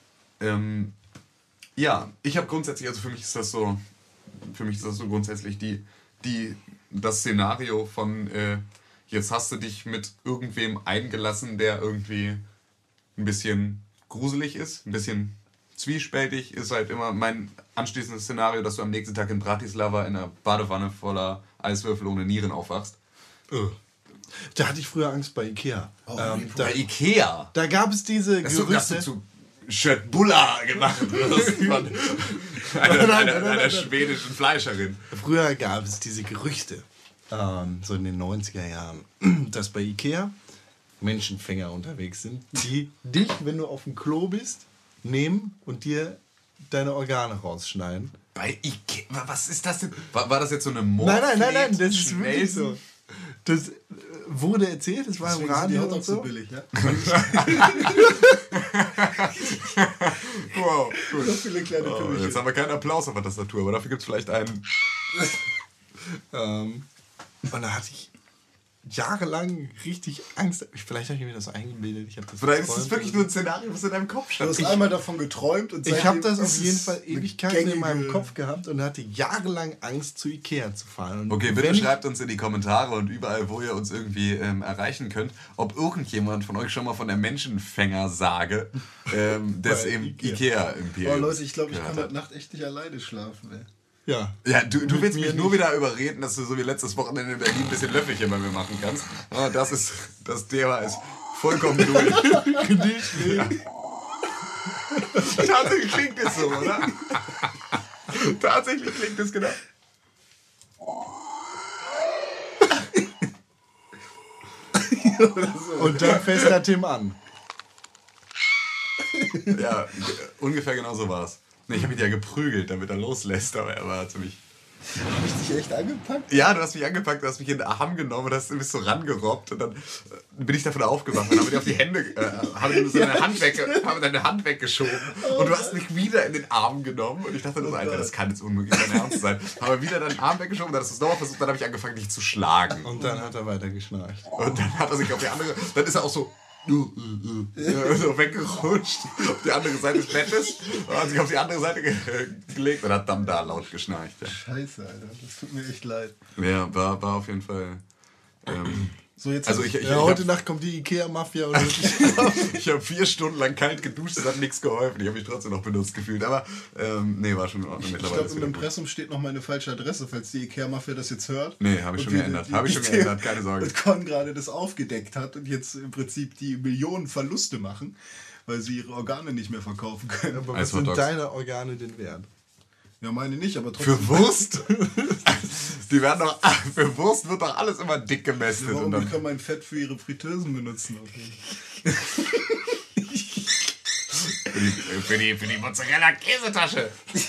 Ja, ich habe grundsätzlich, also für mich ist das so grundsätzlich das Szenario von jetzt hast du dich mit irgendwem eingelassen, der irgendwie ein bisschen gruselig ist, ein bisschen zwiespältig, ist halt immer mein anschließendes Szenario, dass du am nächsten Tag in Bratislava in einer Badewanne voller Eiswürfel ohne Nieren aufwachst. Da hatte ich früher Angst bei Ikea. Bei Ikea! Da gab es diese Dass du Gerüchte. zu Schöttbulla gemacht wirst von einer schwedischen Fleischerin. Früher gab es diese Gerüchte, so in den 90er Jahren, dass bei Ikea Menschenfänger unterwegs sind, die dich, wenn du auf dem Klo bist, nehmen und dir deine Organe rausschneiden. Bei Ikea? Was ist das denn? War das jetzt so eine Nein, das ist wirklich so. Das wurde erzählt, das war Deswegen im Radio sind die und so. billig, ja? Wow, cool. So viele kleine Kügelchen. Jetzt haben wir keinen Applaus auf der Tastatur, aber dafür gibt es vielleicht einen. Und da hatte ich jahrelang richtig Angst. Vielleicht habe ich mir das eingebildet. Ich habe das Vielleicht ist es geträumt. wirklich nur ein Szenario, was in deinem Kopf Du stand. hast einmal davon geträumt und Ich habe seitdem das auf ist jeden es Fall eine Ewigkeiten in meinem gängige- Kopf gehabt und hatte jahrelang Angst, zu Ikea zu fahren. Und Okay, bitte wenn ich- schreibt uns in die Kommentare und überall, wo ihr uns irgendwie erreichen könnt, ob irgendjemand von euch schon mal von der Menschenfänger-Sage des Bei Ikea-Imperiums Oh Leute, ich glaube, ich gehört kann habt. heute Nacht echt nicht alleine schlafen, ey. Ja. Ja, du willst mich mir nur nicht. wieder überreden, dass du so wie letztes Wochenende in Berlin ein bisschen Löffelchen bei mir machen kannst. Ah, das Thema ist vollkommen durch. Ja. Tatsächlich klingt es so, oder? Tatsächlich klingt es genau. Und dann fässt der Tim an. Ja, ungefähr genau so war es. Nee, ich habe ihn ja geprügelt, damit er loslässt, aber er war ziemlich... Hab ich dich echt angepackt? Ja, du hast mich angepackt, du hast mich in den Arm genommen und hast bist so rangerobbt und dann bin ich davon aufgewacht und habe dir auf die Hände, habe dir so deine Hand weggeschoben und du hast mich wieder in den Arm genommen und ich dachte nur so, Alter, das kann jetzt unmöglich dein Ernst sein. Habe wieder deinen Arm weggeschoben, dann hast du es nochmal versucht, dann habe ich angefangen, dich zu schlagen. Und dann hat er weiter geschnarcht. Und dann hat er sich auf die andere, dann ist er auch so so weggerutscht auf die andere Seite des Bettes und hat sich auf die andere Seite gelegt und hat dann da laut geschnarcht. Ja. Scheiße, Alter. Das tut mir echt leid. Ja, war auf jeden Fall. So, jetzt Also hab ich Heute habe Nacht kommt die Ikea-Mafia und ich hab 4 Stunden lang kalt geduscht, das hat nichts geholfen. Ich habe mich trotzdem noch benutzt gefühlt. Aber nee, war schon in Ordnung. Ich Mittlerweile glaube, ist im wieder gut. Impressum steht noch meine falsche Adresse, falls die Ikea-Mafia das jetzt hört. Nee, habe ich schon geändert. Habe ich schon geändert, keine Sorge. Und Con gerade das aufgedeckt hat und jetzt im Prinzip die Millionen Verluste machen, weil sie ihre Organe nicht mehr verkaufen können. Aber was Als sind Hotdogs. deine Organe denn wert? Ja, meine nicht, aber trotzdem. Für Wurst? Die werden doch, für Wurst wird doch alles immer dick gemästet. Warum Und die dann, können mein Fett für ihre Fritteusen benutzen? Okay. für die Mozzarella-Käsetasche.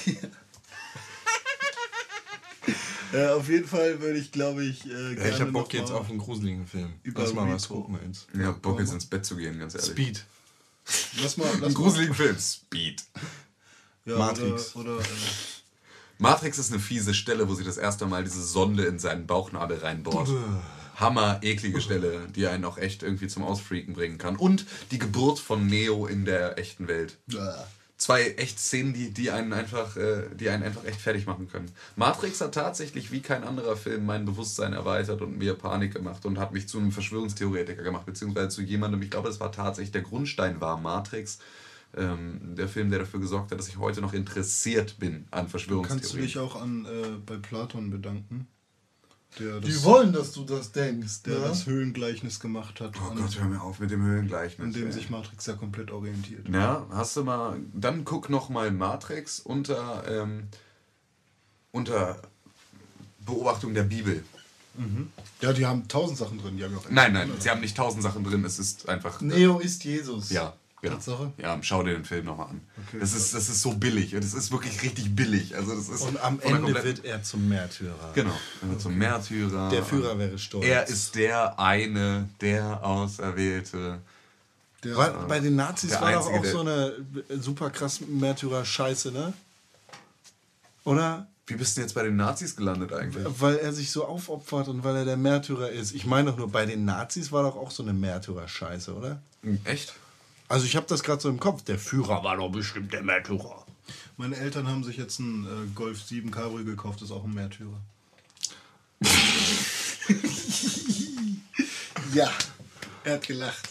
Auf jeden Fall würde ich, glaube ich, gerne Ich habe Bock noch jetzt mal auf einen gruseligen Film. über Lass mal was Repo. gucken jetzt. Ja, Bock jetzt ins Bett zu gehen, ganz ehrlich. Speed. Lass mal, Einen gruseligen Film. Speed. ja, Matrix. Oder Matrix ist eine fiese Stelle, wo sie das erste Mal diese Sonde in seinen Bauchnabel reinbohrt. Hammer, eklige Stelle, die einen auch echt irgendwie zum Ausfreaken bringen kann. Und die Geburt von Neo in der echten Welt. 2 echt Szenen, die einen einfach echt fertig machen können. Matrix hat tatsächlich wie kein anderer Film mein Bewusstsein erweitert und mir Panik gemacht und hat mich zu einem Verschwörungstheoretiker gemacht, beziehungsweise zu jemandem, ich glaube, das war tatsächlich, der Grundstein war Matrix. Der Film, der dafür gesorgt hat, dass ich heute noch interessiert bin an Verschwörungstheorien. kannst du dich auch bei Platon bedanken, der das, wollen, dass du das denkst. der das Höhlengleichnis gemacht hat, Oh Gott, hör mir auf mit dem Höhlengleichnis. an dem ey. sich Matrix ja komplett orientiert. Ja, hast du mal. Dann guck noch mal Matrix unter Beobachtung der Bibel. Ja, die haben 1000 Sachen drin. Die haben ja auch Nein, sie haben nicht 1000 Sachen drin. Es ist einfach. Neo ist Jesus. Ja. Tatsache? Ja, schau dir den Film nochmal an. Okay. Das ist so billig. Und es ist wirklich richtig billig. Also das ist Und am von der Ende kompletten- wird er zum Märtyrer. Genau. Er wird zum Märtyrer. Der Führer wäre stolz. Er ist der Auserwählte. Bei den Nazis Der war doch Einzige, auch der- so eine super krass Märtyrer-Scheiße, ne? Oder? Wie bist du denn jetzt bei den Nazis gelandet eigentlich? Weil er sich so aufopfert und weil er der Märtyrer ist. Ich meine doch nur, bei den Nazis war doch auch so eine Märtyrer-Scheiße, oder? Echt? Also ich habe das gerade so im Kopf. Der Führer war doch bestimmt der Märtyrer. Meine Eltern haben sich jetzt einen Golf 7 Cabrio gekauft, das ist auch ein Märtyrer. Ja, er hat gelacht.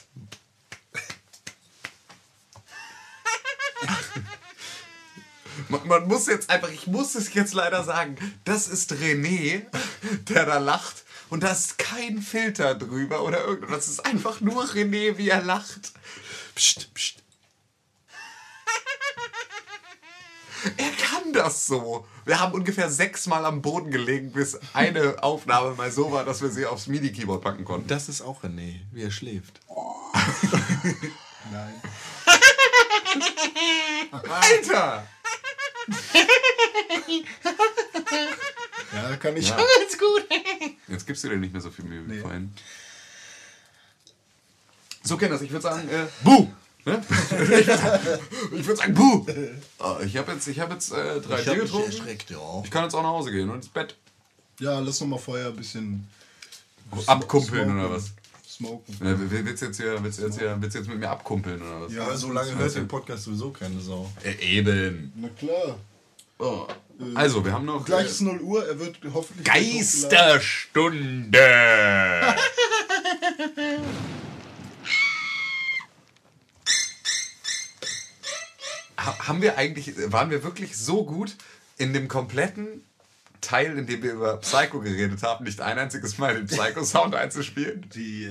Man muss jetzt einfach, ich muss es jetzt leider sagen, das ist René, der da lacht und da ist kein Filter drüber oder irgendwas. Das ist einfach nur René, wie er lacht. Psst, psst. Er kann das so. Wir haben ungefähr 6 Mal am Boden gelegen, bis eine Aufnahme mal so war, dass wir sie aufs MIDI-Keyboard packen konnten. Das ist auch René, wie er schläft. Nein. Alter! Ja, kann ich. Ja. Alles gut. Jetzt gibst du dir nicht mehr so viel Mühe wie vorhin. So, Kinders, ich würde sagen, Buh! Ne? Ich würde sagen, Buh! Ich hab jetzt 3 Bier getrunken. Ja. Ich kann jetzt auch nach Hause gehen und ins Bett. Ja, lass noch mal vorher ein bisschen Abkumpeln oder was? Smoken. Ja, willst du jetzt mit mir abkumpeln oder was? Ja, Aber so lange hört den Podcast sowieso keine Sau. Eben. Na klar. Oh. Also, wir haben noch... Gleich ist 0 Uhr, er wird hoffentlich... Geisterstunde! Waren wir wirklich so gut in dem kompletten Teil, in dem wir über Psycho geredet haben, nicht ein einziges Mal den Psycho-Sound einzuspielen?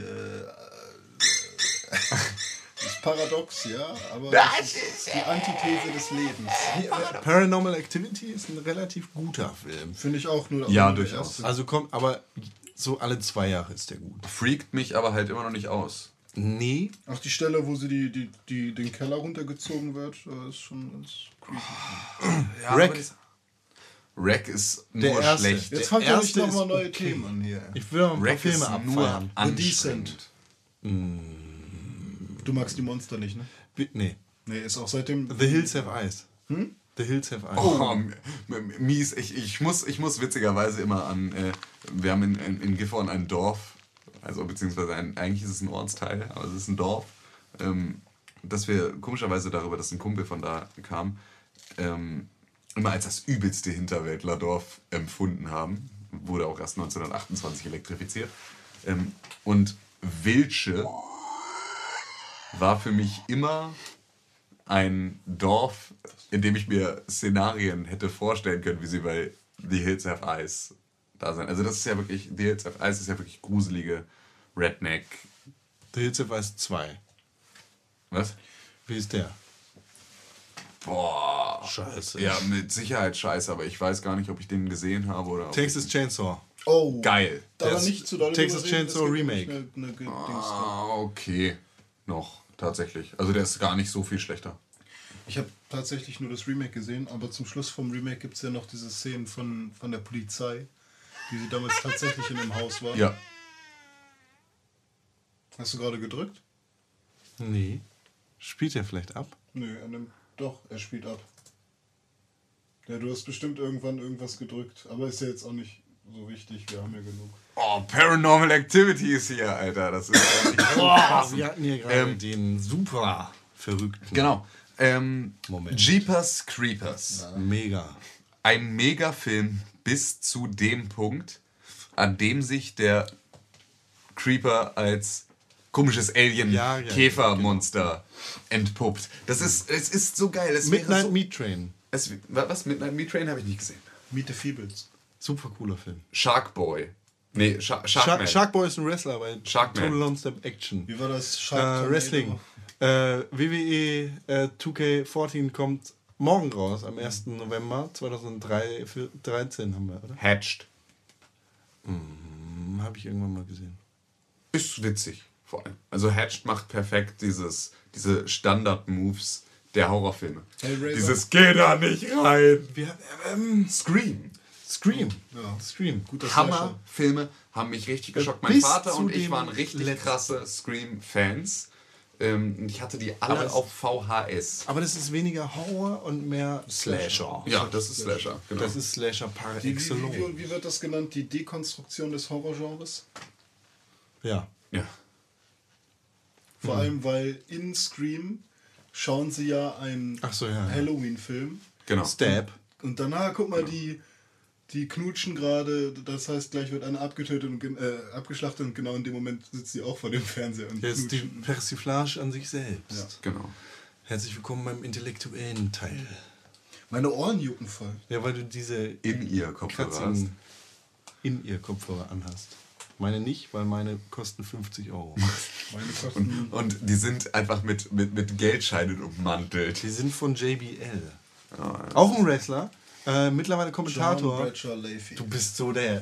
Das ist paradox, ja, aber das ist die Antithese des Lebens. Paranormal Activity ist ein relativ guter Film. Finde ich auch nur... Ja, nur der durchaus. erste. Also kommt, aber so alle 2 Jahre ist der gut. Freakt mich aber halt immer noch nicht aus. Nee. Auch die Stelle, wo sie den Keller runtergezogen wird, ist schon ganz creepy. Ja, Wreck. Wreck ist Der nur erste. schlecht. Jetzt fangen wir nicht erste nochmal ist neue okay. Themen an hier. Ich will noch ein paar Wreck Filme ist nur abfeiern. anstrengend. Du magst die Monster nicht, ne? Nee. Nee, ist auch seitdem... The Hills Have Eyes. The Hills Have Eyes. Oh, mies. Ich muss witzigerweise immer an... wir haben in Gifhorn ein Dorf, also beziehungsweise eigentlich ist es ein Ortsteil, aber es ist ein Dorf, dass wir komischerweise darüber, dass ein Kumpel von da kam, immer als das übelste Hinterwäldlerdorf empfunden haben. Wurde auch erst 1928 elektrifiziert. Und Wilsche war für mich immer ein Dorf, in dem ich mir Szenarien hätte vorstellen können, wie sie bei The Hills Have Eyes da sind. Also das ist ja wirklich, The Hills Have Eyes ist ja wirklich gruselige Redneck. The Hills Have Eyes 2. Was? Wie ist der? Boah. Scheiße. Ja, mit Sicherheit scheiße, aber ich weiß gar nicht, ob ich den gesehen habe oder... Texas Chainsaw. Oh, Geil. da war nicht zu doll Texas drüber reden, Chainsaw es gibt Remake. eine Dings dran. Ah, okay. Noch, tatsächlich. Also der ist gar nicht so viel schlechter. Ich habe tatsächlich nur das Remake gesehen, aber zum Schluss vom Remake gibt es ja noch diese Szenen von der Polizei, wie sie damals tatsächlich in dem Haus war. Ja. Hast du gerade gedrückt? Nee. Spielt er vielleicht ab? Nö, doch, er spielt ab. Ja, du hast bestimmt irgendwann irgendwas gedrückt, aber ist ja jetzt auch nicht so wichtig, wir haben ja genug. Oh, Paranormal Activity ist hier, Alter. Das ist Wir hatten hier gerade den super verrückten. Genau. Moment. Jeepers Creepers. Mega. Ein Megafilm bis zu dem Punkt, an dem sich der Creeper als komisches Alien-Käfermonster entpuppt. Es ist so geil. Es Midnight so, Meat Train. Was? Midnight Meat Train habe ich nicht gesehen. Meet the Feebles. Super cooler Film. Shark Boy. Nee, Sharkman. Sharkboy ist ein Wrestler bei Sharkman. Total Non-Stop Action. Wie war das? Shark Wrestling. WWE 2K14 kommt morgen raus, am 1. November 2013 haben wir, oder? Hatched. Habe ich irgendwann mal gesehen. Ist witzig, vor allem. Also Hatched macht perfekt diese Standard-Moves der Horrorfilme. Hellraiser. Dieses Geh da nicht rein. Scream. Ja. Scream. Guter Hammerfilme haben mich richtig geschockt. Mein Bis Vater zu und ich dem waren richtig letzten. krasse Scream-Fans. Und ich hatte die alle das- auf VHS. Aber das ist weniger Horror und mehr Slasher. Ja, das ist Slasher. Genau. Das ist Slasher par excellence. Wie wird das genannt? Die Dekonstruktion des Horrorgenres? Ja. ja. Vor allem, weil in Scream schauen sie ja einen Ach so, ja. Halloween-Film. Genau. Stab. Und danach, guck mal, die knutschen gerade, das heißt, gleich wird einer abgetötet und abgeschlachtet und genau in dem Moment sitzt sie auch vor dem Fernseher und Das ist die knutschen. Persiflage an sich selbst. Ja. Genau. Herzlich willkommen beim intellektuellen Teil. Meine Ohren jucken voll. Ja, weil du diese In ihr Kopfhörer hast. Katzen in ihr Kopfhörer anhast. Meine nicht, weil meine kosten 50 €. Meine kosten Und die sind einfach mit Geldscheinen ummantelt. Die sind von JBL. Auch ein Wrestler. Mittlerweile John Kommentator. Bradshaw Layfield. Du bist so der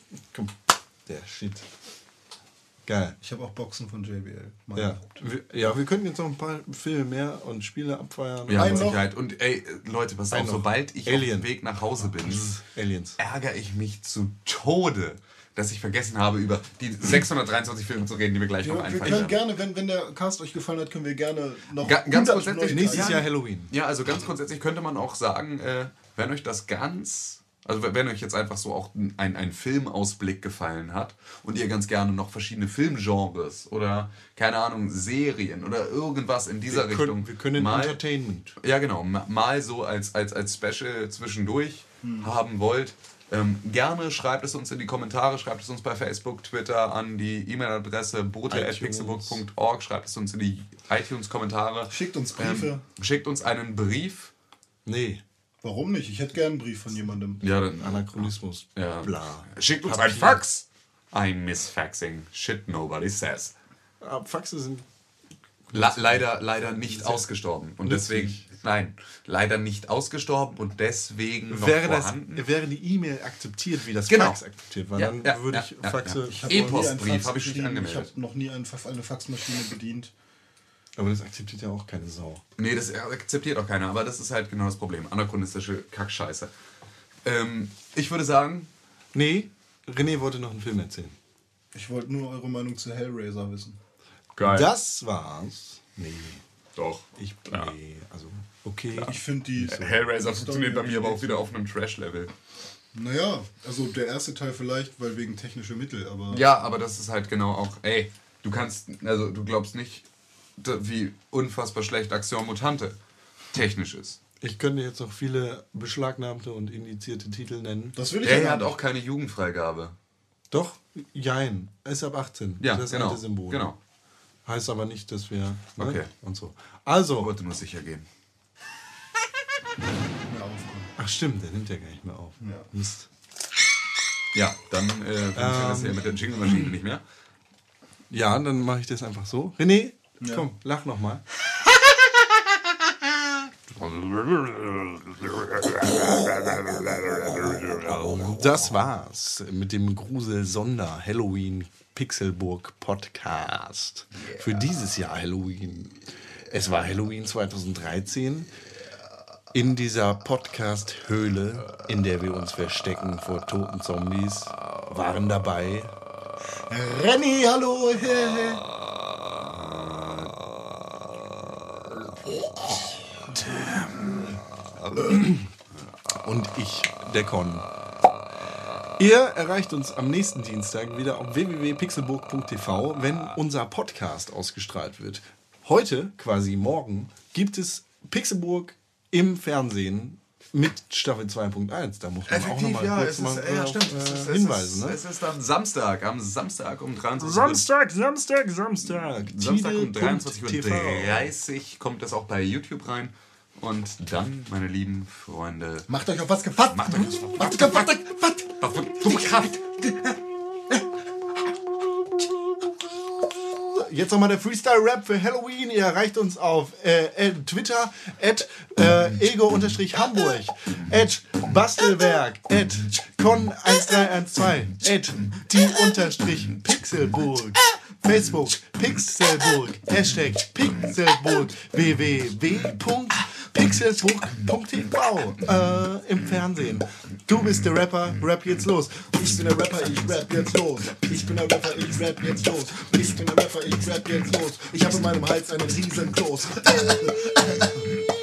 Shit. Geil. Ich habe auch Boxen von JBL. Ja, wir könnten jetzt noch ein paar Filme mehr und Spiele abfeiern. Ja, Einen mit noch? Sicherheit. Und ey, Leute, pass auf, Einen noch. sobald ich Alien. auf dem Weg nach Hause bin, Aliens. ärgere ich mich zu Tode, dass ich vergessen habe, über die 623 Filme zu reden, die wir gleich noch Wir einfallen können werden. gerne, wenn der Cast euch gefallen hat, können wir gerne noch Ganz 100 grundsätzlich neue Nächstes Teile- Jahr Halloween. Ja, also ganz grundsätzlich könnte man auch sagen, wenn euch das also wenn euch jetzt einfach so auch ein Filmausblick gefallen hat und ihr ganz gerne noch verschiedene Filmgenres oder, keine Ahnung, Serien oder irgendwas in dieser Richtung Wir können mal, Entertainment. ja genau, mal so als Special zwischendurch haben wollt, gerne schreibt es uns in die Kommentare, schreibt es uns bei Facebook, Twitter an die E-Mail-Adresse bote@pixelburg.org, schreibt es uns in die iTunes-Kommentare. Schickt uns Briefe. Schickt uns einen Brief. Nee, Warum nicht? Ich hätte gerne einen Brief von jemandem. Ja, dann, Anachronismus. ja. Bla. Schickt uns ein Fax. I miss faxing. Shit nobody says. Faxe sind. Leider nicht ausgestorben. Und deswegen, nein, leider nicht ausgestorben und deswegen noch vorhanden. Wäre die E-Mail akzeptiert, wie das Genau. Fax akzeptiert war, Ja, dann ja, würde ja, ich ja, Faxe. ja. Ich habe noch nie einen E-Postbrief Fax habe ich nicht geschrieben. angemeldet. Ich habe noch nie eine Faxmaschine bedient. Aber das akzeptiert ja auch keine Sau. Nee, das akzeptiert auch keiner, aber das ist halt genau das Problem. Anachronistische Kackscheiße. Ich würde sagen, Nee, René wollte noch einen Film erzählen. Ich wollte nur eure Meinung zu Hellraiser wissen. geil. Das war's. Nee, Doch. nee, also okay. Ich finde die... Hellraiser die funktioniert bei Story mir aber auch echt- wieder auf einem Trash-Level. Naja, also der erste Teil vielleicht, weil wegen technische Mittel, aber... Ja, aber das ist halt genau auch, ey, du glaubst nicht, wie unfassbar schlecht Axiom Mutante technisch ist. Ich könnte jetzt noch viele beschlagnahmte und indizierte Titel nennen. Das will ich Er ja hat gar auch keine Jugendfreigabe. Doch, jein. Ist ab 18. Ja, das genau. alte Symbol. Genau. Heißt aber nicht, dass wir. Ne? Okay. Und so. Ich Also. wollte nur sicher gehen. nicht mehr aufkommen. Ach stimmt, der nimmt ja gar nicht mehr auf. Ja. Mist. Ja, dann funktioniert das hier mit der Jingle-Maschine nicht mehr. Ja, dann mache ich das einfach so. René, Ja. komm, lach nochmal. Das war's mit dem Grusel-Sonder-Halloween-Pixelburg-Podcast. Für dieses Jahr Halloween. Es war Halloween 2013. In dieser Podcast-Höhle, in der wir uns verstecken vor toten Zombies, waren dabei Renny, hallo! und ich, der Con. Ihr erreicht uns am nächsten Dienstag wieder auf www.pixelburg.tv, wenn unser Podcast ausgestrahlt wird. Heute, quasi morgen, gibt es Pixelburg im Fernsehen mit Staffel 2.1. Da muss man auch nochmal kurz hinweisen. Ne? Es ist am Samstag um 23 Samstag. Samstag um 23:30 Tide.tv. Uhr kommt das auch bei YouTube rein. Und dann, meine lieben Freunde, Macht euch auf was gefasst! macht euch Jetzt nochmal der Freestyle-Rap für Halloween. Ihr erreicht uns auf Twitter @ego_hamburg @bastelwerk @con1312 @team_pixelburg Facebook Pixelburg #Pixelburg www.pixelburg.tv im Fernsehen. Du bist der Rapper, rap jetzt los. Ich bin der Rapper, ich rap jetzt los. Ich bin der Rapper, ich rap jetzt los. Ich bin der Rapper, ich rap jetzt los. Ich habe in meinem Hals einen riesen Kloß.